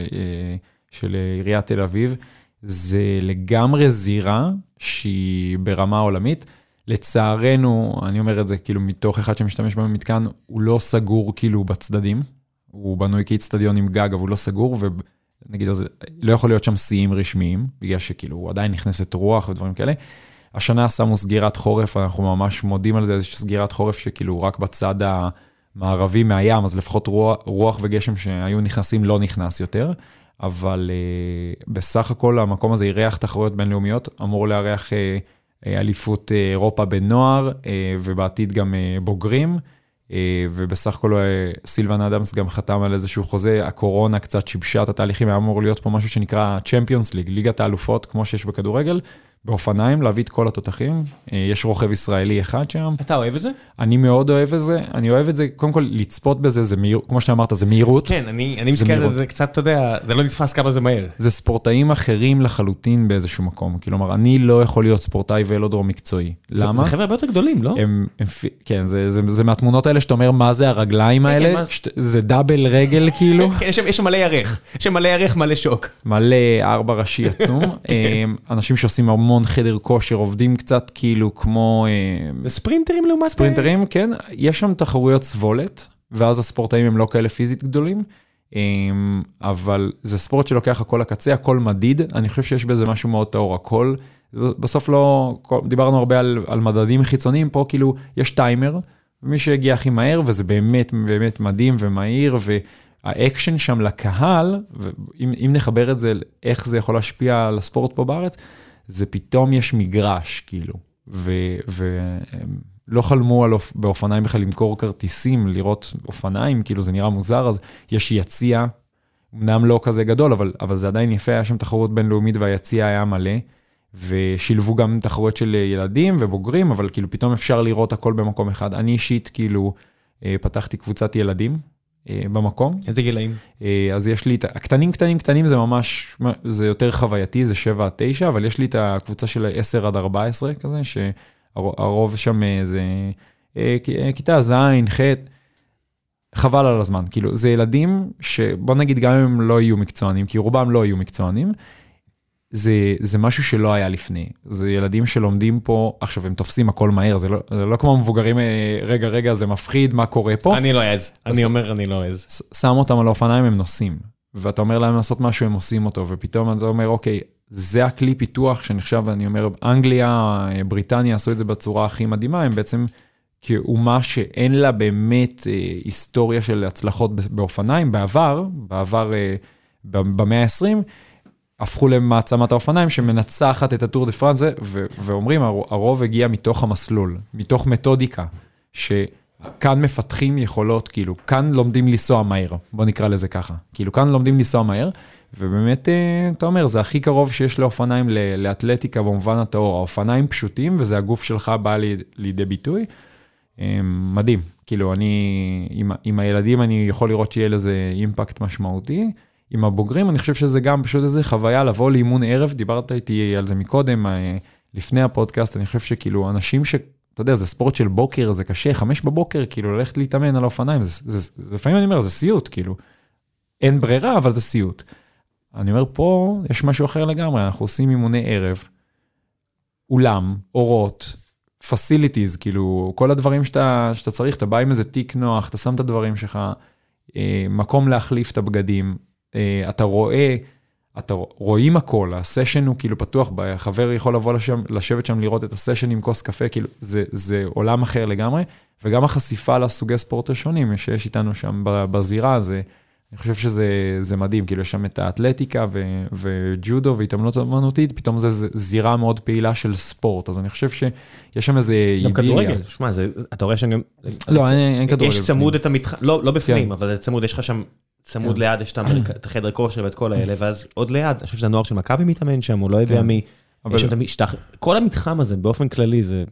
Speaker 3: של עיריית תל אביב, זה לגמרי זירה שהיא ברמה עולמית, לצערנו, אני אומר את זה כאילו מתוך אחד שמשתמש במתקן, הוא לא סגור כאילו בצדדים, הוא בנוי כאצטדיון עם גג, אבל הוא לא סגור, ונגיד, אז לא יכול להיות שם שיאים רשמיים, בגלל שכאילו הוא עדיין נכנסת רוח ודברים כאלה. השנה שמו סגירת חורף, אנחנו ממש מודים על זה, איזושהי סגירת חורף שכאילו רק בצד המערבי מהים, אז לפחות רוח, רוח וגשם שהיו נכנסים לא נכנס יותר, אבל uh, בסך הכל המקום הזה ירח תחרויות בינלאומיות, אמור לארח uh, אליפות אירופה בנוער, uh, ובעתיד גם uh, בוגרים, ובסך הכל סילבן אדמס גם חתם על איזשהו חוזה, הקורונה קצת שיבשה את התהליכים, היה אמור להיות פה משהו שנקרא צ'מפיונס ליג, ליגת האלופות, כמו שיש בכדורגל, באופניים, להביא את כל התותחים, יש רוכב ישראלי אחד שם.
Speaker 1: אתה אוהב את זה?
Speaker 3: אני מאוד אוהב את זה, אני אוהב את זה, קודם כל לצפות בזה, זה מהיר, כמו שאמרת, זה מהירות.
Speaker 1: כן, אני, אני מסתכל על זה קצת, אתה יודע, זה לא נתפס כמה זה מהר.
Speaker 3: זה ספורטאים אחרים לחלוטין באיזשהו מקום, כלומר, אני לא יכול להיות ספורטאי ולודרום מקצועי. למה?
Speaker 1: זה חבר'ה הרבה יותר גדולים, לא?
Speaker 3: הם, הם, כן, זה, זה, זה מהתמונות האלה שאתה אומר, מה זה הרגליים האלה? כן, שת, זה דאבל רגל כאילו.
Speaker 1: כן, יש, יש מלא ירך, יש מלא ירך, מלא שוק.
Speaker 3: מלא ארבע ראשי עצום. אנשים שעושים המון חדר כושר, עובדים קצת כאילו כמו...
Speaker 1: ספרינטרים לעומת...
Speaker 3: ספרינטרים, כן. יש שם תחרויות סבולת, ואז הספורטאים הם לא כאלה פיזית גדולים, אבל זה ספורט שלוקח הכל לקצה, הכל מדיד. אני חושב שיש בזה משהו מאוד טהור, הכל. בסוף לא... דיברנו הרבה על, על מדדים חיצוניים, פה כאילו יש טיימר, ומי שהגיע הכי מהר, וזה באמת באמת מדהים ומהיר, האקשן שם לקהל, ואם אם נחבר את זה, איך זה יכול להשפיע על הספורט פה בארץ, זה פתאום יש מגרש, כאילו, ולא חלמו על אופ, באופניים בכלל למכור כרטיסים, לראות אופניים, כאילו זה נראה מוזר, אז יש יציע, אמנם לא כזה גדול, אבל, אבל זה עדיין יפה, היה שם תחרות בינלאומית, והיציע היה מלא, ושילבו גם תחרויות של ילדים ובוגרים, אבל כאילו פתאום אפשר לראות הכל במקום אחד. אני אישית כאילו פתחתי קבוצת ילדים במקום.
Speaker 1: איזה גילאים?
Speaker 3: אז יש לי, הקטנים קטנים קטנים זה ממש, זה יותר חווייתי, זה שבע עד תשע, אבל יש לי את הקבוצה של עשר עד ארבע עשרה כזה, שהרוב שם זה כיתה זין, ח' חבל על הזמן. כאילו זה ילדים שבוא נגיד גם אם הם לא יהיו מקצוענים, כי רובם לא יהיו מקצוענים, זה, זה משהו שלא היה לפני. זה ילדים שלומדים פה, עכשיו הם תופסים הכל מהר, זה לא, זה לא כמו מבוגרים, רגע, רגע, זה מפחיד, מה קורה פה?
Speaker 1: אני לא אעז, אני אומר, אני לא אעז.
Speaker 3: שם אותם על האופניים, הם נוסעים. ואתה אומר להם לעשות משהו, הם עושים אותו, ופתאום אתה אומר, אוקיי, זה הכלי פיתוח שנחשב, אני אומר, אנגליה, בריטניה עשו את זה בצורה הכי מדהימה, הם בעצם כאומה שאין לה באמת היסטוריה של הצלחות באופניים, בעבר, בעבר במאה ה-עשרים, הפכו למעצמת האופניים שמנצחת את הטור דה פרנס, ואומרים, הרוב הגיע מתוך המסלול, מתוך מתודיקה, שכאן מפתחים יכולות, כאילו, כאן לומדים לנסוע מהר, בוא נקרא לזה ככה, כאילו, כאן לומדים לנסוע מהר, ובאמת, אתה אומר, זה הכי קרוב שיש לאופניים לאתלטיקה במובן התיאור, האופניים פשוטים, וזה הגוף שלך בא לידי ביטוי, מדהים, כאילו, אני, עם, עם הילדים אני יכול לראות שיהיה לזה אימפקט משמעותי, עם הבוגרים, אני חושב שזה גם פשוט איזו חוויה לבוא לאימון ערב, דיברת איתי על זה מקודם, לפני הפודקאסט, אני חושב שכאילו אנשים ש, אתה יודע, זה ספורט של בוקר, זה קשה, חמש בבוקר, כאילו ללכת להתאמן על האופניים, זה, זה, זה, לפעמים אני אומר, זה סיוט, כאילו, אין ברירה, אבל זה סיוט. אני אומר, פה יש משהו אחר לגמרי, אנחנו עושים אימוני ערב, אולם, אורות, facilities, כאילו, כל הדברים שאתה, שאתה צריך, אתה בא עם איזה תיק נוח, אתה שם את הדברים שלך, מקום להחליף את הבגדים, אתה רואה, אתה רואים הכל, הסשן הוא כאילו פתוח, חבר יכול לבוא לשם, לשבת שם לראות את הסשן עם כוס קפה, כאילו זה, זה עולם אחר לגמרי, וגם החשיפה לסוגי ספורט השונים שיש איתנו שם בזירה, זה, אני חושב שזה זה מדהים, כאילו יש שם את האתלטיקה ו, וג'ודו והתאמנות אמנותית, פתאום זה זירה מאוד פעילה של ספורט, אז אני חושב שיש שם איזה אידיליה.
Speaker 1: גם כדורגל, שמה, אתה רואה שם גם...
Speaker 3: לא, אין כדורגל.
Speaker 1: יש צמוד את המתח... לא בפנים, אבל זה צמוד, יש לך שם... צמוד ליד, יש את החדר כושר ואת כל האלה, ואז עוד ליד, אני חושב שזה הנוער של מכבי מתאמן שם, הוא לא יודע מי, יש שם משטח, כל המתחם הזה, באופן כללי, זה...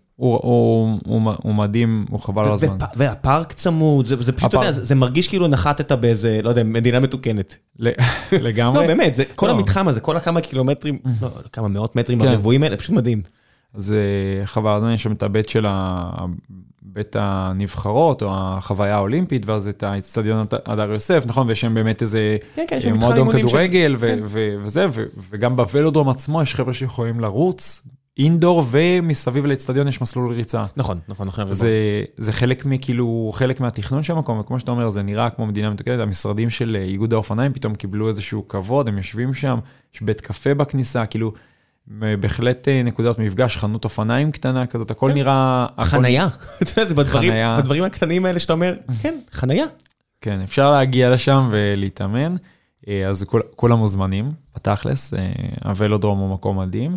Speaker 3: הוא מדהים, הוא חבל על הזמן.
Speaker 1: והפארק צמוד, זה פשוט, אתה יודע, זה מרגיש כאילו נחתת באיזה, לא יודע, מדינה מתוקנת.
Speaker 3: לגמרי?
Speaker 1: לא, באמת, כל המתחם הזה, כל הכמה קילומטרים, כמה מאות מטרים הרבועים האלה, פשוט מדהים.
Speaker 3: אז חבל, אז יש שם את הבית של בית הנבחרות, או החוויה האולימפית, ואז את האצטדיון הדר יוסף, נכון? ויש שם באמת איזה מועדון כדורגל, וזה, וגם בוולודרום עצמו יש חבר'ה שיכולים לרוץ, אינדור, ומסביב לאצטדיון יש מסלול ריצה.
Speaker 1: נכון, נכון, נכון.
Speaker 3: זה חלק מכאילו, חלק מהתכנון של המקום, וכמו שאתה אומר, זה נראה כמו מדינה מתוקנת, המשרדים של איגוד האופניים פתאום קיבלו איזשהו כבוד, הם יושבים שם, יש בית קפה בכניסה, כאילו, בהחלט נקודת מפגש, חנות אופניים קטנה כזאת, הכל נראה...
Speaker 1: חנייה. אתה יודע, זה בדברים הקטנים האלה שאתה אומר, כן, חנייה.
Speaker 3: כן, אפשר להגיע לשם ולהתאמן, אז כולם מוזמנים, בתכלס, הוולודרום הוא מקום מדהים.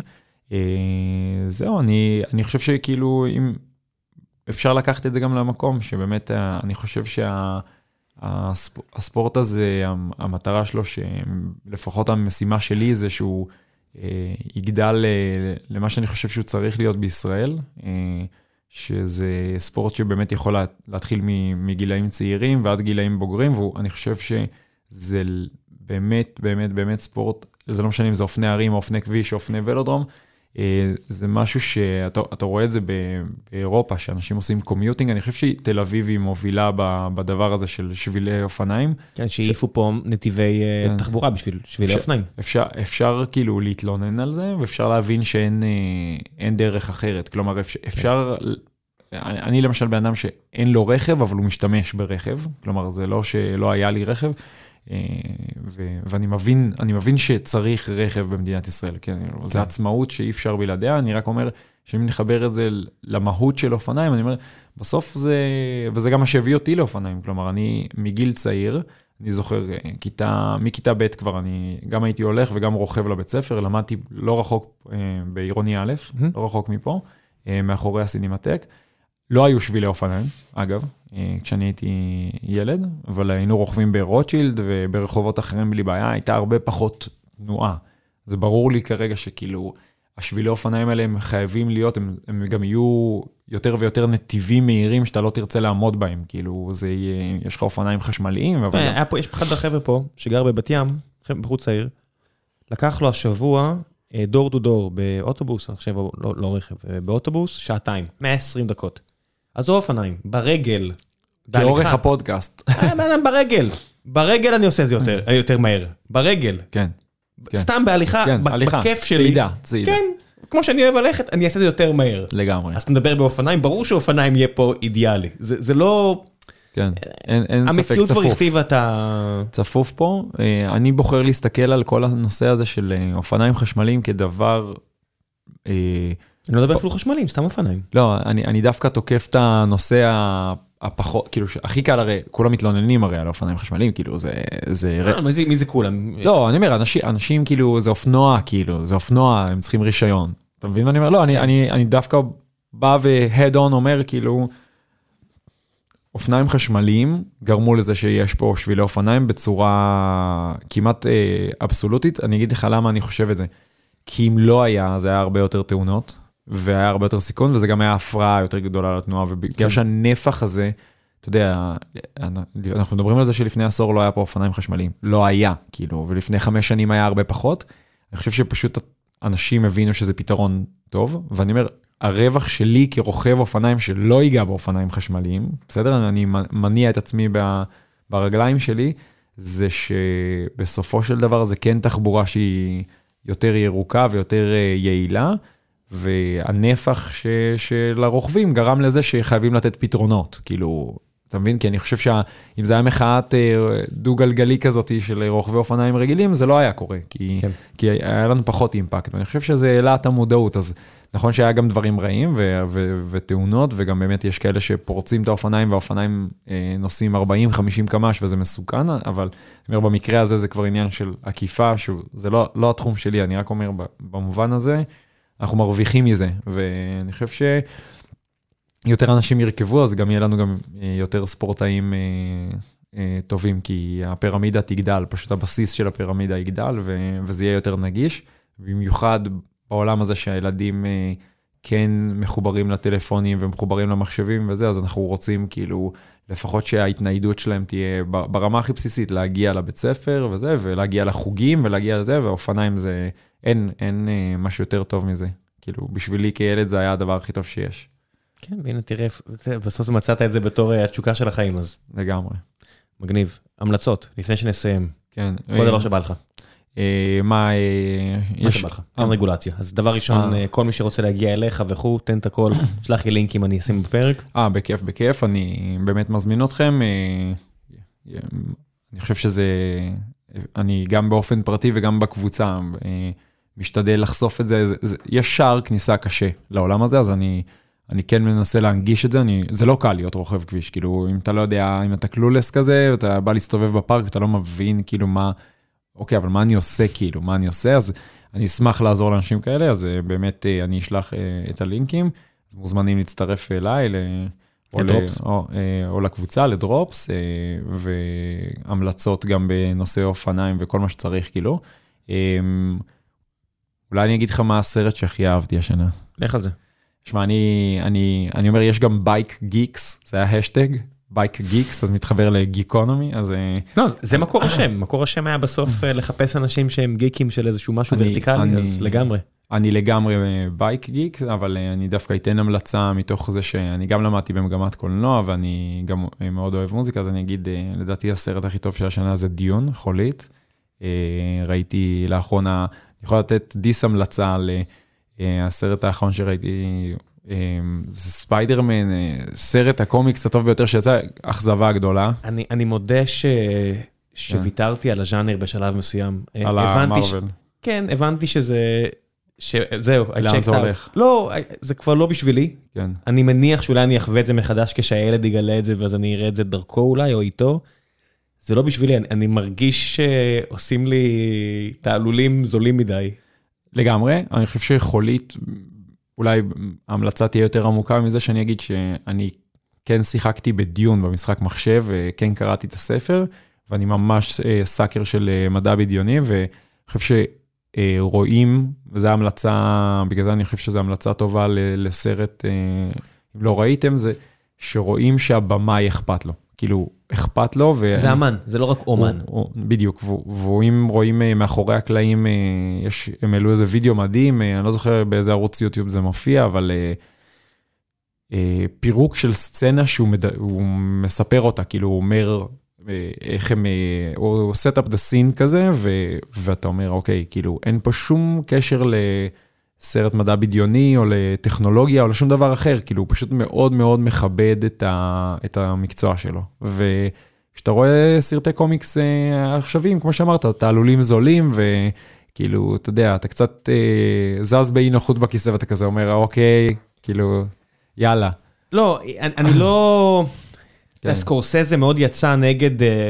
Speaker 3: זהו, אני חושב שכאילו, אם אפשר לקחת את זה גם למקום, שבאמת אני חושב שהספורט הזה, המטרה שלו, שלפחות המשימה שלי זה שהוא יגדל למה שאני חושב שהוא צריך להיות בישראל, שזה ספורט שבאמת יכול להתחיל מגילאים צעירים ועד גילאים בוגרים, ואני חושב שזה באמת, באמת, באמת ספורט, זה לא משנה אם זה אופני ערים, או אופני כביש, או אופני ולודרום, זה משהו שאתה רואה את זה באירופה, שאנשים עושים קומיוטינג, אני חושב שתל אביב היא מובילה בדבר הזה של שבילי אופניים.
Speaker 1: כן, שאיפו פה נתיבי תחבורה בשביל שבילי אופניים.
Speaker 3: אפשר כאילו להתלונן על זה, ואפשר להבין שאין דרך אחרת. כלומר, אפשר, אני למשל בן אדם שאין לו רכב, אבל הוא משתמש ברכב. כלומר, זה לא שלא היה לי רכב. ואני מבין, אני מבין שצריך רכב במדינת ישראל, כן? זה עצמאות שאי אפשר בלעדיה, אני רק אומר שאם נחבר את זה למהות של אופניים, אני אומר, בסוף זה, וזה גם מה שהביא אותי לאופניים, כלומר, אני מגיל צעיר, אני זוכר, כיתה, מכיתה ב' כבר אני גם הייתי הולך וגם רוכב לבית ספר, למדתי לא רחוק בעירוני א', לא רחוק מפה, מאחורי הסינמטק. לא היו שבילי אופניים, אגב, כשאני הייתי ילד, אבל היינו רוכבים ברוטשילד וברחובות אחרים בלי בעיה, הייתה הרבה פחות תנועה. זה ברור לי כרגע שכאילו, השבילי אופניים האלה הם חייבים להיות, הם, הם גם יהיו יותר ויותר נתיבים מהירים שאתה לא תרצה לעמוד בהם, כאילו זה יהיה, יש לך אופניים חשמליים, אבל...
Speaker 1: היה פה, יש אחד החבר'ה פה, שגר בבת ים, בחוץ העיר, לקח לו השבוע, דור טו דור, באוטובוס, אני חושב, לא, לא רכב, באוטובוס, שעתיים, מאה ועשרים דקות. אז הוא אופניים, ברגל.
Speaker 3: כאורך הפודקאסט.
Speaker 1: ברגל. ברגל אני עושה את זה יותר, יותר מהר. ברגל.
Speaker 3: כן.
Speaker 1: סתם בהליכה, בכיף שלי.
Speaker 3: צעידה, צעידה.
Speaker 1: כן, כמו שאני אוהב ללכת, אני אעשה את זה יותר מהר.
Speaker 3: לגמרי.
Speaker 1: אז אתה מדבר באופניים, ברור שאופניים יהיה פה אידיאלי. זה לא...
Speaker 3: כן, אין ספק צפוף.
Speaker 1: המציאות כבר הכתיבה את ה...
Speaker 3: צפוף פה. אני בוחר להסתכל על כל הנושא הזה של אופניים חשמליים כדבר...
Speaker 1: אני לא מדבר אפילו חשמליים, סתם אופניים.
Speaker 3: לא, אני, אני דווקא תוקף את הנושא הפחות, כאילו, הכי קל הרי, כולם מתלוננים הרי על אופניים חשמליים, כאילו, זה... זה...
Speaker 1: מי זה, מי זה כולם?
Speaker 3: לא, אני אומר, אנשים, אנשים כאילו, זה אופנוע, כאילו, זה אופנוע, הם צריכים רישיון. אתה מבין מה אני אומר? לא, אני, אני, אני דווקא בא ו-head on אומר, כאילו, אופניים חשמליים גרמו לזה שיש פה שבילי אופניים בצורה כמעט אה, אבסולוטית. אני אגיד לך למה אני חושב את זה. כי אם לא היה, זה היה הרבה יותר תאונות. והיה הרבה יותר סיכון, וזה גם היה הפרעה יותר גדולה לתנועה, ובגלל שהנפח הזה, אתה יודע, אנחנו מדברים על זה שלפני עשור לא היה פה אופניים חשמליים, לא היה, כאילו, ולפני חמש שנים היה הרבה פחות, אני חושב שפשוט אנשים הבינו שזה פתרון טוב, ואני אומר, הרווח שלי כרוכב אופניים שלא ייגע באופניים חשמליים, בסדר? אני מניע את עצמי ברגליים שלי, זה שבסופו של דבר זה כן תחבורה שהיא יותר ירוקה ויותר יעילה, והנפח ש, של הרוכבים גרם לזה שחייבים לתת פתרונות, כאילו, אתה מבין? כי אני חושב שאם זה היה מחאת דו-גלגלי כזאת של רוכבי אופניים רגילים, זה לא היה קורה, כי, כן. כי היה לנו פחות אימפקט, ואני חושב שזה העלה את המודעות, אז נכון שהיה גם דברים רעים ו- ו- ותאונות, וגם באמת יש כאלה שפורצים את האופניים, והאופניים נוסעים ארבעים חמישים קמ"ש, וזה מסוכן, אבל אומר, במקרה הזה זה כבר עניין של עקיפה, שזה לא, לא התחום שלי, אני רק אומר במובן הזה, אנחנו מרוויחים מזה, ואני חושב שיותר אנשים ירכבו, אז גם יהיה לנו גם יותר ספורטאים טובים, כי הפירמידה תגדל, פשוט הבסיס של הפירמידה יגדל, וזה יהיה יותר נגיש, במיוחד בעולם הזה שהילדים כן מחוברים לטלפונים ומחוברים למחשבים וזה, אז אנחנו רוצים כאילו, לפחות שההתניידות שלהם תהיה ברמה הכי בסיסית, להגיע לבית ספר וזה, ולהגיע לחוגים ולהגיע לזה, והאופניים זה, אין, אין משהו יותר טוב מזה. כאילו, בשבילי כילד זה היה הדבר הכי טוב שיש.
Speaker 1: כן, והנה תראה, בסוף מצאת את זה בתור התשוקה של החיים, אז.
Speaker 3: לגמרי.
Speaker 1: מגניב. המלצות, לפני שנסיים.
Speaker 3: כן.
Speaker 1: כל דבר שבא לך.
Speaker 3: מה
Speaker 1: מה שבא לך? אין רגולציה. אז דבר ראשון, כל מי שרוצה להגיע אליך וכו', תן את הכל, שלח לי לינקים, אני אשים בפרק.
Speaker 3: אה, בכיף, בכיף, אני באמת מזמין אתכם. אני חושב שזה, אני גם באופן פרטי וגם בקבוצה, משתדל לחשוף את זה. יש שער כניסה קשה לעולם הזה, אז אני... אני כן מנסה להנגיש את זה, אני, זה לא קל להיות רוכב כביש, כאילו, אם אתה לא יודע, אם אתה קלולס כזה, ואתה בא להסתובב בפארק, ואתה לא מבין, כאילו, מה, אוקיי, אבל מה אני עושה, כאילו, מה אני עושה, אז אני אשמח לעזור לאנשים כאלה, אז באמת אני אשלח את הלינקים, אז מוזמנים להצטרף אליי, או, או, או לקבוצה, לדרופס, והמלצות גם בנושא אופניים, וכל מה שצריך, כאילו. אולי אני אגיד לך מה הסרט שהכי אהבתי השנה.
Speaker 1: לך על זה.
Speaker 3: תשמע, אני, אני, אני אומר, יש גם בייק גיקס, זה היה השטג, בייק גיקס, אז מתחבר לגיקונומי, אז...
Speaker 1: לא, זה מקור השם, מקור השם היה בסוף לחפש אנשים שהם גיקים של איזשהו משהו ורטיקלי, אז לגמרי.
Speaker 3: אני לגמרי בייק גיק, אבל אני דווקא אתן המלצה מתוך זה שאני גם למדתי במגמת קולנוע, ואני גם מאוד אוהב מוזיקה, אז אני אגיד, לדעתי הסרט הכי טוב של השנה זה דיון, חולית. ראיתי לאחרונה, אני יכול לתת דיס המלצה ל... הסרט האחרון שראיתי, זה ספיידרמן, סרט הקומיקס הטוב ביותר שיצא, אכזבה גדולה.
Speaker 1: אני, אני מודה ש... שוויתרתי על הז'אנר בשלב מסוים.
Speaker 3: על המרוול.
Speaker 1: כן, הבנתי שזה... שזהו,
Speaker 3: לאן זה הולך?
Speaker 1: לא, זה כבר לא בשבילי.
Speaker 3: כן.
Speaker 1: אני מניח שאולי אני אחווה את זה מחדש כשהילד יגלה את זה, ואז אני אראה את זה דרכו אולי, או איתו. זה לא בשבילי, אני, אני מרגיש שעושים לי תעלולים זולים מדי.
Speaker 3: לגמרי, אני חושב שחולית, אולי ההמלצה תהיה יותר עמוקה מזה שאני אגיד שאני כן שיחקתי בדיון במשחק מחשב, וכן קראתי את הספר, ואני ממש סאקר של מדע בדיוני, ואני חושב שרואים, וזו המלצה, בגלל זה אני חושב שזו המלצה טובה לסרט, אם לא ראיתם, זה שרואים שהבמאי אכפת לו. כאילו, אכפת לו. ו...
Speaker 1: זה אמן, זה לא רק אומן.
Speaker 3: הוא, הוא, בדיוק, ואם רואים מאחורי הקלעים, יש, הם העלו איזה וידאו מדהים, אני לא זוכר באיזה ערוץ יוטיוב זה מופיע, אבל פירוק של סצנה שהוא מד... מספר אותה, כאילו הוא אומר, איך הם, הוא set up the scene כזה, ו... ואתה אומר, אוקיי, כאילו, אין פה שום קשר לסרט מדע בדיוני, או לטכנולוגיה, או לשום דבר אחר, כאילו, הוא פשוט מאוד מאוד מכבד את, ה... את המקצוע שלו. וכשאתה רואה סרטי קומיקס עכשוויים, כמו שאמרת, תעלולים זולים, וכאילו, אתה יודע, אתה קצת זז באי נוחות בכיסא, ואתה כזה אומר, אוקיי, כאילו, יאללה.
Speaker 1: לא, אני, אני לא... הסקורסזה מאוד יצא נגד,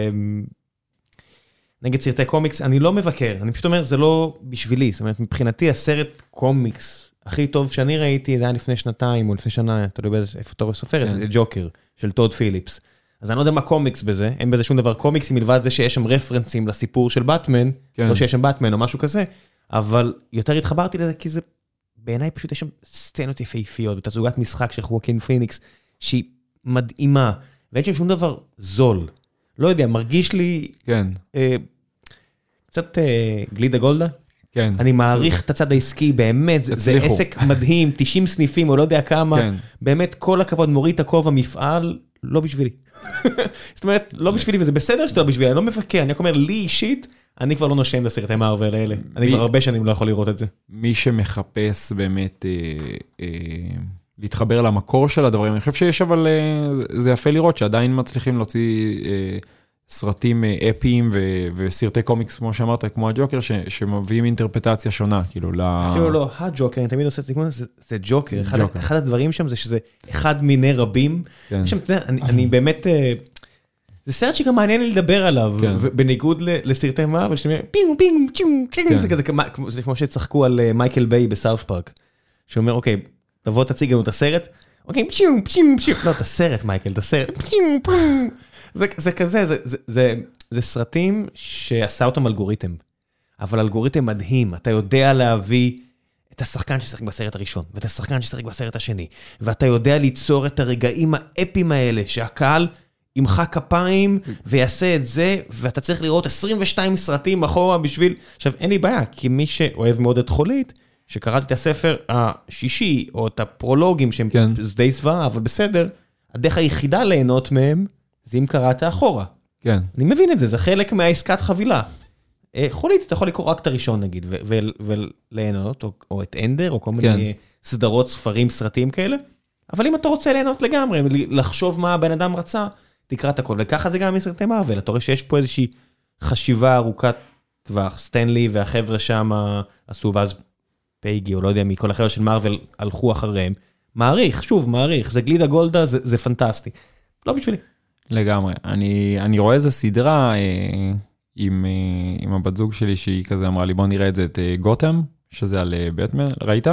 Speaker 1: נגד סרטי קומיקס, אני לא מבקר, אני פשוט אומר, זה לא בשבילי, זאת אומרת, מבחינתי הסרט קומיקס הכי טוב שאני ראיתי, זה היה לפני שנתיים או לפני שנה, אתה יודע איפה אתה רואה סופרת, זה ג'וקר, של טוד פיליפס. אז אני לא יודע מה קומיקס בזה, אין בזה שום דבר קומיקסי, מלבד זה שיש שם רפרנסים לסיפור של באטמן, לא שיש שם באטמן או משהו כזה, אבל יותר התחברתי לזה, כי זה, בעיניי פשוט יש שם סצנות יפהפיות, ותצוגת משחק של חואקין פיניקס, שהיא מדהימה, ואין שם שום דבר זול. לא יודע, מרגיש לי...
Speaker 3: כן.
Speaker 1: אה, קצת אה, גלידה גולדה.
Speaker 3: כן.
Speaker 1: אני מעריך את הצד העסקי, באמת, זה, זה עסק מדהים, תשעים סניפים, או לא יודע כמה.
Speaker 3: כן.
Speaker 1: באמת, כל הכבוד, מוריד את הכובע, מפעל, לא בשבילי. זאת אומרת, לא בשבילי, וזה בסדר שאתה לא בשבילי, אני לא מפקר, אני רק אומר, לי אישית, אני כבר לא נושם לסרטי מארוול האלה. אני כבר הרבה שנים לא יכול לראות את זה.
Speaker 3: מי שמחפש באמת... אה, אה... להתחבר למקור של הדברים. אני חושב שיש, אבל זה יפה לראות שעדיין מצליחים להוציא אה, סרטים אה, אפיים ו- וסרטי קומיקס, כמו שאמרת, כמו הג'וקר, ש- שמביאים אינטרפטציה שונה, כאילו, ל...
Speaker 1: אפילו לא, הג'וקר, אני תמיד עושה את זה, זה, זה ג'וקר. אחד, אחד הדברים שם זה שזה אחד מיני רבים.
Speaker 3: כן.
Speaker 1: שם, אני, אני באמת... אה, זה סרט שגם מעניין לי לדבר עליו,
Speaker 3: כן.
Speaker 1: בניגוד לסרטי מארוול, שאתה אומר, פינג, פינג, פינג, פינג, זה כזה, זה כמו שצחקו על מייקל ביי בסאוף פארק, שאומר, אוקיי, תבוא תציג לנו את הסרט, אוקיי, פשיום, פשיום, פשיום, לא, את הסרט, מייקל, את הסרט, פשיום, פשיום, זה כזה, זה סרטים שעשה אותם אלגוריתם, אבל אלגוריתם מדהים, אתה יודע להביא את השחקן ששחק בסרט הראשון, ואת השחקן ששחק בסרט השני, ואתה יודע ליצור את הרגעים האפיים האלה, שהקהל ימחא כפיים ויעשה את זה, ואתה צריך לראות עשרים ושתיים סרטים אחורה בשביל, עכשיו אין לי בעיה, כי מי שאוהב מאוד את חולית, שקראתי את הספר השישי, או את הפרולוגים שהם כן. די סברה, אבל בסדר, הדרך היחידה ליהנות מהם, זה אם קראת אחורה.
Speaker 3: כן.
Speaker 1: אני מבין את זה, זה חלק מהעסקת חבילה. חולית, אתה יכול לקרוא רק את הראשון נגיד, וליהנות, או, או את אנדר, או כל מיני כן. סדרות, ספרים, סרטים כאלה, אבל אם אתה רוצה ליהנות לגמרי, לחשוב מה הבן אדם רצה, תקרא את הכל, וככה זה גם מסרטי מארוול, אתה רואה שיש פה איזושהי חשיבה ארוכת טווח, סטנלי והחבר'ה שם עשו, ואז פייגי, או לא יודע, מכל החבר'ה של מארוול הלכו אחריהם, מעריך, שוב, מעריך, זה גלידה גולדה, זה, זה פנטסטי. לא בשבילי.
Speaker 3: לגמרי. אני, אני רואה איזה סדרה אה, עם, אה, עם הבת זוג שלי, שהיא כזה אמרה לי, בוא נראה את זה, את אה, גותם, שזה על אה, בטמן, ראית?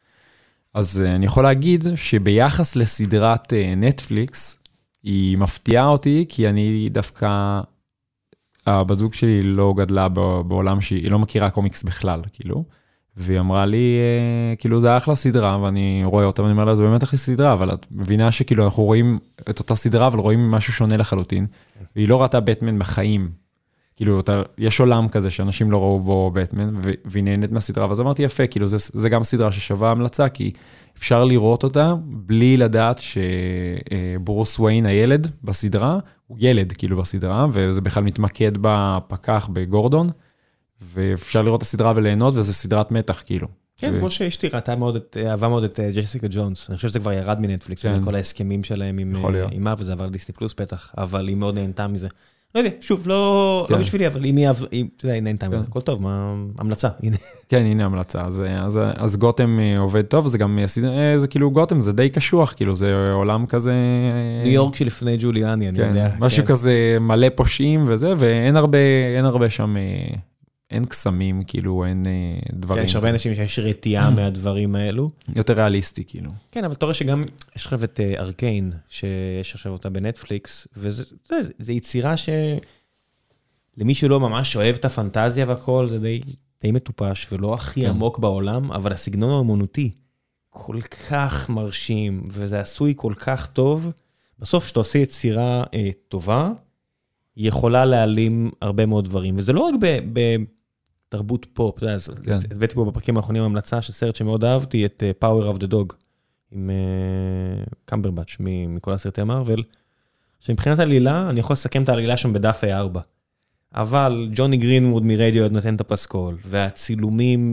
Speaker 3: אז אה, אני יכול להגיד שביחס לסדרת אה, נטפליקס, היא מפתיעה אותי, כי אני דווקא, הבת זוג שלי לא גדלה בעולם שהיא לא מכירה קומיקס בכלל, כאילו. והיא אמרה לי, כאילו זה אחלה סדרה, ואני רואה אותה, ואני אומר לה, זה באמת אחלה סדרה, אבל את מבינה שכאילו אנחנו רואים את אותה סדרה, אבל רואים משהו שונה לחלוטין, והיא לא ראתה בטמן בחיים. כאילו, יש עולם כזה שאנשים לא ראו בו בטמן, והיא נהנית מהסדרה, ואז אמרתי, יפה, כאילו זה, זה גם סדרה ששווה המלצה, כי אפשר לראות אותה, בלי לדעת שברוס וויין, הילד בסדרה, הוא ילד כאילו בסדרה, וזה בכלל מתמקד בפקח בגורדון, ואפשר לראות את הסדרה וליהנות, וזה סדרת מתח, כאילו.
Speaker 1: כן, כמו שאשתי ראתה מאוד, אהבה מאוד את ג'סיקה ג'ונס. אני חושב שזה כבר ירד מנטפליקס, כל ההסכמים שלהם עם מה, וזה עבר דיסני פלוס פתח, אבל היא מאוד נהנתה מזה. לא יודע, שוב, לא בשבילי, אבל אם יהיה, אתה יודע, הנה אין טעם, הכל טוב, מה, המלצה, הנה.
Speaker 2: כן, הנה המלצה, אז גותם עובד טוב, זה גם, זה כאילו גותם, זה די קשוח, כאילו זה עולם כזה...
Speaker 1: ניו יורק שלפני ג'וליאני, אני יודע.
Speaker 2: משהו כזה מלא פושעים וזה, ואין הרבה, אין הרבה שם, אין קסמים, כאילו, אין דברים.
Speaker 1: יש הרבה אנשים שיש רתיעה מהדברים האלו.
Speaker 2: יותר ריאליסטי, כאילו.
Speaker 1: כן, אבל אתה רואה שגם, יש לך את ארקיין, שיש עכשיו אותה בנטפליקס, וזה יצירה ש... למי שלא ממש אוהב את הפנטזיה והכל, זה די, די מטופש, ולא הכי עמוק בעולם, אבל הסגנון האמנותי כל כך מרשים, וזה עשוי כל כך טוב, בסוף שאתה עושה יצירה אה, טובה, היא יכולה להעלים הרבה מאוד דברים, וזה לא רק בתרבות פופ, אתה יודע, אז כן. הבאתי פה בפרקים האחרונים המלצה של סרט שמאוד אהבתי, את uh, Power of the Dog, עם uh, קמברבץ' מכל הסרטי המרוול, שמבחינת העלילה, אני יכול לסכם את העלילה שם בדף איי ארבע, אבל ג'וני גרינווד מרדיו נותן את הפסקול, והצילומים,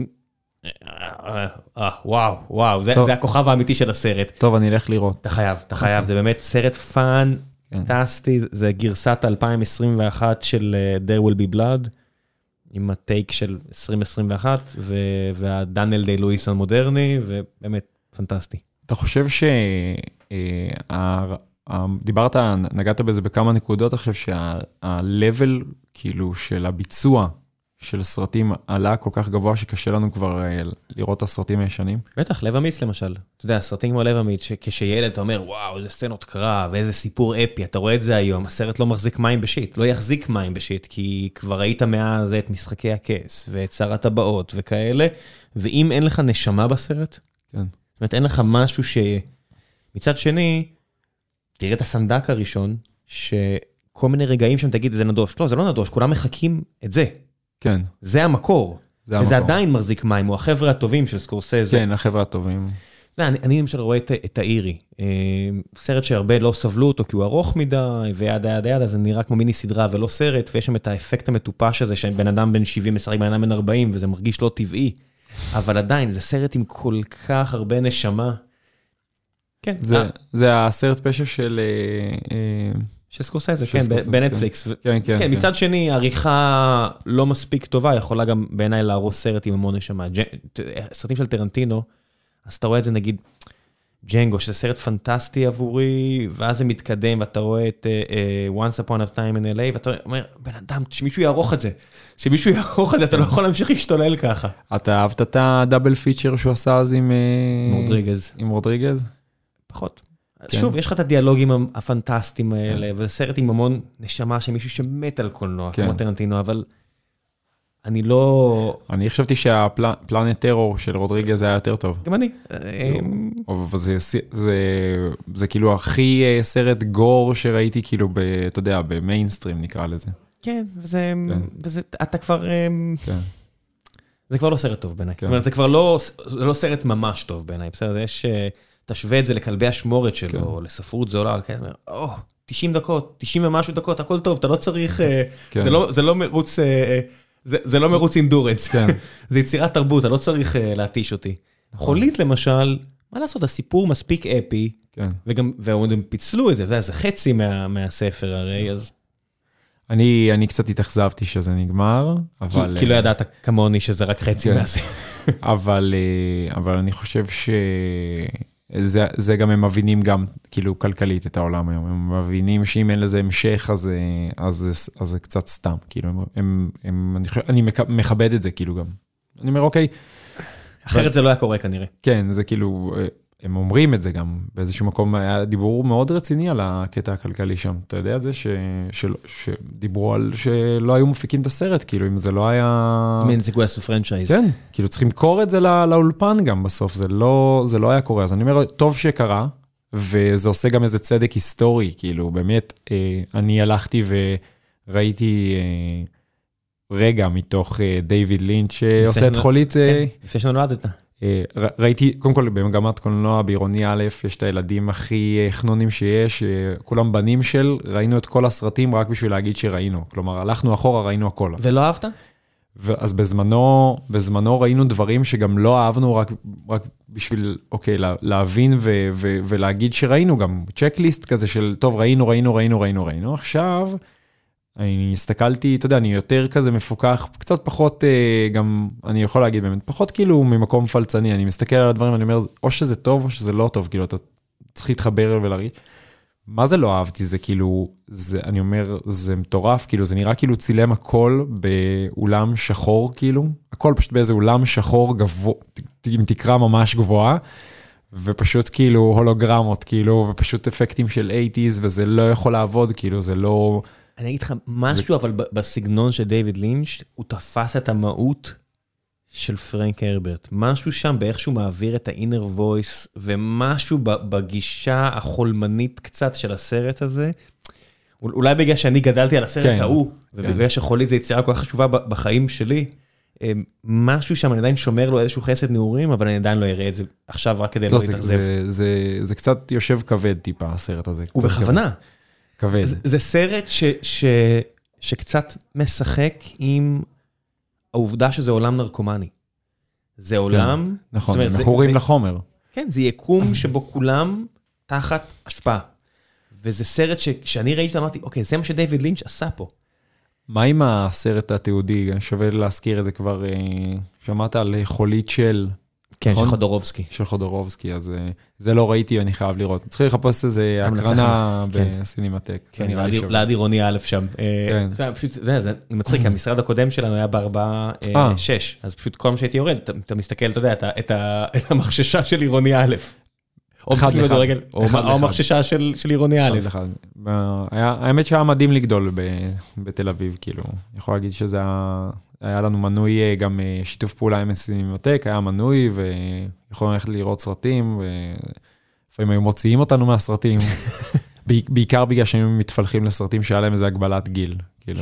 Speaker 1: וואו, וואו, זה, זה הכוכב האמיתי של הסרט.
Speaker 2: טוב, אני אלך לראות.
Speaker 1: אתה חייב, אתה חייב, זה באמת סרט פנטסטי, זה גרסת אלפיים עשרים ואחת של There Will Be Blood, עם הטייק של עשרים עשרים ואחת, והדניאל דיי לואיס המודרני, ובאמת פנטסטי.
Speaker 2: אתה חושב ש... דיברת, נגעת בזה בכמה נקודות, אני חושב שה-level כאילו של הביצוע של סרטים עלה כל כך גבוה שקשה לנו כבר לראות את הסרטים הישנים.
Speaker 1: בטח, לב אמיץ למשל. אתה יודע, הסרטים כמו לב אמיץ, שכשילד אתה אומר, וואו, איזה סצנות קרב, איזה סיפור אפי, אתה רואה את זה היום, הסרט לא מחזיק מים בשיט, לא יחזיק מים בשיט, כי כבר ראית מאז את משחקי הכס, ואת שר הטבעות וכאלה, ואם אין לך נשמה בסרט,
Speaker 2: כן.
Speaker 1: זאת אומרת, אין לך משהו ש... מצד שני, תראה את הסנדק הראשון, שכל מיני רגעים שם תגיד, זה נדוש. לא, זה לא נדוש, כולם מחכים את זה.
Speaker 2: כן.
Speaker 1: זה המקור.
Speaker 2: זה
Speaker 1: וזה
Speaker 2: המקור.
Speaker 1: עדיין מחזיק מים, או החבר'ה הטובים של סקורסזה.
Speaker 2: כן, החבר'ה הטובים.
Speaker 1: אני, אני למשל רואה את, את האירי. סרט שהרבה לא סבלו אותו, כי הוא ארוך מדי, ויד יד יד, אז זה נראה כמו מיני סדרה ולא סרט, ויש שם את האפקט המטופש הזה, שבן אדם בן שבעים משחק, בן אדם בן ארבעים, וזה מרגיש לא טבעי. אבל עדיין, זה סרט עם כל כך הרבה נשמה. כן.
Speaker 2: זה, זה הסרט פשע של...
Speaker 1: של סקורסזה, כן, בנטפליקס.
Speaker 2: כן, כן.
Speaker 1: כן, מצד שני, העריכה לא מספיק טובה, יכולה גם בעיניי להרוס סרט עם המון נשמה. סרטים של טרנטינו, אז אתה רואה את זה נגיד, ג'נגו, שזה סרט פנטסטי עבורי, ואז זה מתקדם, ואתה רואה את Once Upon a Time in L A, ואתה אומר, בן אדם, שמישהו יערוך את זה. שמישהו יערוך את זה, אתה לא יכול להמשיך להשתולל ככה.
Speaker 2: אתה אהבת את הדאבל פיצ'ר שהוא עשה אז עם...
Speaker 1: רודריגז.
Speaker 2: עם רודריגז?
Speaker 1: פחות. שוב, יש לך את הדיאלוגים הפנטסטיים האלה, וזה סרט עם המון נשמה של מישהו שמת על קולנוע, כמו טרנטינו, אבל אני לא...
Speaker 2: אני חשבתי שהפלנט טרור של רודריגז היה יותר טוב.
Speaker 1: גם אני.
Speaker 2: אבל זה כאילו הכי סרט גור שראיתי, כאילו, אתה יודע, במיינסטרים נקרא לזה.
Speaker 1: כן, וזה, אתה כבר... זה כבר לא סרט טוב בעיניי. זאת אומרת, זה כבר לא סרט ממש טוב בעיניי. בסדר, יש... תשווה את זה לכלבי השמורת שלו, או לספרות זולה, או, תשעים דקות, תשעים ומשהו דקות, הכל טוב, אתה לא צריך, זה לא מרוץ, זה לא מרוץ אינדורנס, זה יצירת תרבות, אתה לא צריך להתיש אותי. חולית למשל, מה לעשות, הסיפור מספיק אפי, והם פיצלו את זה, זה חצי מהספר הרי, אז...
Speaker 2: אני, אני קצת התאכזבתי שזה נגמר, אבל...
Speaker 1: כי לא ידעת כמוני שזה רק חצי מהספר.
Speaker 2: אבל, אבל אני חושב ש... זה, זה גם הם מבינים גם, כאילו, כלכלית את העולם היום. הם מבינים שאם אין לזה המשך, אז, אז, אז זה קצת סתם. כאילו, הם, הם, הם, אני, חושב, אני מכבד את זה, כאילו, גם. אני אומר, אוקיי.
Speaker 1: אחרת זה לא היה קורה, כנראה.
Speaker 2: כן, זה כאילו, הם אומרים את זה גם. באיזשהו מקום היה דיבור מאוד רציני על הקטע הכלכלי שם. אתה יודע את זה? ש, של, שדיברו על שלא היו מפיקים את הסרט, כאילו, אם זה לא היה...
Speaker 1: מן זה גויס ופרנצ'ייז.
Speaker 2: כן, כאילו, צריכים לקור את זה לא, לאולפן גם בסוף. זה לא, זה לא היה קורה. אז אני אומר, טוב שקרה, וזה עושה גם איזה צדק היסטורי, כאילו, באמת, אני הלכתי וראיתי רגע מתוך דיוויד לינץ' שעושה את חולית...
Speaker 1: כן, לפני שנולדת.
Speaker 2: ראיתי, קודם כל במגמת קולנוע בעירוני א', יש את הילדים הכי חנונים שיש, כולם בנים של, ראינו את כל הסרטים רק בשביל להגיד שראינו, כלומר, הלכנו אחורה, ראינו הכל.
Speaker 1: ולא אהבת?
Speaker 2: אז בזמנו, בזמנו ראינו דברים שגם לא אהבנו, רק, רק בשביל, אוקיי, להבין ו, ו, ולהגיד שראינו גם, צ'קליסט כזה של, טוב, ראינו, ראינו, ראינו, ראינו, ראינו, עכשיו,
Speaker 3: אני הסתכלתי, אתה יודע, אני יותר כזה מפוקח, קצת פחות, גם, אני יכול להגיד באמת, פחות כאילו ממקום פלצני, אני מסתכל על הדברים, אני אומר, או שזה טוב, או שזה לא טוב, כאילו, אתה צריך להתחבר ולהרגיש. מה זה לא אהבתי? זה כאילו, זה, אני אומר, זה מטורף, כאילו, זה נראה כאילו צילם הכל באולם שחור, כאילו, הכל פשוט באיזה אולם שחור גבוה, עם תקרה ממש גבוהה, ופשוט כאילו הולוגרמות, כאילו, ופשוט אפקטים של שמונים, וזה לא יכול לעבוד, כאילו, זה לא...
Speaker 1: אני אגיד לך משהו, אבל בסגנון של דיוויד לינץ', הוא תפס את המהות של פרנק הרברט. משהו שם באיכשהו מעביר את ה-inner voice, ומשהו בגישה החולמנית קצת של הסרט הזה, אולי בגלל שאני גדלתי על הסרט ההוא, ובגלל שחולי זה יצירה כל כך חשובה בחיים שלי, משהו שם, אני עדיין שומר לו איזשהו חסד נעורים, אבל אני עדיין לא אראה את זה עכשיו רק כדי לא להתאכזב.
Speaker 3: זה קצת יושב כבד טיפה, הסרט הזה.
Speaker 1: הוא בכוונה.
Speaker 3: כבד.
Speaker 1: זה סרט שקצת משחק עם העובדה שזה עולם נרקומני. זה עולם...
Speaker 3: נכון, מכורים לחומר.
Speaker 1: כן, זה יקום שבו כולם תחת השפעה. וזה סרט שכשאני ראיתי, אמרתי, אוקיי, זה מה שדיוויד לינץ' עשה פה.
Speaker 3: מה עם הסרט התיעודי? שווה להזכיר את זה כבר, שמעת על חולית של...
Speaker 1: כן, של חודורובסקי.
Speaker 3: של חודורובסקי, אז זה לא ראיתי, אני חייב לראות. צריך לחפש איזה הקרנה בסינמטק.
Speaker 1: כן, לעד עירוני א' שם. זה מצחיק, המשרד הקודם שלנו היה בארבע שש, אז פשוט כל מה שהייתי יורד, אתה מסתכל, אתה יודע, את המחששה של עירוני א'. או המחששה של עירוני א'.
Speaker 3: האמת שהיה מדהים לגדול בתל אביב, כאילו. אני יכול להגיד שזה היה לנו מנוי, גם שיתוף פעולה עם סינמטק, היה מנוי, ויכולנו ללכת לראות סרטים, ולפעמים היו מוציאים אותנו מהסרטים, בעיקר בגלל שהם מתפלחים לסרטים שהיה להם איזו הגבלת גיל. כאילו,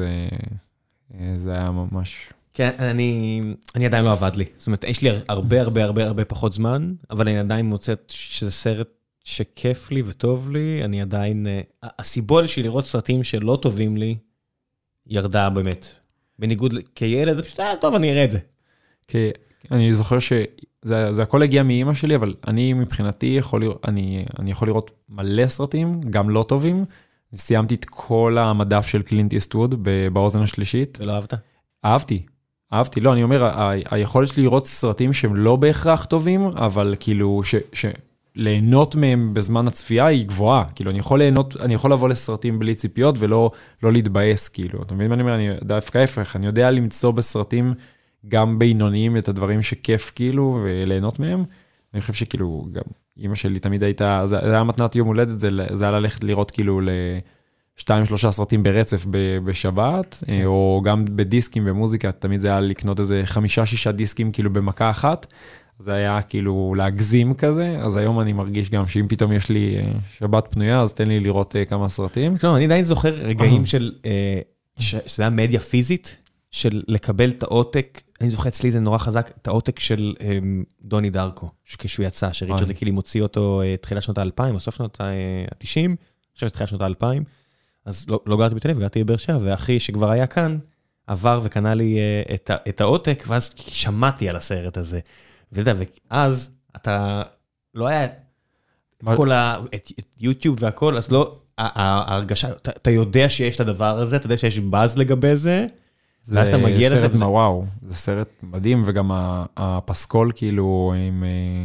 Speaker 3: זה היה ממש...
Speaker 1: כן, אני, אני עדיין לא עבד לי. זאת אומרת, יש לי הרבה, הרבה, הרבה, הרבה פחות זמן, אבל אני עדיין מוצא שזה סרט שכיף לי וטוב לי. אני עדיין, הסיבול שלי לראות סרטים שלא טובים לי, ירדה באמת. בניגוד, כילד, זה פשוט, אה, טוב, אני אראה את זה.
Speaker 3: כי אני זוכר שזה, זה הכל הגיע מאמא שלי, אבל אני מבחינתי יכול לראות, אני, אני יכול לראות מלא סרטים, גם לא טובים. סיימתי את כל המדף של קלינט איסטווד באוזן השלישית.
Speaker 1: ולא אהבת?
Speaker 3: אהבתי. אהבתי, לא, אני אומר, ה- היכולת שלי לראות סרטים שהם לא בהכרח טובים, אבל כאילו, ש, ש, ליהנות מהם בזמן הצפייה היא גבוהה, כאילו, אני יכול ליהנות, אני יכול לבוא לסרטים בלי ציפיות, ולא, לא להתבאס, כאילו, אתה מבין מה אני אומר? אני דווקא ההפך, אני יודע למצוא בסרטים גם בינוניים את הדברים שכיף, כאילו, וליהנות מהם. אני חושב שכאילו, גם אמא שלי תמיד הייתה, זה היה מתנת יום הולדת, זה, זה היה ללכת לראות כאילו ל... שתיים, שלושה סרטים ברצף בשבת, או גם בדיסקים במוזיקה, תמיד זה היה לקנות איזה חמישה, שישה דיסקים כאילו במכה אחת, זה היה כאילו להגזים כזה, אז היום אני מרגיש גם שאם פתאום יש לי שבת פנויה, אז תן לי לראות כמה סרטים.
Speaker 1: לא, אני עדיין זוכר רגעים של, שזה היה מדיה פיזית, של לקבל את העותק, אני זוכר אצלי זה נורא חזק, את העותק של דוני דרקו, כשהוא יצא, שריצ'רד קילי מוציא אותו תחילת שנות ה-אלפיים, או סוף שנות ה-תשעים, אני חושב שתחילת שנות ה-אלפיים, אז לא, לא גרתי בתל אביב, גרתי בבאר שבע, ואחי שכבר היה כאן, עבר וקנה לי uh, את, את העותק, ואז שמעתי על הסרט הזה. ואתה יודע, ואז אתה, לא היה מה... את כל ה... את, את יוטיוב והכל, אז לא, ההרגשה, אתה, אתה יודע שיש את הדבר הזה, אתה יודע שיש באז לגבי זה,
Speaker 3: זה ואז אתה מגיע לזה. וזה... וואו, זה סרט מדהים, וגם הפסקול כאילו עם...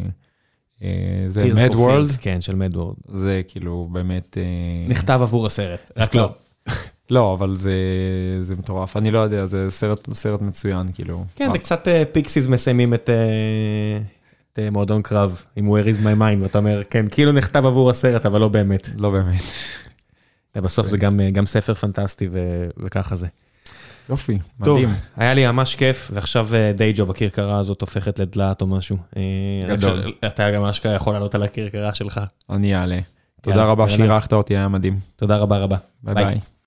Speaker 3: זה Mad World.
Speaker 1: כן, של Mad World.
Speaker 3: זה כאילו באמת...
Speaker 1: נכתב עבור הסרט, רק לא.
Speaker 3: לא, אבל זה מטורף. אני לא יודע, זה סרט מצוין, כאילו.
Speaker 1: כן, זה קצת פיקסיס מסיימים את מועדון קרב, עם Where is my mind, ואתה אומר, כן, כאילו נכתב עבור הסרט, אבל לא באמת.
Speaker 3: לא באמת.
Speaker 1: בסוף זה גם ספר פנטסטי, וככה זה.
Speaker 3: יופי, מדהים.
Speaker 1: טוב, היה לי ממש כיף, ועכשיו די ג'וב, הכרכרה הזאת הופכת לדלת או משהו. גדול. אתה גם אשכרה יכול לעלות על הכרכרה שלך.
Speaker 3: אני אעלה. תודה רבה שאירחת אותי, היה מדהים.
Speaker 1: תודה רבה רבה.
Speaker 3: ביי ביי.